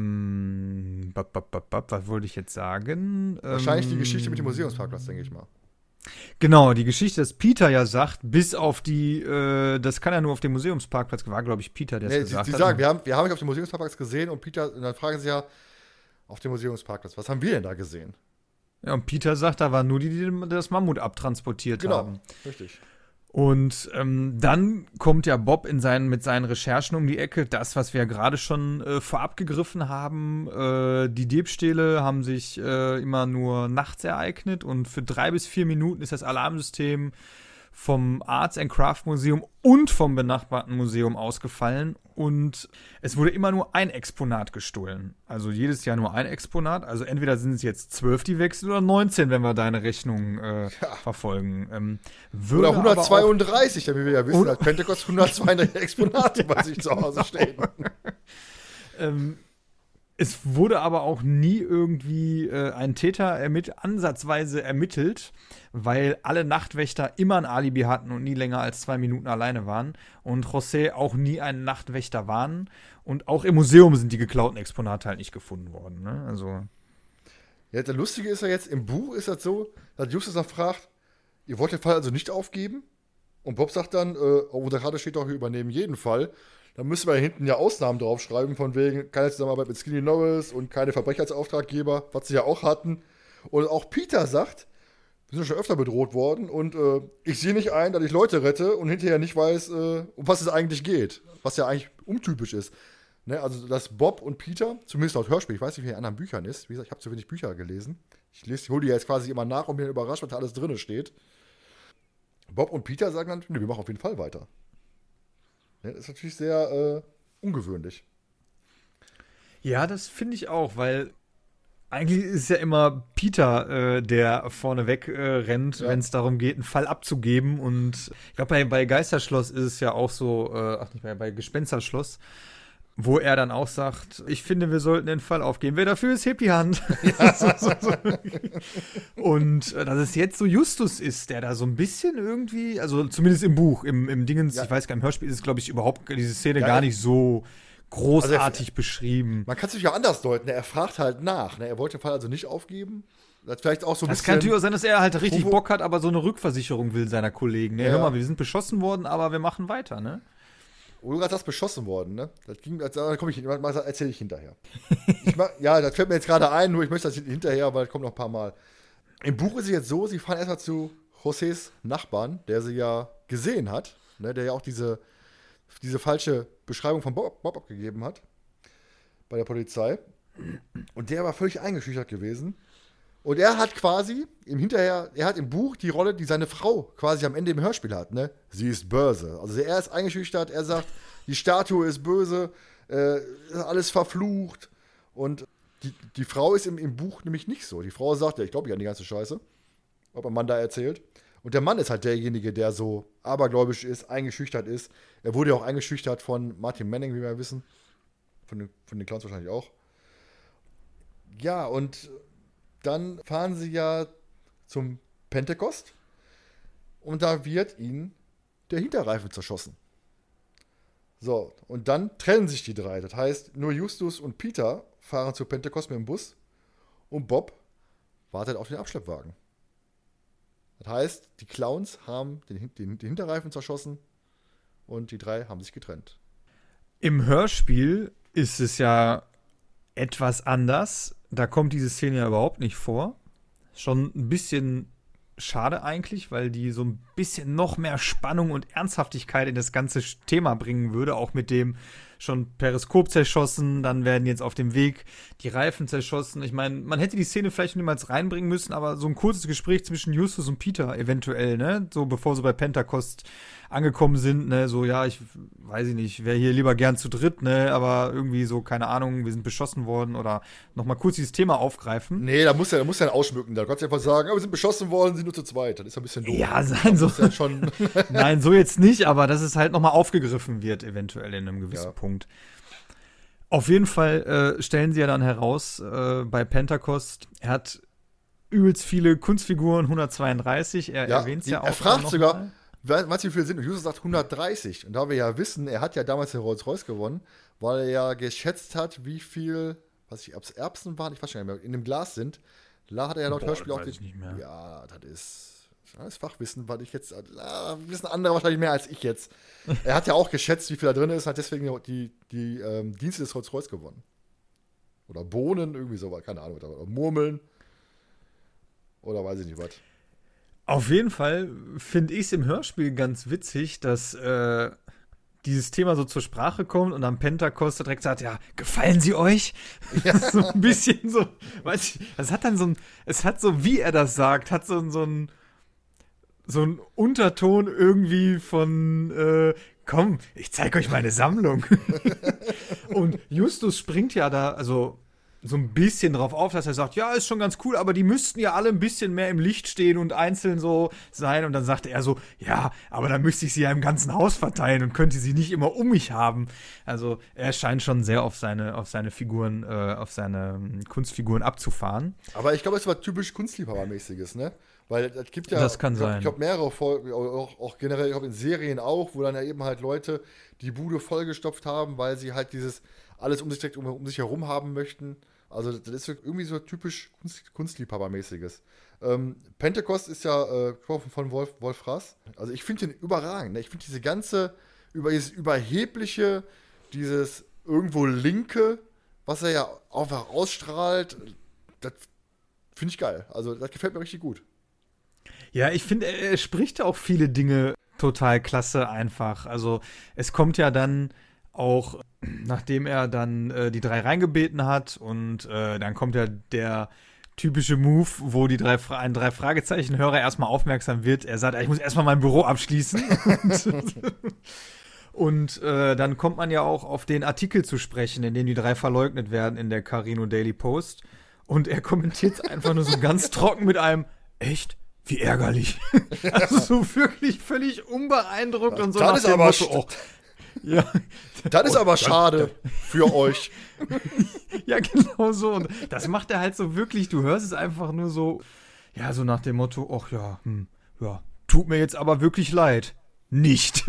wollte ich jetzt sagen? Wahrscheinlich die Geschichte mit dem Museumsparkplatz, denke ich mal. Genau, die Geschichte, dass Peter ja sagt, bis auf die, das kann ja nur auf dem Museumsparkplatz, war, glaube ich, Peter, der es gesagt hat. Sie sagen, wir haben euch auf dem Museumsparkplatz gesehen und dann fragen sie ja, auf dem Museumsparkplatz, was haben wir denn da gesehen? Ja, und Peter sagt, da waren nur die das Mammut abtransportiert haben. Genau, richtig. Und dann kommt ja Bob mit seinen Recherchen um die Ecke. Das, was wir ja gerade schon vorab gegriffen haben, die Diebstähle haben sich immer nur nachts ereignet und für 3 bis 4 Minuten ist das Alarmsystem vom Arts and Craft Museum und vom benachbarten Museum ausgefallen und es wurde immer nur ein Exponat gestohlen. Also jedes Jahr nur ein Exponat. Also entweder sind es jetzt 12, die weg sind, oder 19, wenn wir deine Rechnung verfolgen. Oder 132, damit wir ja wissen, dass Pentecost 132 Exponate bei sich zu Hause stehen. Es wurde aber auch nie irgendwie ein Täter ansatzweise ermittelt, weil alle Nachtwächter immer ein Alibi hatten und nie länger als 2 Minuten alleine waren und José auch nie ein Nachtwächter waren und auch im Museum sind die geklauten Exponate halt nicht gefunden worden. Ne? Also Ja, der Lustige ist ja jetzt, im Buch ist das so, dass Justus dann fragt, ihr wollt den Fall also nicht aufgeben? Und Bob sagt dann, unser Karte steht doch, wir übernehmen jeden Fall. Dann müssen wir hinten ja Ausnahmen draufschreiben, von wegen keine Zusammenarbeit mit Skinny Norris und keine Verbrecher als Auftraggeber, was sie ja auch hatten. Und auch Peter sagt, wir sind schon öfter bedroht worden und ich sehe nicht ein, dass ich Leute rette und hinterher nicht weiß, um was es eigentlich geht. Was ja eigentlich untypisch ist. Ne? Also, dass Bob und Peter, zumindest laut Hörspiel, ich weiß nicht, wie in anderen Büchern ist. Wie gesagt, ich habe zu wenig Bücher gelesen. Ich hole die jetzt quasi immer nach und bin überrascht, was da alles drin steht. Bob und Peter sagen dann, nee, wir machen auf jeden Fall weiter. Ne? Das ist natürlich sehr ungewöhnlich. Ja, das finde ich auch, weil eigentlich ist es ja immer Peter, der vorneweg rennt, Ja. wenn es darum geht, einen Fall abzugeben. Und ich glaube, bei Geisterschloss ist es ja auch so, nicht mehr, bei Gespensterschloss, wo er dann auch sagt, ich finde, wir sollten den Fall aufgeben. Wer dafür ist, hebt die Hand. So. Und dass es jetzt so Justus ist, der da so ein bisschen irgendwie, also zumindest im Buch, im Dingens, Ja. ich weiß gar nicht, im Hörspiel ist es, glaube ich, überhaupt diese Szene Ja, gar ja. nicht so großartig beschrieben. Man kann es natürlich auch anders deuten. Ne? Er fragt halt nach. Ne? Er wollte den Fall also nicht aufgeben. Das ist vielleicht auch so ein Das bisschen. kann natürlich auch sein, dass er halt richtig Provo- Bock hat, aber so eine Rückversicherung will seiner Kollegen. Ne? Ja. Hör mal, wir sind beschossen worden, aber wir machen weiter, ne? Wo du gerade das beschossen worden, ne? Da komme ich, erzähle ich hinterher. Ja, das fällt mir jetzt gerade ein, nur ich möchte das hinterher, weil das kommt noch ein paar Mal. Im Buch ist es jetzt so, sie fahren erstmal zu Josés Nachbarn, der sie ja gesehen hat, ne? Der ja auch diese falsche Beschreibung von Bob abgegeben hat bei der Polizei. Und der war völlig eingeschüchtert gewesen. Und er hat quasi er hat im Buch die Rolle, die seine Frau quasi am Ende im Hörspiel hat, ne? Sie ist böse. Also er ist eingeschüchtert, er sagt, die Statue ist böse, ist alles verflucht. Und die Frau ist im Buch nämlich nicht so. Die Frau sagt, ja, ich glaube ja an die ganze Scheiße, was mein Mann da erzählt. Und der Mann ist halt derjenige, der so abergläubisch ist, eingeschüchtert ist. Er wurde ja auch eingeschüchtert von Martin Manning, wie wir ja wissen. Von den Clowns wahrscheinlich auch. Ja, und dann fahren sie ja zum Pentecost und da wird ihnen der Hinterreifen zerschossen. So, und dann trennen sich die drei. Das heißt, nur Justus und Peter fahren zu Pentecost mit dem Bus und Bob wartet auf den Abschleppwagen. Das heißt, die Clowns haben den Hinterreifen zerschossen und die drei haben sich getrennt. Im Hörspiel ist es ja etwas anders. Da kommt diese Szene ja überhaupt nicht vor. Schon ein bisschen schade eigentlich, weil die so ein bisschen noch mehr Spannung und Ernsthaftigkeit in das ganze Thema bringen würde. Auch mit dem schon Periskop zerschossen, dann werden jetzt auf dem Weg die Reifen zerschossen. Ich meine, man hätte die Szene vielleicht niemals reinbringen müssen, aber so ein kurzes Gespräch zwischen Justus und Peter eventuell, ne? So bevor sie bei Pentecost angekommen sind, ne? So, ja, ich weiß nicht, wäre hier lieber gern zu dritt, ne? Aber irgendwie so, keine Ahnung, wir sind beschossen worden oder nochmal kurz dieses Thema aufgreifen. Nee, da muss er dann ausschmücken. Da kannst du einfach sagen, wir sind beschossen worden, sind nur zu zweit. Das ist ein bisschen doof. Ja, nein, so, Ja schon nein, so jetzt nicht, aber dass es halt nochmal aufgegriffen wird, eventuell in einem gewissen Punkt. Auf jeden Fall stellen sie ja dann heraus bei Pentecost, er hat übelst viele Kunstfiguren, 132, er erwähnt es ja auch. Er fragt noch sogar, mal. was wie viele sind? Und Justus sagt 130. Und da wir ja wissen, er hat ja damals den Rolls-Royce gewonnen, weil er ja geschätzt hat, wie viel, ob es Erbsen waren, ich weiß schon nicht mehr, in dem Glas sind. Da hat er ja laut Hörspiel auch weiß ich nicht mehr. Ja, das ist Fachwissen, weil ich jetzt, wissen andere wahrscheinlich mehr als ich jetzt. Er hat ja auch geschätzt, wie viel da drin ist, hat deswegen die Dienste des Rolls-Royce gewonnen. Oder Bohnen, irgendwie sowas, keine Ahnung, oder Murmeln. Oder weiß ich nicht was. Auf jeden Fall finde ich es im Hörspiel ganz witzig, dass dieses Thema so zur Sprache kommt und am Pentecost direkt sagt, ja, gefallen sie euch? Ja. So ein bisschen so, weiß ich, das hat dann es hat so, wie er das sagt, hat so ein Unterton irgendwie von, komm, ich zeig euch meine Sammlung. Und Justus springt ja da, also so ein bisschen drauf auf, dass er sagt, ja, ist schon ganz cool, aber die müssten ja alle ein bisschen mehr im Licht stehen und einzeln so sein. Und dann sagt er so, ja, aber dann müsste ich sie ja im ganzen Haus verteilen und könnte sie nicht immer um mich haben. Also er scheint schon sehr auf seine Figuren, auf seine Kunstfiguren abzufahren. Aber ich glaube, es war typisch Kunstliebhabermäßiges, ne? Weil es gibt ja, Das kann sein. Ich glaube, mehrere Folgen, auch generell, ich glaube, in Serien auch, wo dann ja eben halt Leute die Bude vollgestopft haben, weil sie halt dieses alles um sich direkt um sich herum haben möchten. Also das ist irgendwie so typisch Kunstliebhabermäßiges. Pentecost ist ja von Wolf Fraß. Also ich finde den überragend. Ne? Ich finde dieses Überhebliche, dieses irgendwo Linke, was er ja einfach ausstrahlt, das finde ich geil. Also das gefällt mir richtig gut. Ja, ich finde, er spricht auch viele Dinge total klasse einfach. Also es kommt ja dann auch, nachdem er dann die 3 reingebeten hat und dann kommt ja der typische Move, wo ein 3-Fragezeichen-Hörer erstmal aufmerksam wird. Er sagt, ich muss erstmal mein Büro abschließen. Und dann kommt man ja auch auf den Artikel zu sprechen, in dem die 3 verleugnet werden in der Carino Daily Post. Und er kommentiert es einfach nur so ganz trocken mit einem, echt? Wie ärgerlich. Also so wirklich völlig unbeeindruckt und so. Das ist aber Motto, ja. Das ist aber schade für euch. Ja, genau so. Und das macht er halt so wirklich, du hörst es einfach nur so, ja, so nach dem Motto, ach ja, ja, tut mir jetzt aber wirklich leid. Nicht.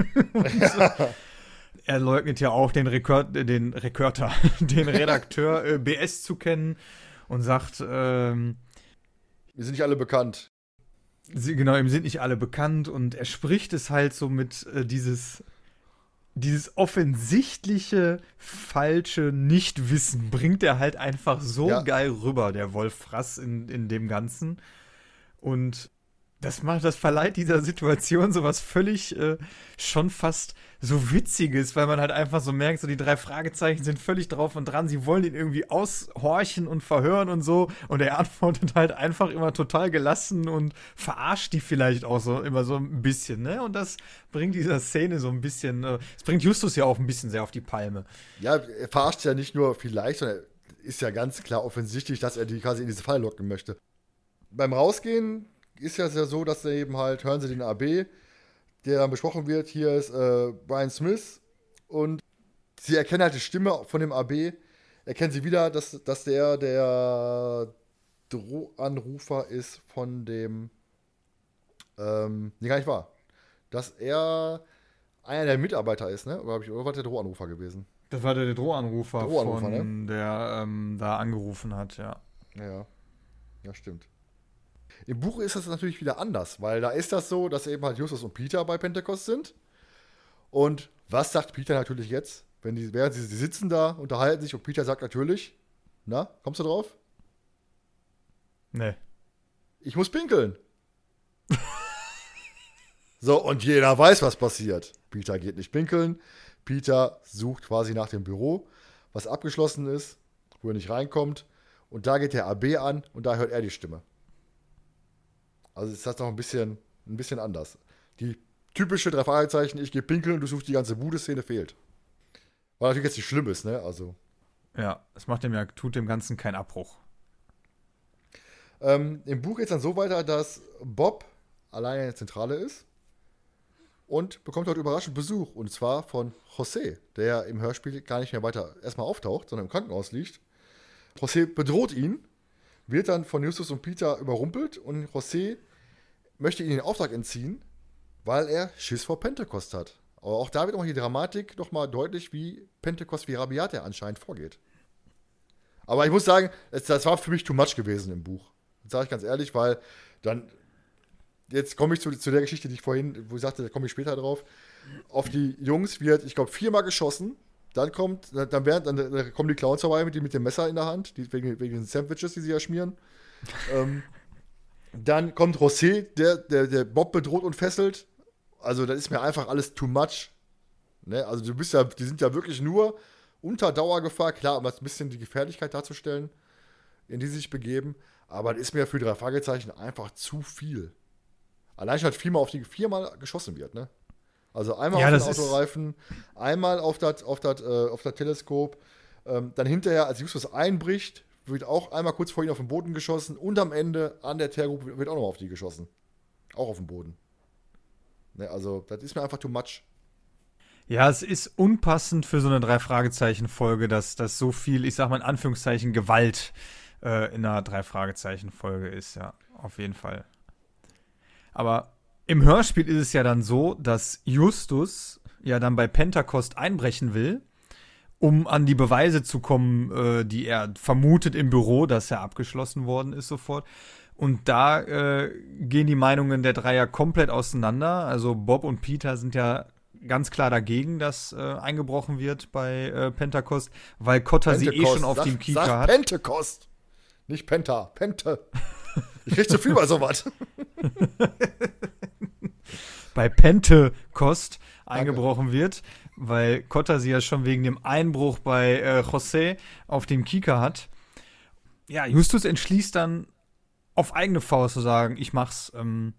Er leugnet ja auch den Redakteur BS zu kennen und sagt, wir sind nicht alle bekannt. Genau, ihm sind nicht alle bekannt und er spricht es halt so mit dieses offensichtliche, falsche Nichtwissen bringt er halt einfach so geil rüber, der Wolf Fraß in dem Ganzen. Und das verleiht dieser Situation sowas völlig schon fast so Witziges, weil man halt einfach so merkt, so die 3 Fragezeichen sind völlig drauf und dran, sie wollen ihn irgendwie aushorchen und verhören und so und er antwortet halt einfach immer total gelassen und verarscht die vielleicht auch so immer so ein bisschen, ne? Und das bringt dieser Szene so ein bisschen, es bringt Justus ja auch ein bisschen sehr auf die Palme. Ja, er verarscht ja nicht nur vielleicht, sondern ist ja ganz klar offensichtlich, dass er die quasi in diese Falle locken möchte. Beim Rausgehen ist ja so, dass er eben halt, hören sie den AB, der dann besprochen wird, hier ist Brian Smith und sie erkennen halt die Stimme von dem AB, erkennen sie wieder, dass der Drohanrufer ist von dem, nee, gar nicht wahr, dass er einer der Mitarbeiter ist, ne? Oder war der Drohanrufer gewesen? Das war der Drohanrufer ne? Der da angerufen hat, ja. Ja, stimmt. Im Buch ist das natürlich wieder anders, weil da ist das so, dass eben halt Justus und Peter bei Pentecost sind. Und was sagt Peter natürlich jetzt? Während sie sitzen da, unterhalten sich und Peter sagt natürlich, na, kommst du drauf? Nee. Ich muss pinkeln. So, und jeder weiß, was passiert. Peter geht nicht pinkeln. Peter sucht quasi nach dem Büro, was abgeschlossen ist, wo er nicht reinkommt. Und da geht der AB an und da hört er die Stimme. Also ist das noch ein bisschen anders. Die typische 3 Fragezeichen, ich gehe pinkeln und du suchst die ganze Bude-Szene fehlt. Weil natürlich jetzt nicht schlimm ist, ne? Also. Ja, es tut dem Ganzen keinen Abbruch. Im Buch geht es dann so weiter, dass Bob alleine in der Zentrale ist und bekommt dort überraschend Besuch. Und zwar von José, der im Hörspiel gar nicht mehr weiter erstmal auftaucht, sondern im Krankenhaus liegt. José bedroht ihn, wird dann von Justus und Peter überrumpelt und José möchte ihn den Auftrag entziehen, weil er Schiss vor Pentecost hat. Aber auch da wird auch die Dramatik nochmal deutlich, wie Pentecost, wie rabiat er anscheinend vorgeht. Aber ich muss sagen, das war für mich too much gewesen im Buch. Das sage ich ganz ehrlich, weil dann, jetzt komme ich zu der Geschichte, die ich vorhin, wo ich sagte, da komme ich später drauf. Auf die Jungs wird, ich glaube, 4-mal geschossen. Dann kommen die Clowns vorbei mit dem Messer in der Hand, wegen den Sandwiches, die sie ja schmieren. Dann kommt José, der Bob bedroht und fesselt. Also, das ist mir einfach alles too much. Ne? Also, die sind ja wirklich nur unter Dauergefahr. Klar, um ein bisschen die Gefährlichkeit darzustellen, in die sie sich begeben. Aber das ist mir für 3 Fragezeichen einfach zu viel. Allein schon 4-mal geschossen wird, ne? Also einmal auf den Autoreifen, einmal auf das Teleskop. Dann hinterher, als Justus einbricht, wird auch einmal kurz vor ihn auf den Boden geschossen und am Ende an der Tergruppe wird auch noch auf die geschossen. Auch auf den Boden. Ne, also, das ist mir einfach too much. Ja, es ist unpassend für so eine 3-Fragezeichen-Folge, dass das so viel, ich sag mal in Anführungszeichen, Gewalt in einer 3-Fragezeichen-Folge ist, ja, auf jeden Fall. Aber im Hörspiel ist es ja dann so, dass Justus ja dann bei Pentecost einbrechen will um an die Beweise zu kommen, die er vermutet im Büro, dass er abgeschlossen worden ist sofort. Und da gehen die Meinungen der drei ja komplett auseinander. Also Bob und Peter sind ja ganz klar dagegen, dass eingebrochen wird bei Pentecost, weil Kotter sie schon auf dem Kieker hat. Pentecost, nicht Penta, Pente. Ich krieg zu viel bei sowas. Bei Pentecost eingebrochen wird, weil Kotter sie ja schon wegen dem Einbruch bei José auf dem Kieker hat. Ja, Justus entschließt dann auf eigene Faust zu sagen, ich mach's.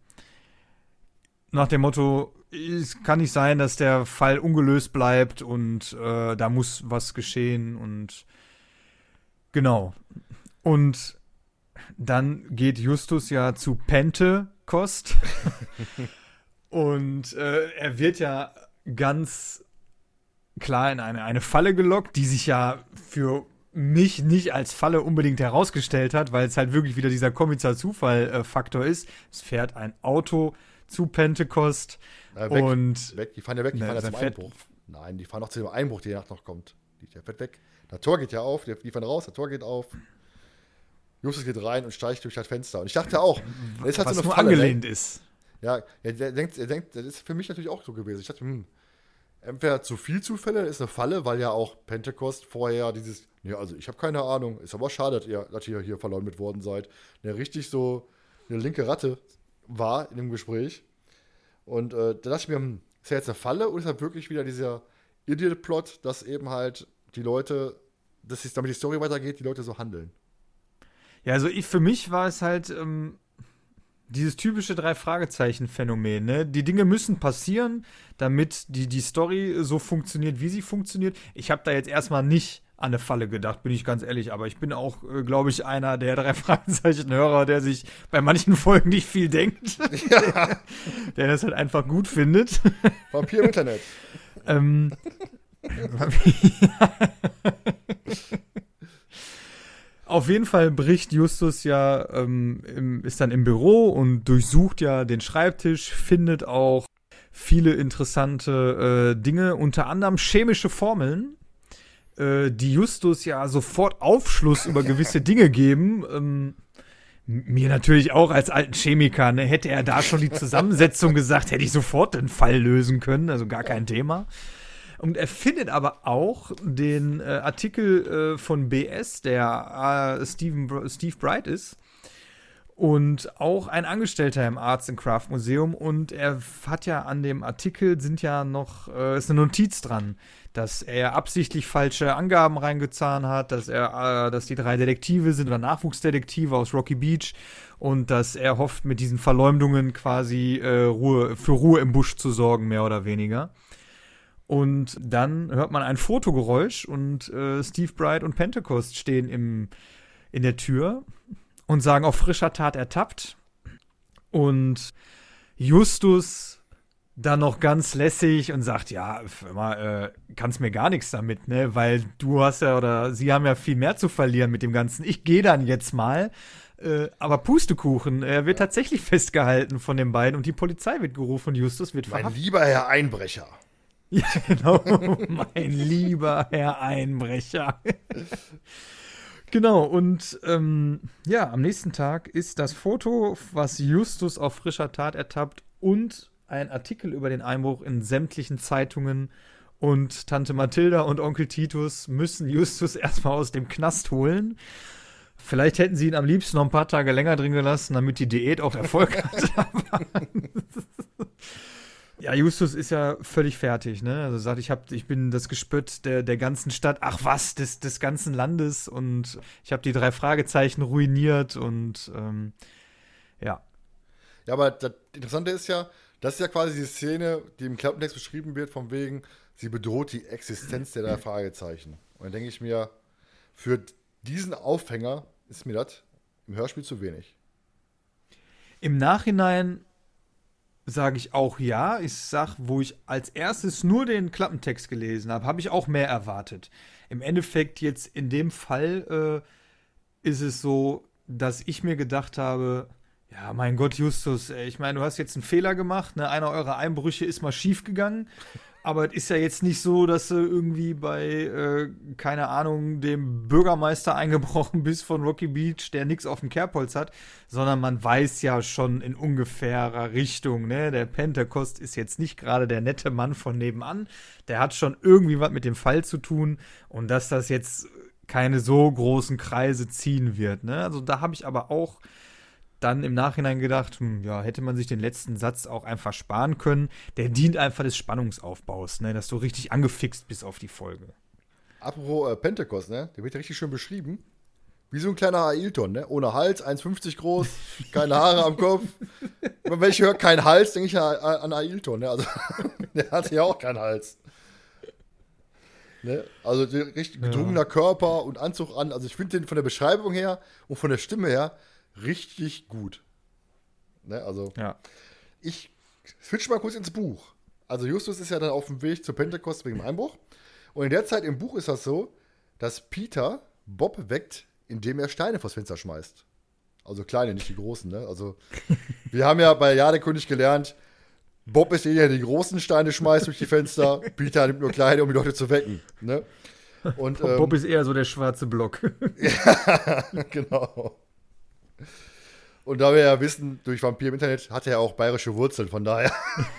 Nach dem Motto, es kann nicht sein, dass der Fall ungelöst bleibt und da muss was geschehen und genau. Und dann geht Justus ja zu Pentecost und er wird ja ganz klar in eine Falle gelockt, die sich ja für mich nicht als Falle unbedingt herausgestellt hat, weil es halt wirklich wieder dieser Kommissar-Zufall-Faktor ist. Es fährt ein Auto zu Pentecost und weg. Die fahren ja weg, die fahren ja zum Einbruch. Nein, die fahren noch zu dem Einbruch, der Nacht noch kommt. Der fährt weg. Das Tor geht ja auf, die fahren raus, das Tor geht auf. Justus geht rein und steigt durch das Fenster. Und ich dachte auch, das ist halt was so eine nur Falle, angelehnt ist. Ja, er denkt, das ist für mich natürlich auch so gewesen. Ich dachte, entweder zu viel Zufälle, ist eine Falle, weil ja auch Pentecost vorher dieses, ja, also ich habe keine Ahnung, ist aber schade, dass ihr hier verleumdet worden seid. Der richtig so eine linke Ratte war in dem Gespräch. Und da dachte ich mir, ist ja jetzt eine Falle oder ist das wirklich wieder dieser Idiot-Plot, dass eben halt die Leute, damit die Story weitergeht, die Leute so handeln? Ja, also für mich war es halt dieses typische Drei-Fragezeichen-Phänomen. Ne? Die Dinge müssen passieren, damit die Story so funktioniert, wie sie funktioniert. Ich habe da jetzt erstmal nicht an eine Falle gedacht, bin ich ganz ehrlich. Aber ich bin auch, glaube ich, einer der Drei-Fragezeichen-Hörer, der sich bei manchen Folgen nicht viel denkt. Ja. Der das halt einfach gut findet. Vampir im Internet. Auf jeden Fall bricht Justus ja, ist dann im Büro und durchsucht ja den Schreibtisch, findet auch viele interessante Dinge, unter anderem chemische Formeln, die Justus ja sofort Aufschluss über gewisse Dinge geben. Mir natürlich auch als alten Chemiker, ne, hätte er da schon die Zusammensetzung gesagt, hätte ich sofort den Fall lösen können, also gar kein Thema. Und er findet aber auch den Artikel von BS, der Steve Bright ist. Und auch ein Angestellter im Arts and Craft Museum. Und er hat ja an dem Artikel ist eine Notiz dran, dass er absichtlich falsche Angaben reingezahnt hat, dass die drei Detektive sind oder Nachwuchsdetektive aus Rocky Beach und dass er hofft, mit diesen Verleumdungen quasi für Ruhe im Busch zu sorgen, mehr oder weniger. Und dann hört man ein Fotogeräusch und Steve Bright und Pentecost stehen in der Tür und sagen, auf frischer Tat ertappt. Und Justus dann noch ganz lässig und sagt, ja, kannst mir gar nichts damit, ne? Weil du hast ja, oder sie haben ja viel mehr zu verlieren mit dem Ganzen. Ich gehe dann jetzt mal. Aber Pustekuchen, er wird tatsächlich festgehalten von den beiden und die Polizei wird gerufen und Justus wird verhaftet. Mein lieber Herr Einbrecher. Ja, genau. Mein lieber Herr Einbrecher. Genau, und am nächsten Tag ist das Foto, was Justus auf frischer Tat ertappt und ein Artikel über den Einbruch in sämtlichen Zeitungen und Tante Mathilda und Onkel Titus müssen Justus erstmal aus dem Knast holen. Vielleicht hätten sie ihn am liebsten noch ein paar Tage länger drin gelassen, damit die Diät auch Erfolg hat. Ja, Justus ist ja völlig fertig, ne? Also sagt, ich bin das Gespött der ganzen Stadt, ach was, des ganzen Landes und ich habe die drei Fragezeichen ruiniert und ja. Ja, aber das Interessante ist ja, das ist ja quasi die Szene, die im Klappentext beschrieben wird, von wegen, sie bedroht die Existenz der drei Fragezeichen. Und dann denke ich mir, für diesen Aufhänger ist mir das im Hörspiel zu wenig. Im Nachhinein sage ich auch ja. Ich sage, wo ich als erstes nur den Klappentext gelesen habe, habe ich auch mehr erwartet. Im Endeffekt jetzt in dem Fall ist es so, dass ich mir gedacht habe, ja, mein Gott, Justus, ich meine, du hast jetzt einen Fehler gemacht, ne? Einer eurer Einbrüche ist mal schief gegangen Aber es ist ja jetzt nicht so, dass du irgendwie bei, keine Ahnung, dem Bürgermeister eingebrochen bist von Rocky Beach, der nichts auf dem Kerbholz hat, sondern man weiß ja schon in ungefährer Richtung, ne? Der Pentecost ist jetzt nicht gerade der nette Mann von nebenan. Der hat schon irgendwie was mit dem Fall zu tun und dass das jetzt keine so großen Kreise ziehen wird, ne? Also da habe ich aber auch dann im Nachhinein gedacht, ja, hätte man sich den letzten Satz auch einfach sparen können. Der dient einfach des Spannungsaufbaus, ne, dass du richtig angefixt bist auf die Folge. Apropos Pentecost, ne? Der wird ja richtig schön beschrieben. Wie so ein kleiner Ailton, ne? Ohne Hals, 1,50 groß, keine Haare am Kopf. Wenn ich höre kein Hals, denke ich an Ailton, ne? Also, der hatte ja auch keinen Hals. Ne? Also, richtig gedrungener Körper und Anzug an. Also, ich finde den von der Beschreibung her und von der Stimme her richtig gut. Ne? Also, ich switch mal kurz ins Buch. Also, Justus ist ja dann auf dem Weg zur Pentecost wegen dem Einbruch. Und in der Zeit im Buch ist das so, dass Peter Bob weckt, indem er Steine vors Fenster schmeißt. Also kleine, nicht die großen. Ne? Also, wir haben ja bei Jadekönig gelernt, Bob ist derjenige, der die großen Steine schmeißt durch die Fenster. Peter nimmt nur kleine, um die Leute zu wecken. Ne? Und, Bob ist eher so der schwarze Block. Ja, genau. Und da wir ja wissen, durch Vampir im Internet hat er auch bayerische Wurzeln, von daher.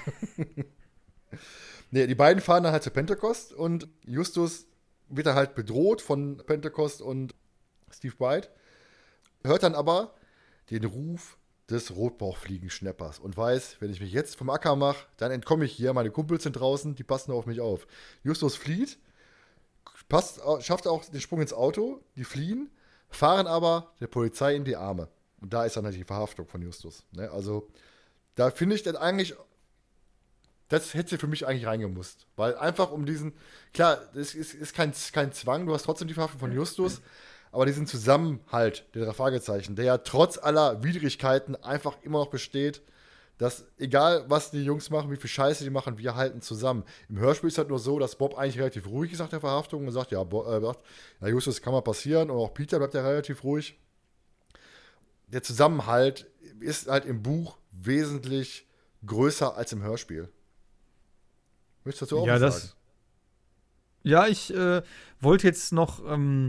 Ne, die beiden fahren dann halt zur Pentecost und Justus wird dann halt bedroht von Pentecost und Steve White, hört dann aber den Ruf des Rotbauchfliegenschnappers und weiß, wenn ich mich jetzt vom Acker mache, dann entkomme ich hier, meine Kumpels sind draußen, die passen auf mich auf. Justus flieht, schafft auch den Sprung ins Auto, die fliehen, fahren aber der Polizei in die Arme. Und da ist dann halt die Verhaftung von Justus. Ne? Also, da finde ich dann eigentlich, das hätte für mich eigentlich reingemusst. Weil einfach um diesen, klar, es ist kein Zwang, du hast trotzdem die Verhaftung von Justus, aber diesen Zusammenhalt, der drei Fragezeichen, der ja trotz aller Widrigkeiten einfach immer noch besteht, dass egal, was die Jungs machen, wie viel Scheiße die machen, wir halten zusammen. Im Hörspiel ist es halt nur so, dass Bob eigentlich relativ ruhig ist nach der Verhaftung und sagt, ja, Justus, kann mal passieren, und auch Peter bleibt ja relativ ruhig. Der Zusammenhalt ist halt im Buch wesentlich größer als im Hörspiel. Möchtest du dazu auch was sagen? Ja, ich wollte jetzt noch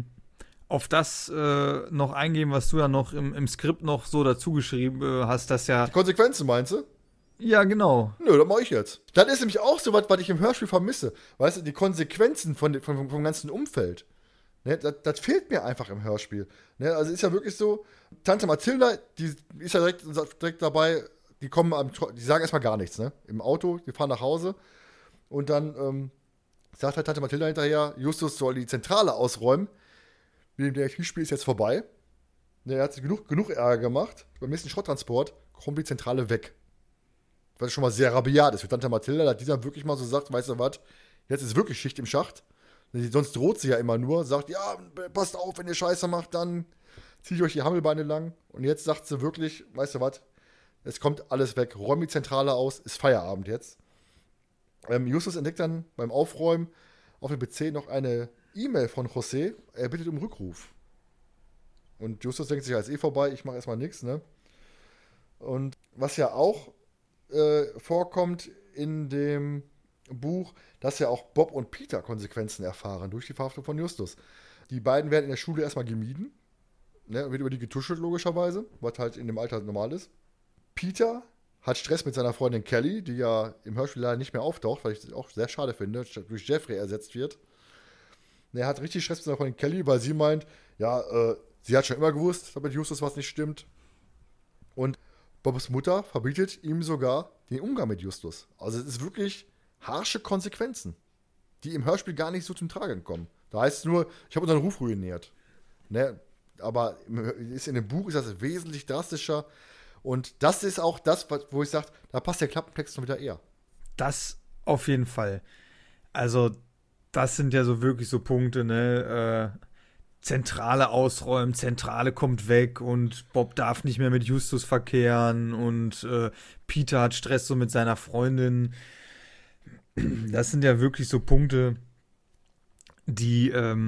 auf das noch eingehen, was du ja noch im Skript noch so dazu geschrieben hast, dass ja. Die Konsequenzen meinst du? Ja, genau. Nö, das mache ich jetzt. Das ist nämlich auch so was, was ich im Hörspiel vermisse. Weißt du, die Konsequenzen vom ganzen Umfeld. Ne, das fehlt mir einfach im Hörspiel. Ne, also ist ja wirklich so, Tante Mathilda, die ist ja direkt dabei, die sagen erstmal gar nichts, ne? Im Auto, die fahren nach Hause und dann sagt halt Tante Mathilda hinterher, Justus soll die Zentrale ausräumen. Mit dem Detektivspiel ist jetzt vorbei. Ne, er hat sich genug Ärger gemacht. Beim nächsten Schrotttransport kommt die Zentrale weg. Was schon mal sehr rabiat ist für Tante Mathilda, dass die dann wirklich mal so sagt, weißt du was, jetzt ist wirklich Schicht im Schacht. Sonst droht sie ja immer nur, sagt, ja, passt auf, wenn ihr Scheiße macht, dann ziehe ich euch die Hammelbeine lang. Und jetzt sagt sie wirklich, weißt du was, es kommt alles weg, räum die Zentrale aus, ist Feierabend jetzt. Justus entdeckt dann beim Aufräumen auf dem PC noch eine E-Mail von José, er bittet um Rückruf. Und Justus denkt sich, ja, ist eh vorbei, ich mache erstmal nichts, ne? Und was ja auch vorkommt in dem Buch, dass ja auch Bob und Peter Konsequenzen erfahren durch die Verhaftung von Justus. Die beiden werden in der Schule erstmal gemieden, ne, wird über die getuschelt logischerweise, was halt in dem Alter normal ist. Peter hat Stress mit seiner Freundin Kelly, die ja im Hörspiel leider nicht mehr auftaucht, weil ich das auch sehr schade finde, durch Jeffrey ersetzt wird. Er hat richtig Stress mit seiner Freundin Kelly, weil sie meint, ja, sie hat schon immer gewusst, dass mit Justus was nicht stimmt. Und Bobs Mutter verbietet ihm sogar den Umgang mit Justus. Also es ist wirklich harsche Konsequenzen, die im Hörspiel gar nicht so zum Tragen kommen. Da heißt es nur, ich habe unseren Ruf ruiniert. Ne? Aber in dem Buch ist das wesentlich drastischer. Und das ist auch das, wo ich sage, da passt der Klappentext noch wieder eher. Das auf jeden Fall. Also, das sind ja so wirklich so Punkte, ne? Zentrale ausräumen, Zentrale kommt weg und Bob darf nicht mehr mit Justus verkehren und Peter hat Stress so mit seiner Freundin. Das sind ja wirklich so Punkte, die,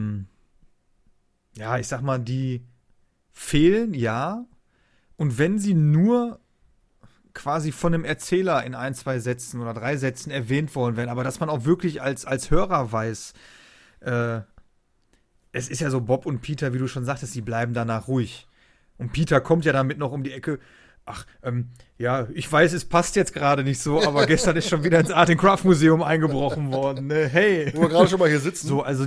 ja, ich sag mal, die fehlen, ja. Und wenn sie nur quasi von einem Erzähler in 1, 2 Sätzen oder 3 Sätzen erwähnt worden wären, aber dass man auch wirklich als Hörer weiß, es ist ja so, Bob und Peter, wie du schon sagtest, die bleiben danach ruhig. Und Peter kommt ja damit noch um die Ecke. Ach, ja, ich weiß, es passt jetzt gerade nicht so, aber gestern ist schon wieder ins Art and Craft Museum eingebrochen worden. Ne? Hey. Wo wir gerade schon mal hier sitzen. So, also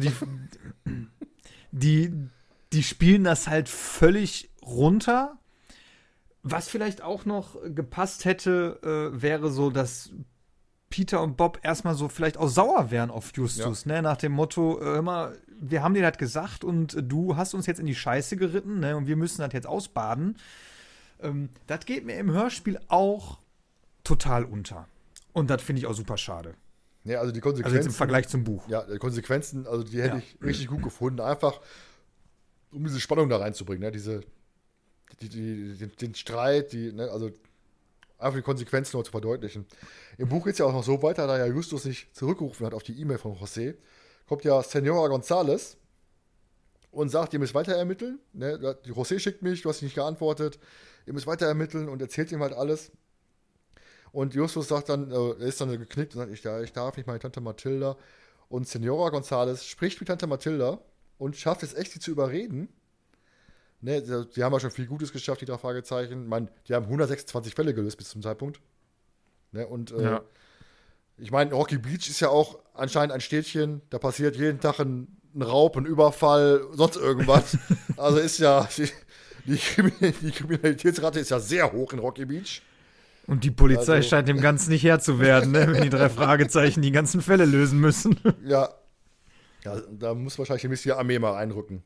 die spielen das halt völlig runter. Was vielleicht auch noch gepasst hätte, wäre so, dass Peter und Bob erstmal so vielleicht auch sauer wären auf Justus, ne? Nach dem Motto, immer, wir haben dir das gesagt und du hast uns jetzt in die Scheiße geritten, ne? Und wir müssen das jetzt ausbaden. Das geht mir im Hörspiel auch total unter. Und das finde ich auch super schade. Ja, also die Konsequenzen. Also jetzt im Vergleich zum Buch. Ja, die Konsequenzen, also die hätte ich richtig gut gefunden. Einfach, um diese Spannung da reinzubringen, ne? Den Streit, ne? Also einfach die Konsequenzen noch zu verdeutlichen. Im Buch geht es ja auch noch so weiter, da ja Justus nicht zurückgerufen hat auf die E-Mail von José, kommt ja Senora González und sagt, ihr müsst weiter ermitteln. Ne? Die José schickt mich, du hast nicht geantwortet. Ihr müsst weiter ermitteln und erzählt ihm halt alles. Und Justus sagt dann, er ist dann geknickt und sagt, ich darf nicht, meine Tante Mathilda. Und Senora González spricht mit Tante Mathilda und schafft es echt, sie zu überreden. Ne, die haben ja schon viel Gutes geschafft, die 3 Fragezeichen. Ich meine, die haben 126 Fälle gelöst bis zum Zeitpunkt. Ne, und ich meine, Rocky Beach ist ja auch anscheinend ein Städtchen, da passiert jeden Tag ein Raub, ein Überfall, sonst irgendwas. Also ist ja, die Kriminalitätsrate ist ja sehr hoch in Rocky Beach. Und die Polizei scheint dem Ganzen nicht Herr zu werden, ne? Wenn die 3 Fragezeichen die ganzen Fälle lösen müssen. Ja, da muss wahrscheinlich ein bisschen Armee mal einrücken.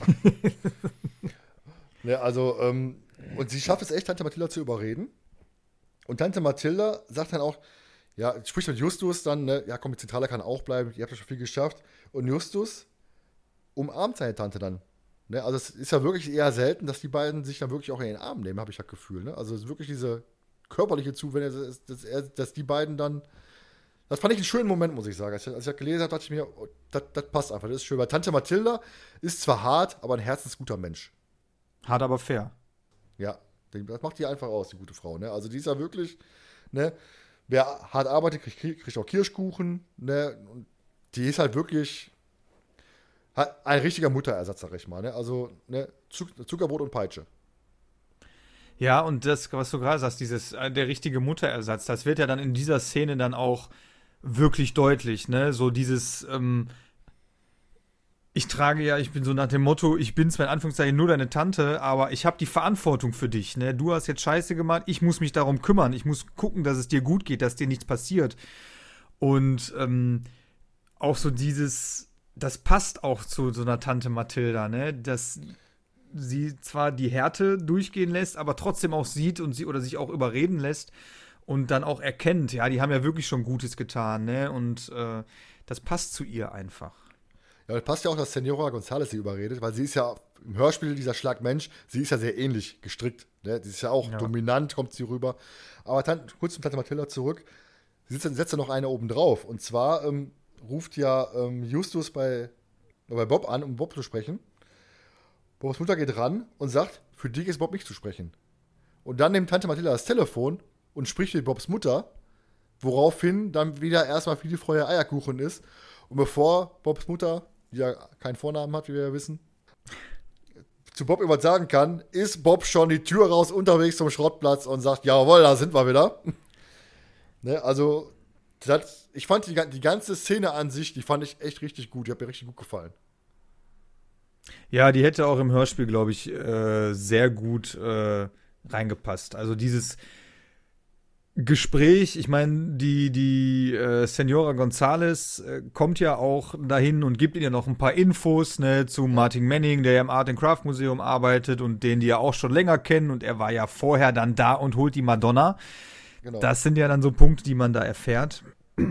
Ne, also, und sie schafft es echt, Tante Mathilda zu überreden. Und Tante Mathilda sagt dann auch, ja, spricht mit Justus dann, ne, ja komm, die Zentrale kann auch bleiben, ihr habt ja schon viel geschafft. Und Justus umarmt seine Tante dann. Ne, also es ist ja wirklich eher selten, dass die beiden sich dann wirklich auch in den Arm nehmen, habe ich das Gefühl. Ne? Also es ist wirklich diese körperliche Zuwendung, dass die beiden dann, das fand ich einen schönen Moment, muss ich sagen. Als ich das gelesen habe, dachte ich mir, oh, das passt einfach, das ist schön. Weil Tante Mathilda ist zwar hart, aber ein herzensguter Mensch. Hart, aber fair. Ja, das macht die einfach aus, die gute Frau. Ne? Also die ist ja wirklich, ne, wer hart arbeitet, kriegt auch Kirschkuchen. Ne? Und die ist halt wirklich ein richtiger Mutterersatz, sag ich mal. Ne? Also ne, Zuckerbrot und Peitsche. Ja, und das, was du gerade sagst, der richtige Mutterersatz, das wird ja dann in dieser Szene dann auch wirklich deutlich, ne? So dieses, ich bin so nach dem Motto, ich bin zwar in Anführungszeichen nur deine Tante, aber ich habe die Verantwortung für dich, ne? Du hast jetzt Scheiße gemacht, ich muss mich darum kümmern, ich muss gucken, dass es dir gut geht, dass dir nichts passiert. Und auch so das passt auch zu so einer Tante Mathilda, ne? Dass sie zwar die Härte durchgehen lässt, aber trotzdem auch sieht und sich auch überreden lässt und dann auch erkennt, ja, die haben ja wirklich schon Gutes getan, ne? Und das passt zu ihr einfach. Ja, das passt ja auch, dass Senora González sie überredet, weil sie ist ja im Hörspiel dieser Schlagmensch, sie ist ja sehr ähnlich gestrickt. Ne? Sie ist ja auch dominant, kommt sie rüber. Aber kurz zum Tante Mathilda zurück, sie setzt ja noch eine oben drauf. Und zwar ruft ja Justus bei Bob an, um Bob zu sprechen. Bobs Mutter geht ran und sagt, für dich ist Bob nicht zu sprechen. Und dann nimmt Tante Mathilda das Telefon und spricht mit Bobs Mutter, woraufhin dann wieder erstmal Friede, Freude, Eierkuchen ist. Und bevor Bobs Mutter, die ja keinen Vornamen hat, wie wir ja wissen, zu Bob irgendwas sagen kann, ist Bob schon die Tür raus unterwegs zum Schrottplatz und sagt, jawohl, da sind wir wieder. Ne, also, ich fand die ganze Szene an sich, die fand ich echt richtig gut. Die hat mir richtig gut gefallen. Ja, die hätte auch im Hörspiel, glaube ich, sehr gut reingepasst. Also dieses Gespräch, ich meine, die Senora González kommt ja auch dahin und gibt ihr noch ein paar Infos, ne, zu Martin Manning, der ja im Art and Craft Museum arbeitet und den die ja auch schon länger kennen und er war ja vorher dann da und holt die Madonna. Genau. Das sind ja dann so Punkte, die man da erfährt.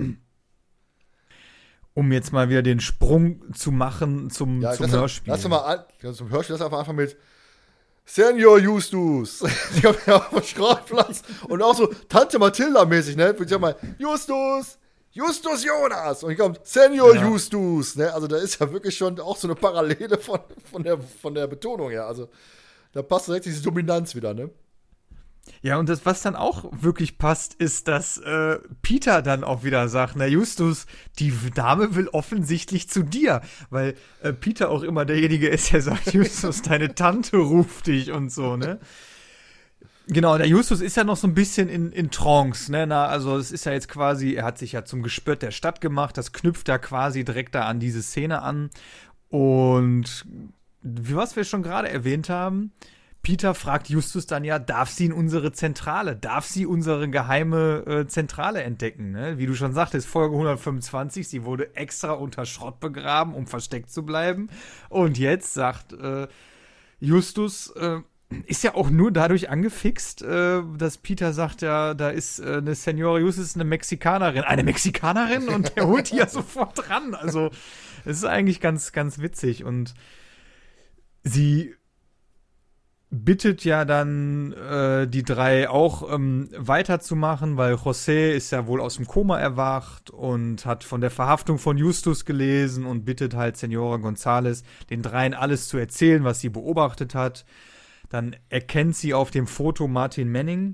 Um jetzt mal wieder den Sprung zu machen zum Hörspiel. Lass mal an, zum Hörspiel, lass einfach mit Senior Justus. Die kommt ja auf dem Schrottplatz. Und auch so Tante Mathilda-mäßig, ne? Ich sag mal, Justus Jonas. Und hier kommt Senior Justus, ne? Also da ist ja wirklich schon auch so eine Parallele von der Betonung her. Also da passt direkt diese Dominanz wieder, ne? Ja, und das, was dann auch wirklich passt, ist, dass Peter dann auch wieder sagt, na Justus, die Dame will offensichtlich zu dir, weil Peter auch immer derjenige ist, der sagt, Justus, deine Tante ruft dich und so, ne? Genau, der Justus ist ja noch so ein bisschen in Trance, ne? Also es ist ja jetzt quasi, er hat sich ja zum Gespött der Stadt gemacht, das knüpft da quasi direkt da an diese Szene an. Und was wir schon gerade erwähnt haben, Peter fragt Justus dann ja, darf sie in unsere Zentrale, darf sie unsere geheime Zentrale entdecken, ne? Wie du schon sagtest, Folge 125, sie wurde extra unter Schrott begraben, um versteckt zu bleiben. Und jetzt sagt Justus, ist ja auch nur dadurch angefixt, dass Peter sagt, ja, da ist eine Senora Justus, eine Mexikanerin. Eine Mexikanerin? Und der holt die ja sofort ran. Also, es ist eigentlich ganz, ganz witzig. Und sie bittet ja dann die drei auch weiterzumachen, weil José ist ja wohl aus dem Koma erwacht und hat von der Verhaftung von Justus gelesen und bittet halt Senora González, den dreien alles zu erzählen, was sie beobachtet hat. Dann erkennt sie auf dem Foto Martin Manning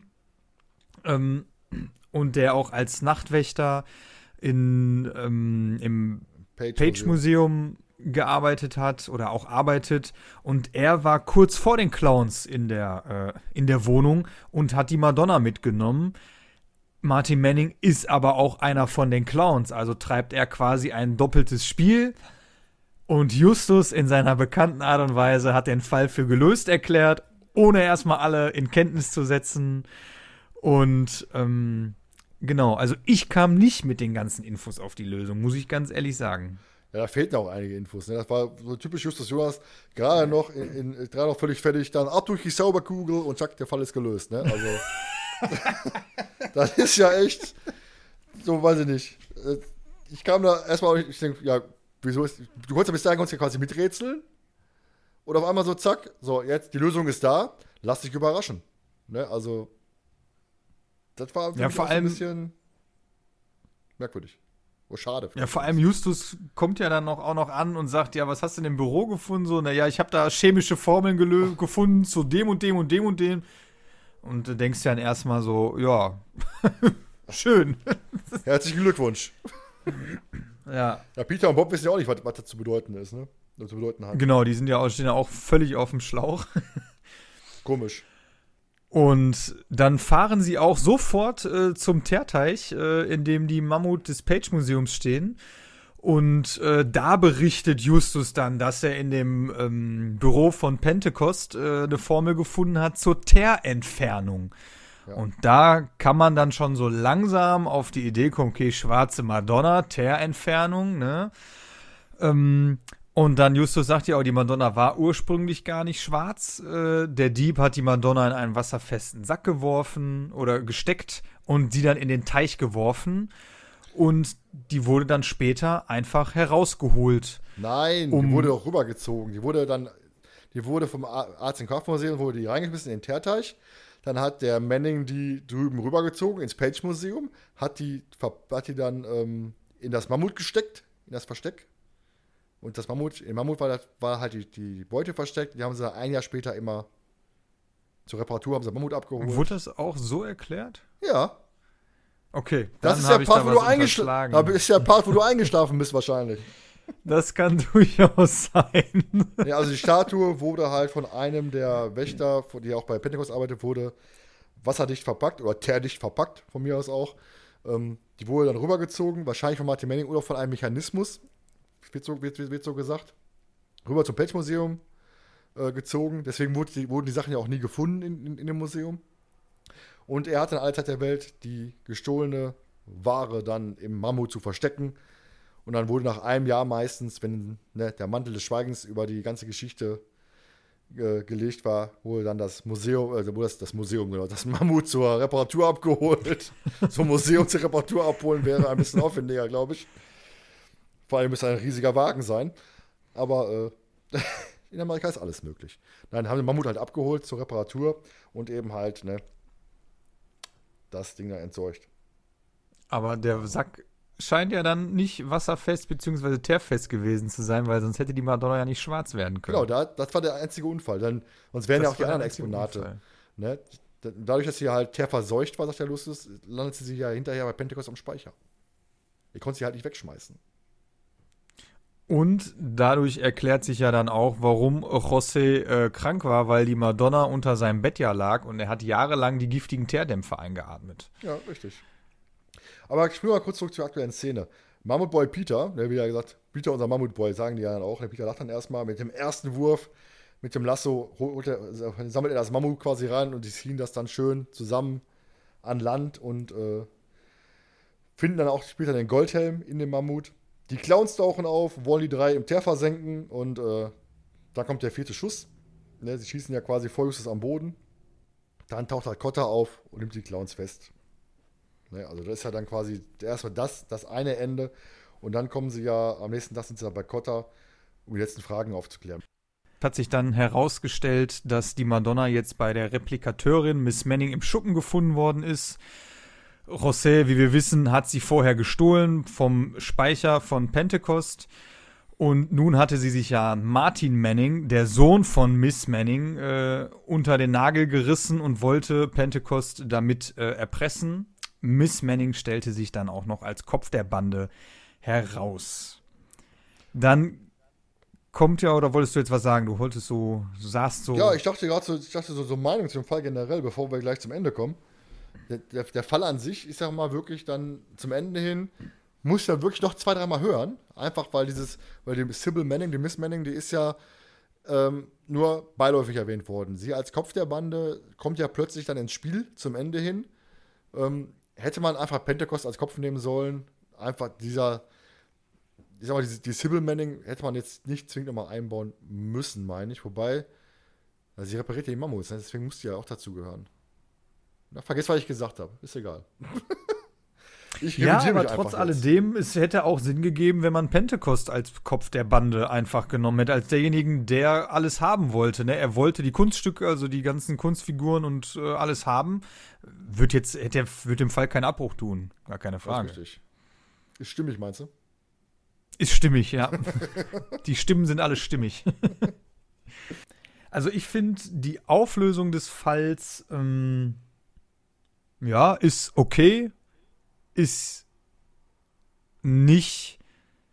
und der auch als Nachtwächter im Page-Museum gearbeitet hat oder auch arbeitet. Und er war kurz vor den Clowns in der Wohnung und hat die Madonna mitgenommen. Martin Manning ist aber auch einer von den Clowns, also treibt er quasi ein doppeltes Spiel. Und Justus in seiner bekannten Art und Weise hat den Fall für gelöst erklärt, ohne erstmal alle in Kenntnis zu setzen. Und genau, also ich kam nicht mit den ganzen Infos auf die Lösung, muss ich ganz ehrlich sagen. Ja, da fehlten auch einige Infos. Ne? Das war so typisch Justus Jonas, gerade noch völlig fertig, dann ab durch die Sauberkugel und zack, der Fall ist gelöst. Ne? Also, das ist ja echt, so weiß ich nicht. Ich kam da erstmal, ich denke, ja, wieso ist, du konntest ja bis dahin quasi miträtseln und auf einmal so zack, so jetzt, die Lösung ist da, lass dich überraschen. Ne? Also, das war ja, vor allem ein bisschen merkwürdig. Oh, schade. Ja, vor allem Justus kommt ja dann auch noch an und sagt, ja, was hast du denn im Büro gefunden? So, naja, ich habe da chemische Formeln gefunden zu dem und dem und dem und dem. Und du denkst ja dann erstmal so, ja, schön. Herzlichen Glückwunsch. Ja. Ja, Peter und Bob wissen ja auch nicht, was das zu bedeuten ist, ne? Zu bedeuten hat. Genau, die stehen ja auch völlig auf dem Schlauch. Komisch. Und dann fahren sie auch sofort zum Teerteich, in dem die Mammut des Page-Museums stehen. Und da berichtet Justus dann, dass er in dem Büro von Pentecost eine Formel gefunden hat zur Teerentfernung. Ja. Und da kann man dann schon so langsam auf die Idee kommen, okay, schwarze Madonna, Teerentfernung, ne? Und dann Justus sagt ja auch, die Madonna war ursprünglich gar nicht schwarz. Der Dieb hat die Madonna in einen wasserfesten Sack geworfen oder gesteckt und sie dann in den Teich geworfen. Und die wurde dann später einfach herausgeholt. Nein, die wurde auch rübergezogen. Die wurde vom Arts- und Kraftmuseum, wurde die reingeschmissen in den Teerteich. Dann hat der Manning die drüben rübergezogen ins Page-Museum, hat die dann in das Mammut gesteckt, in das Versteck. Und das im Mammut war halt die Beute versteckt. Die haben sie ein Jahr später immer zur Reparatur, haben sie Mammut abgeholt. Wurde das auch so erklärt? Ja. Okay, das ist der Part, wo du eingeschlafen bist. Das ist der Part, wo du eingeschlafen bist wahrscheinlich. Das kann durchaus sein. Ja, also die Statue wurde halt von einem der Wächter, die auch bei Pentecost arbeitet, wurde wasserdicht verpackt oder teerdicht verpackt, von mir aus auch. Die wurde dann rübergezogen, wahrscheinlich von Martin Manning oder von einem Mechanismus. Wird so gesagt, rüber zum Page-Museum gezogen. Deswegen wurden die Sachen ja auch nie gefunden in dem Museum. Und er hat dann alle Zeit der Welt die gestohlene Ware dann im Mammut zu verstecken. Und dann wurde nach einem Jahr meistens, wenn der Mantel des Schweigens über die ganze Geschichte gelegt war, wurde dann das Museum, genau, das Mammut zur Reparatur abgeholt. Zum Museum zur Reparatur abholen wäre ein bisschen aufwendiger, glaube ich. Vor allem müsste ein riesiger Wagen sein. Aber in Amerika ist alles möglich. Dann haben den Mammut halt abgeholt zur Reparatur und eben halt das Ding da entsorgt. Aber der Sack scheint ja dann nicht wasserfest bzw. teerfest gewesen zu sein, weil sonst hätte die Madonna ja nicht schwarz werden können. Genau, das war der einzige Unfall. Sonst wären ja auch die anderen Exponate. dadurch, dass sie halt teerverseucht war, sagt der Justus, landet sie ja hinterher bei Pentecost am Speicher. Er konnte sie halt nicht wegschmeißen. Und dadurch erklärt sich ja dann auch, warum José krank war, weil die Madonna unter seinem Bett ja lag und er hat jahrelang die giftigen Teerdämpfe eingeatmet. Ja, richtig. Aber ich spüre mal kurz zurück zur aktuellen Szene. Mammutboy Peter, wie ja gesagt, Peter unser Mammutboy, sagen die ja dann auch. Der Peter lacht dann erstmal mit dem ersten Wurf, mit dem Lasso, sammelt er das Mammut quasi rein und die ziehen das dann schön zusammen an Land und finden dann auch später den Goldhelm in dem Mammut. Die Clowns tauchen auf, wollen die 3 im Teer versenken und dann kommt der 4. Schuss. Ne, sie schießen ja quasi vor Justus am Boden. Dann taucht halt Kotter auf und nimmt die Clowns fest. Ne, also das ist ja dann quasi erstmal das eine Ende. Und dann kommen sie ja, am nächsten Tag sind sie ja bei Kotter, um die letzten Fragen aufzuklären. Hat sich dann herausgestellt, dass die Madonna jetzt bei der Replikateurin Miss Manning im Schuppen gefunden worden ist. José, wie wir wissen, hat sie vorher gestohlen vom Speicher von Pentecost. Und nun hatte sie sich ja Martin Manning, der Sohn von Miss Manning, unter den Nagel gerissen und wollte Pentecost damit erpressen. Miss Manning stellte sich dann auch noch als Kopf der Bande heraus. Dann kommt ja, oder wolltest du jetzt was sagen? Du saßt so. Ja, ich dachte gerade so Meinung zum Fall generell, bevor wir gleich zum Ende kommen. Der Fall an sich, ich sag mal wirklich dann zum Ende hin, muss ich ja wirklich noch 2-3 Mal hören. Einfach weil die Sybil Manning, die Miss Manning, die ist ja nur beiläufig erwähnt worden. Sie als Kopf der Bande kommt ja plötzlich dann ins Spiel zum Ende hin. Hätte man einfach Pentecost als Kopf nehmen sollen, einfach die Sybil Manning hätte man jetzt nicht zwingend nochmal einbauen müssen, meine ich. Wobei, sie repariert ja die Mammuts, deswegen muss die ja auch dazugehören. Na, vergiss, was ich gesagt habe. Ist egal. Ja, aber trotz alledem, es hätte auch Sinn gegeben, wenn man Pentecost als Kopf der Bande einfach genommen hätte, als derjenigen, der alles haben wollte. Ne? Er wollte die Kunststücke, also die ganzen Kunstfiguren und alles haben. Wird dem Fall keinen Abbruch tun. Gar keine Frage. Das ist richtig. Ist stimmig, meinst du? Ist stimmig, ja. Die Stimmen sind alle stimmig. Also ich finde, die Auflösung des Falls ist okay, ist nicht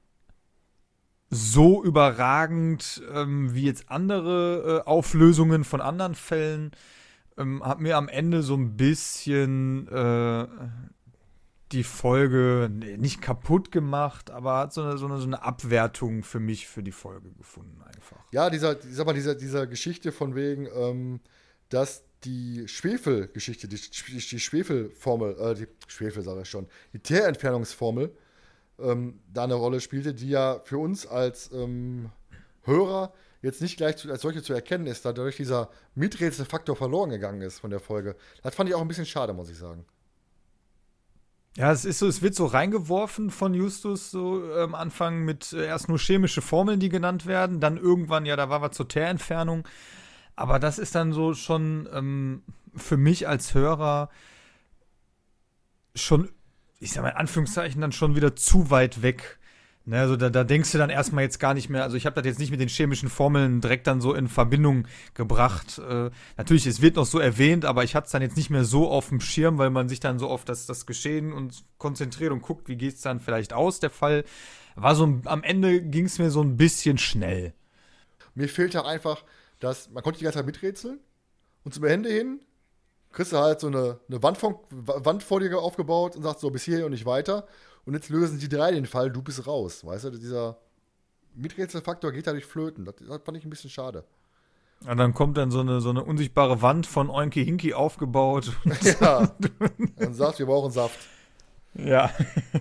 so überragend wie jetzt andere Auflösungen von anderen Fällen. Hat mir am Ende so ein bisschen die Folge nicht kaputt gemacht, aber hat so eine Abwertung für mich für die Folge gefunden einfach. Ja, dieser Geschichte von wegen, dass die Schwefelgeschichte, die Schwefelformel, die Teerentfernungsformel da eine Rolle spielte, die ja für uns als Hörer jetzt nicht gleich als solche zu erkennen ist, da dadurch dieser Miträtselfaktor verloren gegangen ist von der Folge. Das fand ich auch ein bisschen schade, muss ich sagen. Ja, es wird so reingeworfen von Justus so am Anfang mit erst nur chemische Formeln, die genannt werden, dann irgendwann, ja, da war was zur Teerentfernung. Aber das ist dann so schon für mich als Hörer schon, ich sag mal in Anführungszeichen, dann schon wieder zu weit weg. Ne, also da denkst du dann erstmal jetzt gar nicht mehr, also ich habe das jetzt nicht mit den chemischen Formeln direkt dann so in Verbindung gebracht. Natürlich, es wird noch so erwähnt, aber ich hatte es dann jetzt nicht mehr so auf dem Schirm, weil man sich dann so auf das Geschehen und konzentriert und guckt, wie geht es dann vielleicht aus, der Fall. Am Ende ging es mir so ein bisschen schnell. Mir fehlt ja einfach, dass man konnte die ganze Zeit miträtseln und zum Ende hin kriegst du halt so eine Wand vor dir aufgebaut und sagst so, bis hierhin und nicht weiter. Und jetzt lösen die 3 den Fall, du bist raus. Weißt du, dieser Miträtselfaktor geht dadurch flöten. Das fand ich ein bisschen schade. Ja, dann kommt dann so eine unsichtbare Wand von Oinky Hinky aufgebaut. Ja, und sagt, wir brauchen Saft. Ja.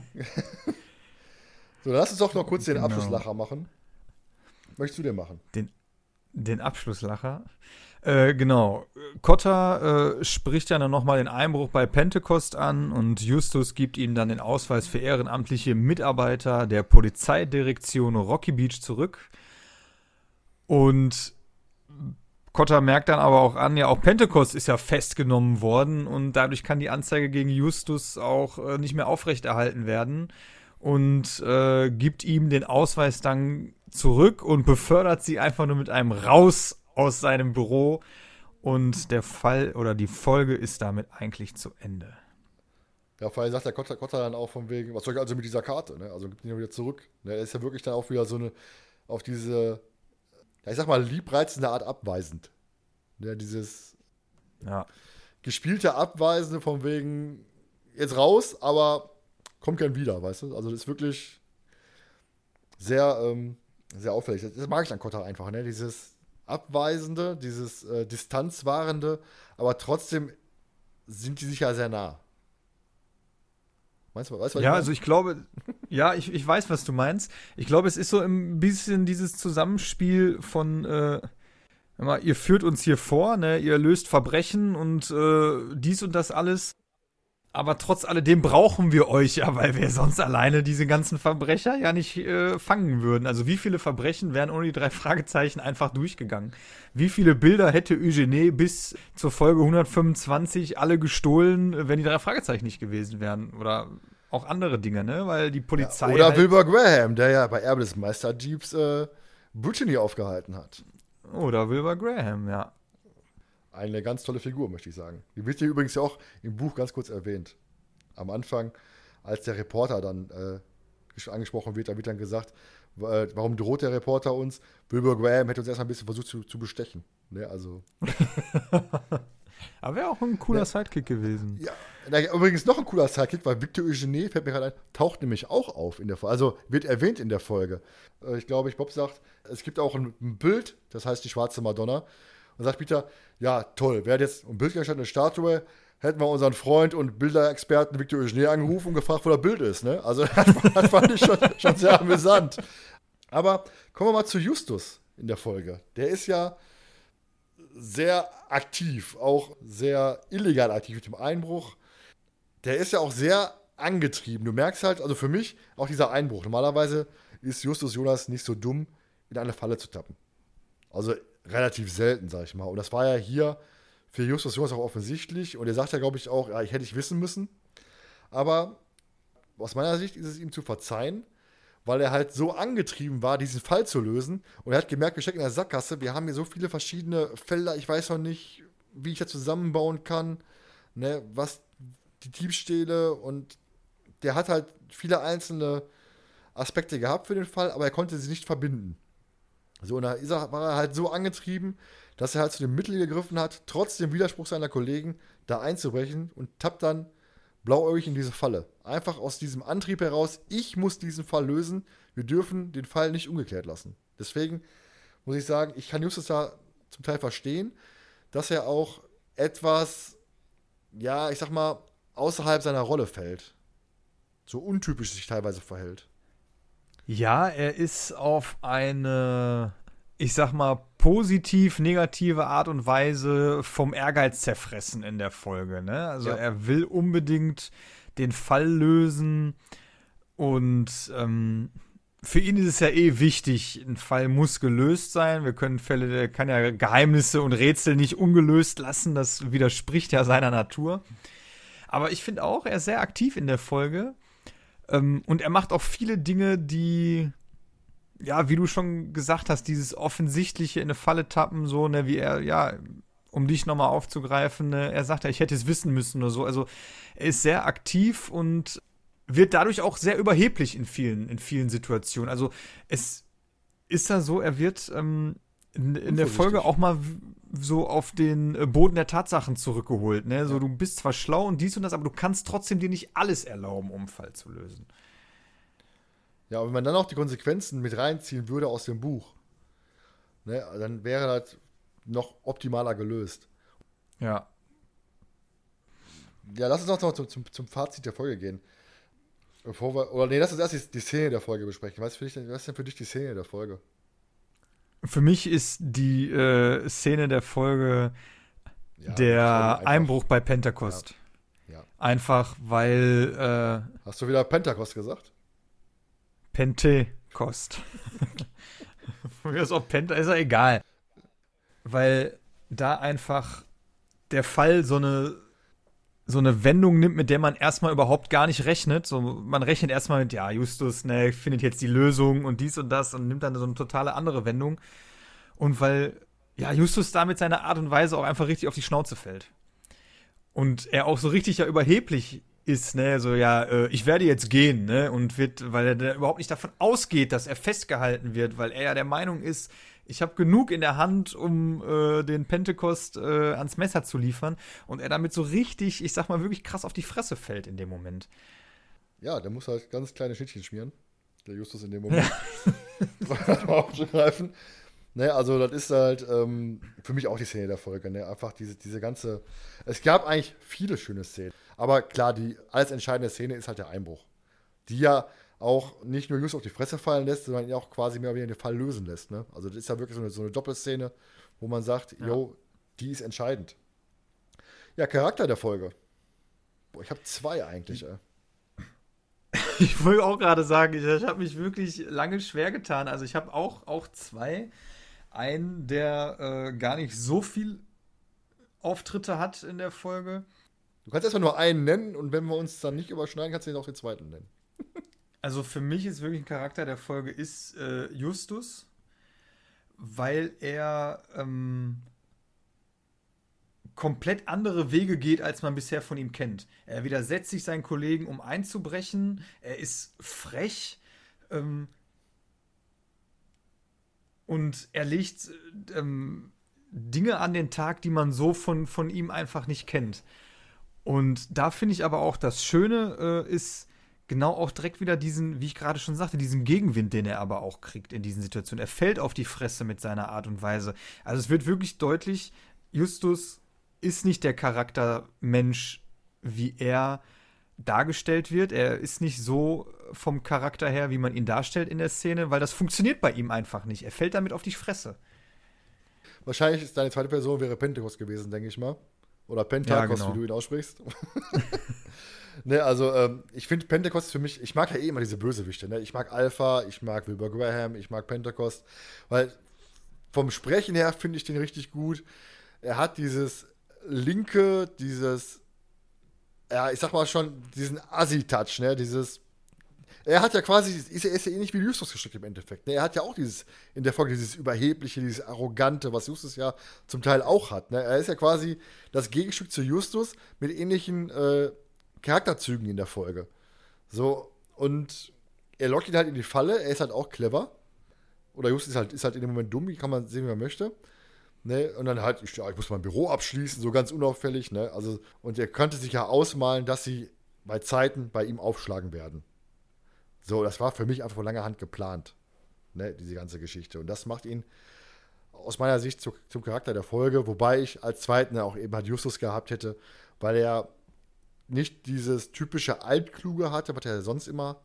So, lass uns doch noch kurz den Abschlusslacher machen. Möchtest du den machen? Den Abschlusslacher? Genau. Kotter spricht ja dann nochmal den Einbruch bei Pentecost an und Justus gibt ihm dann den Ausweis für ehrenamtliche Mitarbeiter der Polizeidirektion Rocky Beach zurück. Und Kotter merkt dann aber auch an, ja, auch Pentecost ist ja festgenommen worden und dadurch kann die Anzeige gegen Justus auch nicht mehr aufrechterhalten werden und gibt ihm den Ausweis dann zurück und befördert sie einfach nur mit einem raus aus seinem Büro und der Fall oder die Folge ist damit eigentlich zu Ende. Ja, vor allem sagt der Kotter dann auch von wegen, was soll ich also mit dieser Karte, ne? Also gibt ihn ja wieder zurück. Ne? Er ist ja wirklich dann auch wieder so eine, auf diese, ja, ich sag mal, liebreizende Art abweisend. Ne? Dieses gespielte Abweisende von wegen, jetzt raus, aber kommt gern wieder, weißt du? Also das ist wirklich sehr, sehr auffällig. Das mag ich an Kotter einfach, ne? Dieses Abweisende, dieses Distanzwahrende, aber trotzdem sind die sich ja sehr nah. Weißt du, was ich meine? Also ich glaube, ich weiß, was du meinst. Ich glaube, es ist so ein bisschen dieses Zusammenspiel von, ihr führt uns hier vor, ne, ihr löst Verbrechen und dies und das alles. Aber trotz alledem brauchen wir euch ja, weil wir sonst alleine diese ganzen Verbrecher ja nicht fangen würden. Also wie viele Verbrechen wären ohne die 3 Fragezeichen einfach durchgegangen? Wie viele Bilder hätte Eugenie bis zur Folge 125 alle gestohlen, wenn die 3 Fragezeichen nicht gewesen wären? Oder auch andere Dinge, ne? Weil die Polizei. Ja, oder Wilbur Graham, der ja bei Erbe des Meisterdiebs Brittany aufgehalten hat. Oder Wilbur Graham, ja. Eine ganz tolle Figur, möchte ich sagen. Die wird hier übrigens ja auch im Buch ganz kurz erwähnt. Am Anfang, als der Reporter dann angesprochen wird, da wird dann gesagt, warum droht der Reporter uns? Wilbur Graham hätte uns erstmal ein bisschen versucht zu bestechen. Ne, also. Aber wäre auch ein cooler Sidekick gewesen. Ja, übrigens noch ein cooler Sidekick, weil Victor Eugenie, fällt mir gerade ein, taucht nämlich auch auf in der Folge. Also wird erwähnt in der Folge. Ich glaube, Bob sagt, es gibt auch ein Bild, das heißt die schwarze Madonna. Und sagt Peter, ja, toll, wer hat jetzt ein Bildgegenstand, eine Statue, hätten wir unseren Freund und Bilderexperten Victor Eugenie angerufen und gefragt, wo das Bild ist. Ne? Also das fand ich schon sehr amüsant. Aber kommen wir mal zu Justus in der Folge. Der ist ja sehr aktiv, auch sehr illegal aktiv mit dem Einbruch. Der ist ja auch sehr angetrieben. Du merkst halt, also für mich, auch dieser Einbruch. Normalerweise ist Justus Jonas nicht so dumm, in eine Falle zu tappen. Also relativ selten, sag ich mal. Und das war ja hier für Justus Jonas auch offensichtlich. Und er sagt ja, glaube ich, auch, ja, ich hätte wissen müssen. Aber aus meiner Sicht ist es ihm zu verzeihen, weil er halt so angetrieben war, diesen Fall zu lösen. Und er hat gemerkt, wir stecken in der Sackgasse, wir haben hier so viele verschiedene Felder, ich weiß noch nicht, wie ich das zusammenbauen kann, ne, was die Diebstähle, und der hat halt viele einzelne Aspekte gehabt für den Fall, aber er konnte sie nicht verbinden. So, und da war er halt so angetrieben, dass er halt zu dem Mittel gegriffen hat, trotz dem Widerspruch seiner Kollegen da einzubrechen, und tappt dann blauäugig in diese Falle. Einfach aus diesem Antrieb heraus, ich muss diesen Fall lösen, wir dürfen den Fall nicht ungeklärt lassen. Deswegen muss ich sagen, ich kann Justus da zum Teil verstehen, dass er auch etwas, ja, ich sag mal, außerhalb seiner Rolle fällt. So untypisch sich teilweise verhält. Ja, er ist auf eine, ich sag mal, positiv-negative Art und Weise vom Ehrgeiz zerfressen in der Folge, ne? Also er will unbedingt den Fall lösen, und für ihn ist es ja wichtig, ein Fall muss gelöst sein. Der kann ja Geheimnisse und Rätsel nicht ungelöst lassen, das widerspricht ja seiner Natur. Aber ich finde auch, er ist sehr aktiv in der Folge. Und er macht auch viele Dinge, die, ja, wie du schon gesagt hast, dieses offensichtliche in eine Falle tappen, so, ne, wie er, ja, um dich nochmal aufzugreifen, ne, er sagt ja, ich hätte es wissen müssen oder so. Also er ist sehr aktiv und wird dadurch auch sehr überheblich in vielen Situationen. Also es ist ja so, er wird in der Folge auch mal so auf den Boden der Tatsachen zurückgeholt. Ne? So, du bist zwar schlau und dies und das, aber du kannst trotzdem dir nicht alles erlauben, um einen Fall zu lösen. Ja, und wenn man dann auch die Konsequenzen mit reinziehen würde aus dem Buch, ne, dann wäre das noch optimaler gelöst. Ja. Ja, lass uns noch zum Fazit der Folge gehen. Lass uns erst die Szene der Folge besprechen. Was ist denn für dich die Szene der Folge? Für mich ist die Szene der Folge der Einbruch bei Pentecost. Ja. Einfach, weil Hast du wieder Pentecost gesagt? Pentecost. Von mir ist auch ist ja egal. Weil da einfach der Fall so eine Wendung nimmt, mit der man erstmal überhaupt gar nicht rechnet. So, man rechnet erstmal mit, ja, Justus, ne, findet jetzt die Lösung und dies und das und nimmt dann so eine totale andere Wendung. Und weil ja, Justus da mit seiner Art und Weise auch einfach richtig auf die Schnauze fällt. Und er auch so richtig ja überheblich ist, ne, so ja, ich werde jetzt gehen, ne, und weil er da überhaupt nicht davon ausgeht, dass er festgehalten wird, weil er ja der Meinung ist, ich habe genug in der Hand, um den Pentecost ans Messer zu liefern, und er damit so richtig, ich sag mal, wirklich krass auf die Fresse fällt in dem Moment. Ja, der muss halt ganz kleine Schnittchen schmieren, der Justus in dem Moment. Aufzugreifen. Ne, also das ist halt für mich auch die Szene der Folge. Ne? Einfach diese ganze. Es gab eigentlich viele schöne Szenen. Aber klar, die alles entscheidende Szene ist halt der Einbruch. Die ja auch nicht nur Justus auf die Fresse fallen lässt, sondern ihn auch quasi mehr oder weniger den Fall lösen lässt. Ne? Also das ist ja wirklich so eine Doppelszene, wo man sagt, jo, die ist entscheidend. Ja, Charakter der Folge. Boah, ich habe 2 eigentlich, ey. Ich wollte auch gerade sagen, ich habe mich wirklich lange schwer getan. Also ich habe auch 2. Einen, der gar nicht so viel Auftritte hat in der Folge. Du kannst erstmal nur einen nennen und wenn wir uns dann nicht überschneiden, kannst du auch den zweiten nennen. Also für mich ist wirklich ein Charakter der Folge ist Justus, weil er komplett andere Wege geht, als man bisher von ihm kennt. Er widersetzt sich seinen Kollegen, um einzubrechen. Er ist frech. Und er legt Dinge an den Tag, die man so von ihm einfach nicht kennt. Und da finde ich aber auch, das Schöne ist genau auch direkt wieder diesen, wie ich gerade schon sagte, diesen Gegenwind, den er aber auch kriegt in diesen Situationen. Er fällt auf die Fresse mit seiner Art und Weise. Also es wird wirklich deutlich, Justus ist nicht der Charaktermensch, wie er dargestellt wird. Er ist nicht so vom Charakter her, wie man ihn darstellt in der Szene, weil das funktioniert bei ihm einfach nicht. Er fällt damit auf die Fresse. Wahrscheinlich ist deine zweite Person wäre Pentecost gewesen, denke ich mal. Oder Pentecost, ja, genau, wie du ihn aussprichst. Ne, also ich finde Pentecost für mich, ich mag ja eh immer diese Bösewichte. Ne? Ich mag Alpha, ich mag Wilbur Graham, ich mag Pentecost, weil vom Sprechen her finde ich den richtig gut. Er hat dieses linke, ja, ich sag mal schon, diesen Assi-Touch, ne, er hat ja quasi, er ist ja ähnlich wie Justus gestrickt im Endeffekt. Ne? Er hat ja auch in der Folge dieses Überhebliche, dieses Arrogante, was Justus ja zum Teil auch hat. Ne? Er ist ja quasi das Gegenstück zu Justus mit ähnlichen Charakterzügen in der Folge. So, und er lockt ihn halt in die Falle, er ist halt auch clever. Oder Justus ist halt in dem Moment dumm, wie kann man sehen, wie man möchte. Ne? Und dann halt, ich muss mein Büro abschließen, so ganz unauffällig. Ne? Also, und er könnte sich ja ausmalen, dass sie bei Zeiten bei ihm aufschlagen werden. So, das war für mich einfach von langer Hand geplant, ne, diese ganze Geschichte. Und das macht ihn aus meiner Sicht zum Charakter der Folge, wobei ich als zweiten auch eben halt Justus gehabt hätte, weil er nicht dieses typische Altkluge hatte, was er sonst immer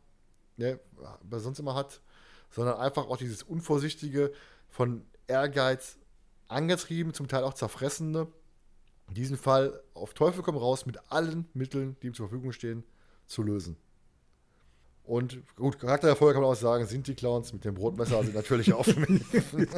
hat, sondern einfach auch dieses Unvorsichtige, von Ehrgeiz angetrieben, zum Teil auch zerfressende, in diesem Fall auf Teufel komm raus mit allen Mitteln, die ihm zur Verfügung stehen, zu lösen. Und gut, Charakter der Folge kann man auch sagen, sind die Clowns mit dem Brotmesser sind natürlich auch für mich.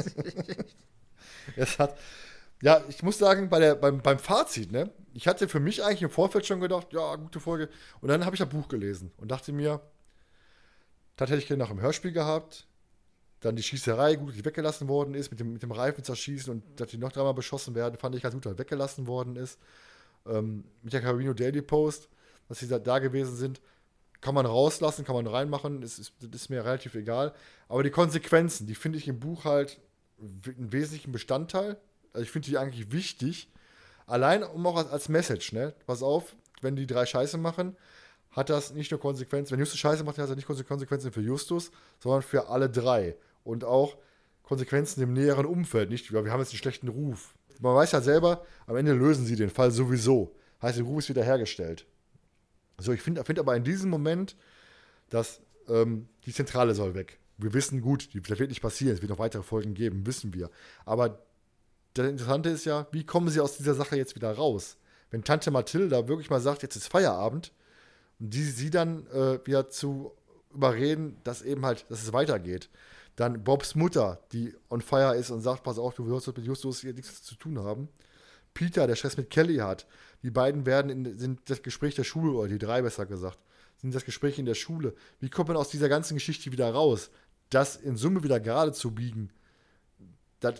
Ja, ich muss sagen, beim Fazit, ne, ich hatte für mich eigentlich im Vorfeld schon gedacht, ja, gute Folge. Und dann habe ich das Buch gelesen und dachte mir, das hätte ich gerne nach dem Hörspiel gehabt. Dann die Schießerei, gut, die weggelassen worden ist, mit dem Reifen zerschießen und dass die noch 3-mal beschossen werden, fand ich ganz gut, dass weggelassen worden ist. Mit der Carabino Daily Post, dass sie da gewesen sind, kann man rauslassen, kann man reinmachen, das ist mir relativ egal. Aber die Konsequenzen, die finde ich im Buch halt einen wesentlichen Bestandteil. Also ich finde die eigentlich wichtig. Allein auch als Message, ne? Pass auf, wenn die 3 Scheiße machen, hat das nicht nur Konsequenzen. Wenn Justus Scheiße macht, hat das nicht Konsequenzen für Justus, sondern für alle 3. Und auch Konsequenzen im näheren Umfeld. Nicht, wir haben jetzt einen schlechten Ruf. Man weiß ja selber, am Ende lösen sie den Fall sowieso. Heißt, der Ruf ist wiederhergestellt. So, ich finde aber in diesem Moment, dass die Zentrale soll weg. Wir wissen, gut, das wird nicht passieren, es wird noch weitere Folgen geben, wissen wir. Aber das Interessante ist ja, wie kommen sie aus dieser Sache jetzt wieder raus? Wenn Tante Mathilda wirklich mal sagt, jetzt ist Feierabend, und sie dann wieder zu überreden, dass es weitergeht. Dann Bobs Mutter, die on fire ist und sagt, pass auf, du wirst mit Justus hier nichts zu tun haben. Peter, der Stress mit Kelly hat. Die beiden sind das Gespräch der Schule, oder die 3 besser gesagt, sind das Gespräch in der Schule. Wie kommt man aus dieser ganzen Geschichte wieder raus? Das in Summe wieder gerade zu biegen, das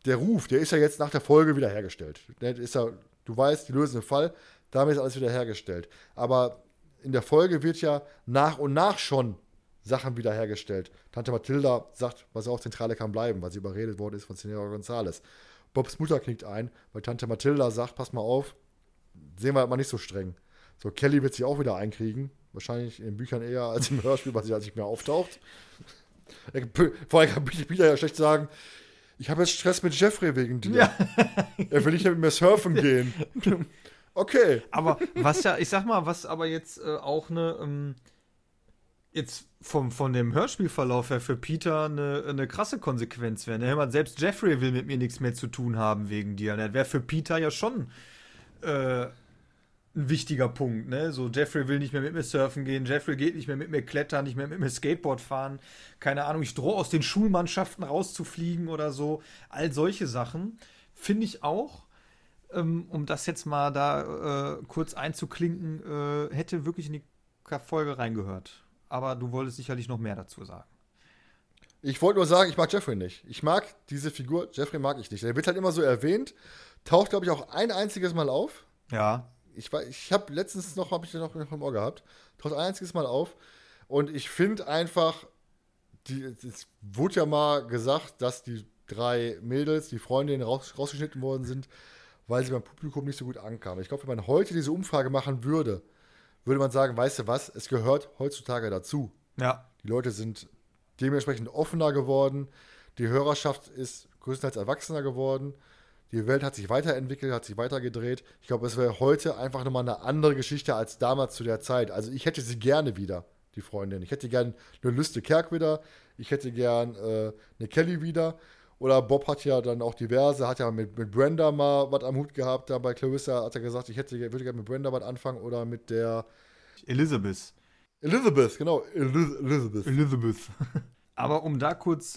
der Ruf, der ist ja jetzt nach der Folge wiederhergestellt. Der ist ja, du weißt, die lösen den Fall, damit ist alles wiederhergestellt. Aber in der Folge wird ja nach und nach schon Sachen wiederhergestellt. Tante Mathilda sagt, was auf Zentrale kann bleiben, weil sie überredet worden ist von Senora González. Bobs Mutter knickt ein, weil Tante Mathilda sagt, pass mal auf, sehen wir halt mal nicht so streng. So, Kelly wird sich auch wieder einkriegen. Wahrscheinlich in den Büchern eher als im Hörspiel, weil sie halt nicht mehr auftaucht. Vor allem kann Peter ja schlecht sagen, ich habe jetzt Stress mit Jeffrey wegen dir. Ja. Er will nicht mehr mit mir surfen gehen. Okay. Aber was ja, ich sag mal, was aber jetzt auch eine, jetzt von dem Hörspielverlauf her für Peter eine krasse Konsequenz wäre. Ne? Selbst Jeffrey will mit mir nichts mehr zu tun haben wegen dir. Das wäre für Peter ja schon ein wichtiger Punkt. Ne? So, Jeffrey will nicht mehr mit mir surfen gehen, Jeffrey geht nicht mehr mit mir klettern, nicht mehr mit mir Skateboard fahren. Keine Ahnung, ich drohe aus den Schulmannschaften rauszufliegen oder so. All solche Sachen finde ich auch, um das jetzt mal da kurz einzuklinken, hätte wirklich in die Folge reingehört. Aber du wolltest sicherlich noch mehr dazu sagen. Ich wollte nur sagen, ich mag Jeffrey nicht. Ich mag diese Figur, Jeffrey mag ich nicht. Der wird halt immer so erwähnt, taucht, glaube ich, auch ein einziges Mal auf. Ja. Ich habe letztens noch im Ohr gehabt, taucht ein einziges Mal auf. Und ich finde einfach, es wurde ja mal gesagt, dass die 3 Mädels, die Freundinnen rausgeschnitten worden sind, weil sie beim Publikum nicht so gut ankamen. Ich glaube, wenn man heute diese Umfrage machen würde, würde man sagen, weißt du was, es gehört heutzutage dazu. Ja. Die Leute sind dementsprechend offener geworden, die Hörerschaft ist größtenteils erwachsener geworden, die Welt hat sich weiterentwickelt, hat sich weitergedreht. Ich glaube, es wäre heute einfach nochmal eine andere Geschichte als damals zu der Zeit. Also ich hätte sie gerne wieder, die Freundin. Ich hätte gerne eine Lüste Kerk wieder, ich hätte gern eine Kelly wieder. Oder Bob hat ja dann auch diverse, hat ja mit Brenda mal was am Hut gehabt. Da bei Clarissa hat er gesagt, würde gerne mit Brenda was anfangen oder mit der Elizabeth, genau. Elizabeth. Aber um da kurz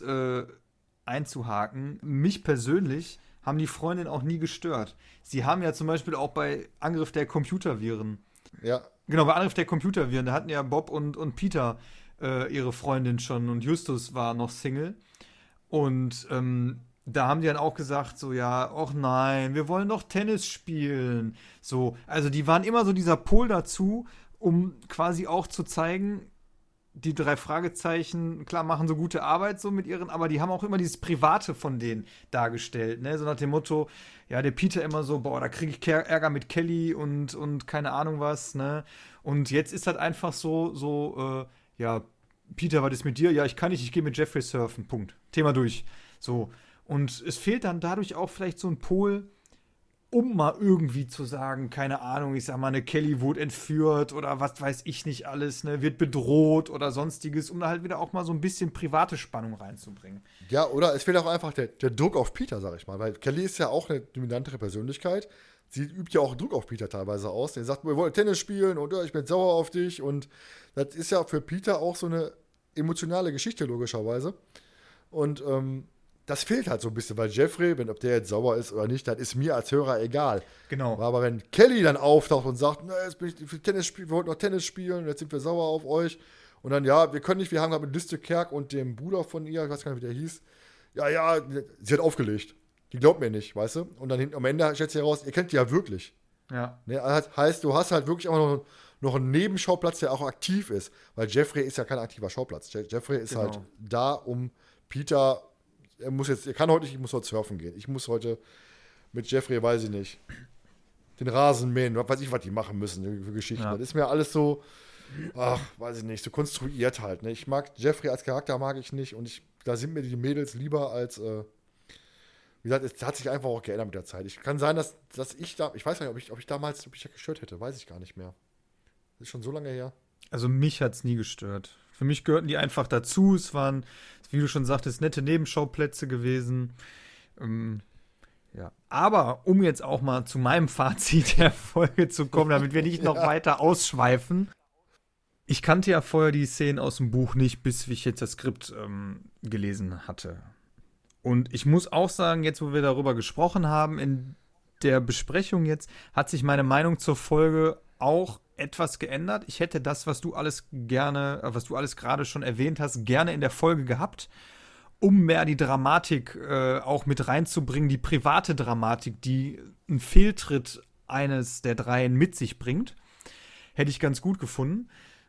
einzuhaken, mich persönlich haben die Freundinnen auch nie gestört. Sie haben ja zum Beispiel auch bei Angriff der Computerviren. Ja. Genau, bei Angriff der Computerviren, da hatten ja Bob und Peter ihre Freundin schon und Justus war noch Single. Und da haben die dann auch gesagt, so, ja, ach nein, wir wollen doch Tennis spielen. So, also die waren immer so dieser Pol dazu, um quasi auch zu zeigen, die 3 Fragezeichen, klar, machen so gute Arbeit so mit ihren, aber die haben auch immer dieses Private von denen dargestellt, ne? So nach dem Motto, ja, der Peter immer so, boah, da kriege ich Ärger mit Kelly und keine Ahnung was, ne? Und jetzt ist das einfach so, ja, Peter, was ist mit dir? Ja, ich kann nicht, ich gehe mit Jeffrey surfen, Punkt. Thema durch. So. Und es fehlt dann dadurch auch vielleicht so ein Pol, um mal irgendwie zu sagen, keine Ahnung, ich sag mal, eine Kelly wurde entführt oder was weiß ich nicht alles, ne, wird bedroht oder sonstiges, um da halt wieder auch mal so ein bisschen private Spannung reinzubringen. Ja, oder es fehlt auch einfach der Druck auf Peter, sag ich mal, weil Kelly ist ja auch eine dominantere Persönlichkeit. Sie übt ja auch Druck auf Peter teilweise aus. Der sagt, wir wollen Tennis spielen und ich bin sauer auf dich. Und das ist ja für Peter auch so eine emotionale Geschichte, logischerweise. Und das fehlt halt so ein bisschen, weil Jeffrey, ob der jetzt sauer ist oder nicht, das ist mir als Hörer egal. Genau. Aber wenn Kelly dann auftaucht und sagt, na, jetzt bin ich für Tennis spielen, wir wollten noch Tennis spielen und jetzt sind wir sauer auf euch. Und dann, ja, wir können nicht, wir haben gerade mit Liste Kerk und dem Bruder von ihr, ich weiß gar nicht, wie der hieß, ja, sie hat aufgelegt. Die glaubt mir nicht, weißt du? Und dann am Ende stellt sich heraus, ihr kennt die ja wirklich. Ja. Ne, heißt, du hast halt wirklich auch noch einen Nebenschauplatz, der auch aktiv ist. Weil Jeffrey ist ja kein aktiver Schauplatz. Jeffrey ist halt da, um Peter, er kann heute nicht, ich muss heute surfen gehen. Ich muss heute mit Jeffrey, weiß ich nicht, den Rasen mähen, weiß ich, was die machen müssen für Geschichten. Ja. Das ist mir alles so, weiß ich nicht, so konstruiert halt. Ne? Ich mag Jeffrey als Charakter, mag ich nicht. Und da sind mir die Mädels lieber als, wie gesagt, es hat sich einfach auch geändert mit der Zeit. Ich kann sein, dass ich da, ich weiß gar nicht, ob ich damals mich gestört hätte, weiß ich gar nicht mehr. Das ist schon so lange her. Also mich hat es nie gestört. Für mich gehörten die einfach dazu. Es waren, wie du schon sagtest, nette Nebenschauplätze gewesen. Ja. Aber um jetzt auch mal zu meinem Fazit der Folge zu kommen, damit wir nicht noch weiter ausschweifen. Ich kannte ja vorher die Szenen aus dem Buch nicht, bis ich jetzt das Skript gelesen hatte. Und ich muss auch sagen, jetzt wo wir darüber gesprochen haben, in der Besprechung jetzt, hat sich meine Meinung zur Folge auch etwas geändert. Ich hätte das, was du alles gerade schon erwähnt hast, gerne in der Folge gehabt. um mehr die Dramatik auch mit reinzubringen, die private Dramatik, die ein Fehltritt eines der dreien mit sich bringt. Hätte ich ganz gut gefunden.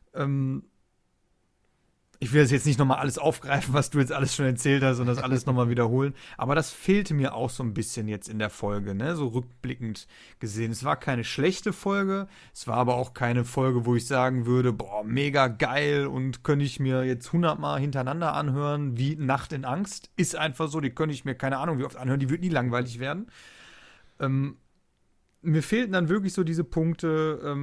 Ich will das jetzt nicht nochmal alles aufgreifen, was du jetzt alles schon erzählt hast und das alles nochmal wiederholen. Aber das fehlte mir auch so ein bisschen jetzt in der Folge, ne? So rückblickend gesehen. Es war keine schlechte Folge. Es war aber auch keine Folge, wo ich sagen würde, boah, mega geil und könnte ich mir jetzt 100-mal hintereinander anhören, wie Nacht in Angst. Ist einfach so, die könnte ich mir, keine Ahnung, wie oft anhören. Die wird nie langweilig werden. Mir fehlten dann wirklich so diese Punkte,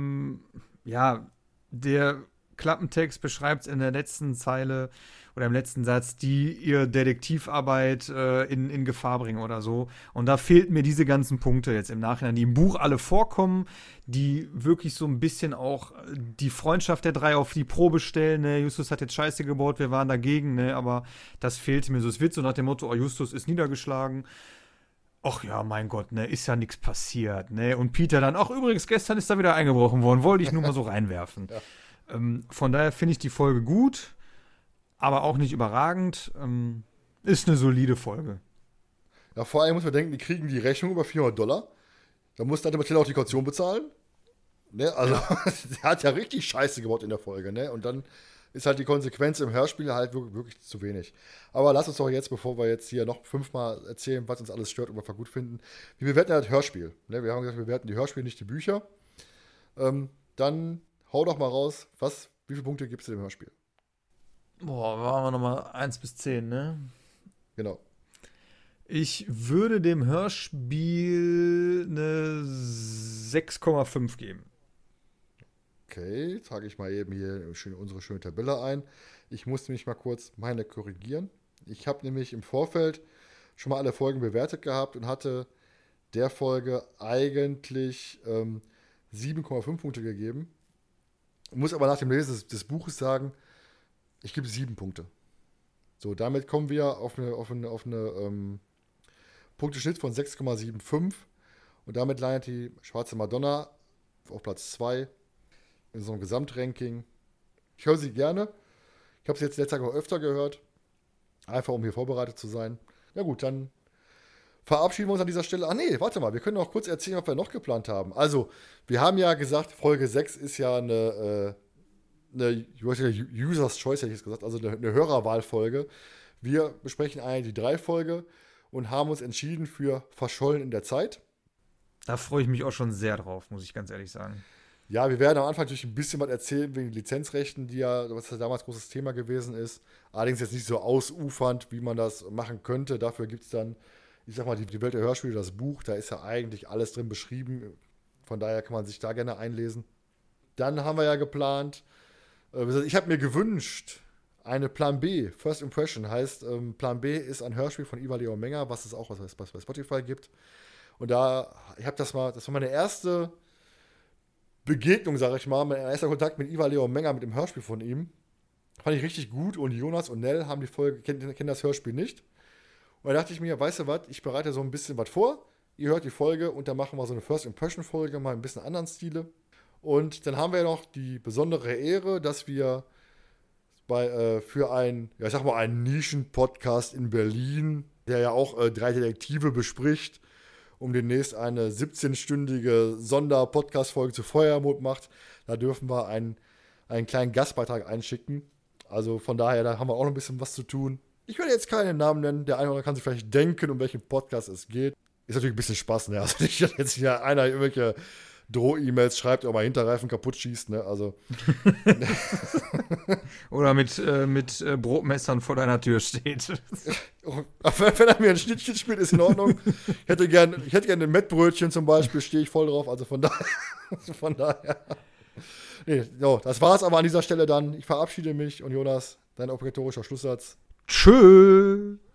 der Klappentext beschreibt es in der letzten Zeile oder im letzten Satz, die ihr Detektivarbeit in Gefahr bringen oder so. Und da fehlten mir diese ganzen Punkte jetzt im Nachhinein, die im Buch alle vorkommen, die wirklich so ein bisschen auch die Freundschaft der drei auf die Probe stellen. Ne? Justus hat jetzt Scheiße gebaut, wir waren dagegen, ne? Aber das fehlte mir so. Es wird so nach dem Motto, oh, Justus ist niedergeschlagen. Ach ja, mein Gott, ne, ist ja nichts passiert, ne? Und Peter dann, ach übrigens, gestern ist da wieder eingebrochen worden, wollte ich nur mal so reinwerfen. Ja. Von daher finde ich die Folge gut, aber auch nicht überragend. Ist eine solide Folge. Ja, vor allem muss man denken, die kriegen die Rechnung über $400. Da muss dann Matilda auch die Kaution bezahlen. Ne? Also, der hat ja richtig Scheiße gebaut in der Folge, ne? Und dann ist halt die Konsequenz im Hörspiel halt wirklich zu wenig. Aber lass uns doch jetzt, bevor wir jetzt hier noch 5-mal erzählen, was uns alles stört und was wir gut finden, wir bewerten ja das Hörspiel. Ne? Wir haben gesagt, wir bewerten die Hörspiele, nicht die Bücher. Dann hau doch mal raus, wie viele Punkte gibst du dem Hörspiel? Boah, waren wir nochmal 1 bis 10, ne? Genau. Ich würde dem Hörspiel eine 6,5 geben. Okay, trage ich mal eben hier unsere schöne Tabelle ein. Ich musste mich mal kurz meine korrigieren. Ich habe nämlich im Vorfeld schon mal alle Folgen bewertet gehabt und hatte der Folge eigentlich 7,5 Punkte gegeben. Muss aber nach dem Lesen des Buches sagen, ich gebe 7 Punkte. So, damit kommen wir auf eine Punkteschnitt von 6,75 und damit landet die Schwarze Madonna auf Platz 2 in so einem Gesamtranking. Ich höre sie gerne. Ich habe sie jetzt letztes Tag auch öfter gehört, einfach um hier vorbereitet zu sein. Ja gut, dann verabschieden wir uns an dieser Stelle. Ah nee, warte mal, wir können noch kurz erzählen, was wir noch geplant haben. Also, wir haben ja gesagt, Folge 6 ist ja eine User's Choice, hätte ich jetzt gesagt, also eine Hörerwahlfolge. Wir besprechen eigentlich die 3-Folge und haben uns entschieden für Verschollen in der Zeit. Da freue ich mich auch schon sehr drauf, muss ich ganz ehrlich sagen. Ja, wir werden am Anfang natürlich ein bisschen was erzählen wegen Lizenzrechten, was ja damals großes Thema gewesen ist. Allerdings jetzt nicht so ausufernd, wie man das machen könnte. Dafür gibt es dann, ich sag mal, die Welt der Hörspiele, das Buch, da ist ja eigentlich alles drin beschrieben. Von daher kann man sich da gerne einlesen. Dann haben wir ja geplant, ich habe mir gewünscht, eine Plan B, First Impression, heißt, Plan B ist ein Hörspiel von Ivar Leo Menger, was es auch bei Spotify gibt. Und das war meine erste Begegnung, sage ich mal, mein erster Kontakt mit Ivar Leo Menger, mit dem Hörspiel von ihm. Fand ich richtig gut und Jonas und Nell haben die Folge, kennen das Hörspiel nicht. Und da dachte ich mir, weißt du was, ich bereite so ein bisschen was vor, ihr hört die Folge und dann machen wir so eine First Impression Folge, mal ein bisschen anderen Stile. Und dann haben wir noch die besondere Ehre, dass wir für einen Nischen-Podcast in Berlin, der ja auch 3 Detektive bespricht, um demnächst eine 17-stündige Sonder-Podcast-Folge zu Feuermond macht. Da dürfen wir einen kleinen Gastbeitrag einschicken. Also von daher, da haben wir auch noch ein bisschen was zu tun. Ich werde jetzt keinen Namen nennen. Der eine oder andere kann sich vielleicht denken, um welchen Podcast es geht. Ist natürlich ein bisschen Spaß, ne? Also nicht, dass jetzt hier einer irgendwelche Droh-E-Mails schreibt, ob er Hinterreifen kaputt schießt, ne? Also. Oder mit Brotmessern vor deiner Tür steht. Wenn er mir ein Schnittchen spielt, ist in Ordnung. Ich hätte gerne ein Mettbrötchen zum Beispiel, stehe ich voll drauf. Also von daher. Nee, so, das war's aber an dieser Stelle dann. Ich verabschiede mich und Jonas, dein obligatorischer Schlusssatz. Tschö.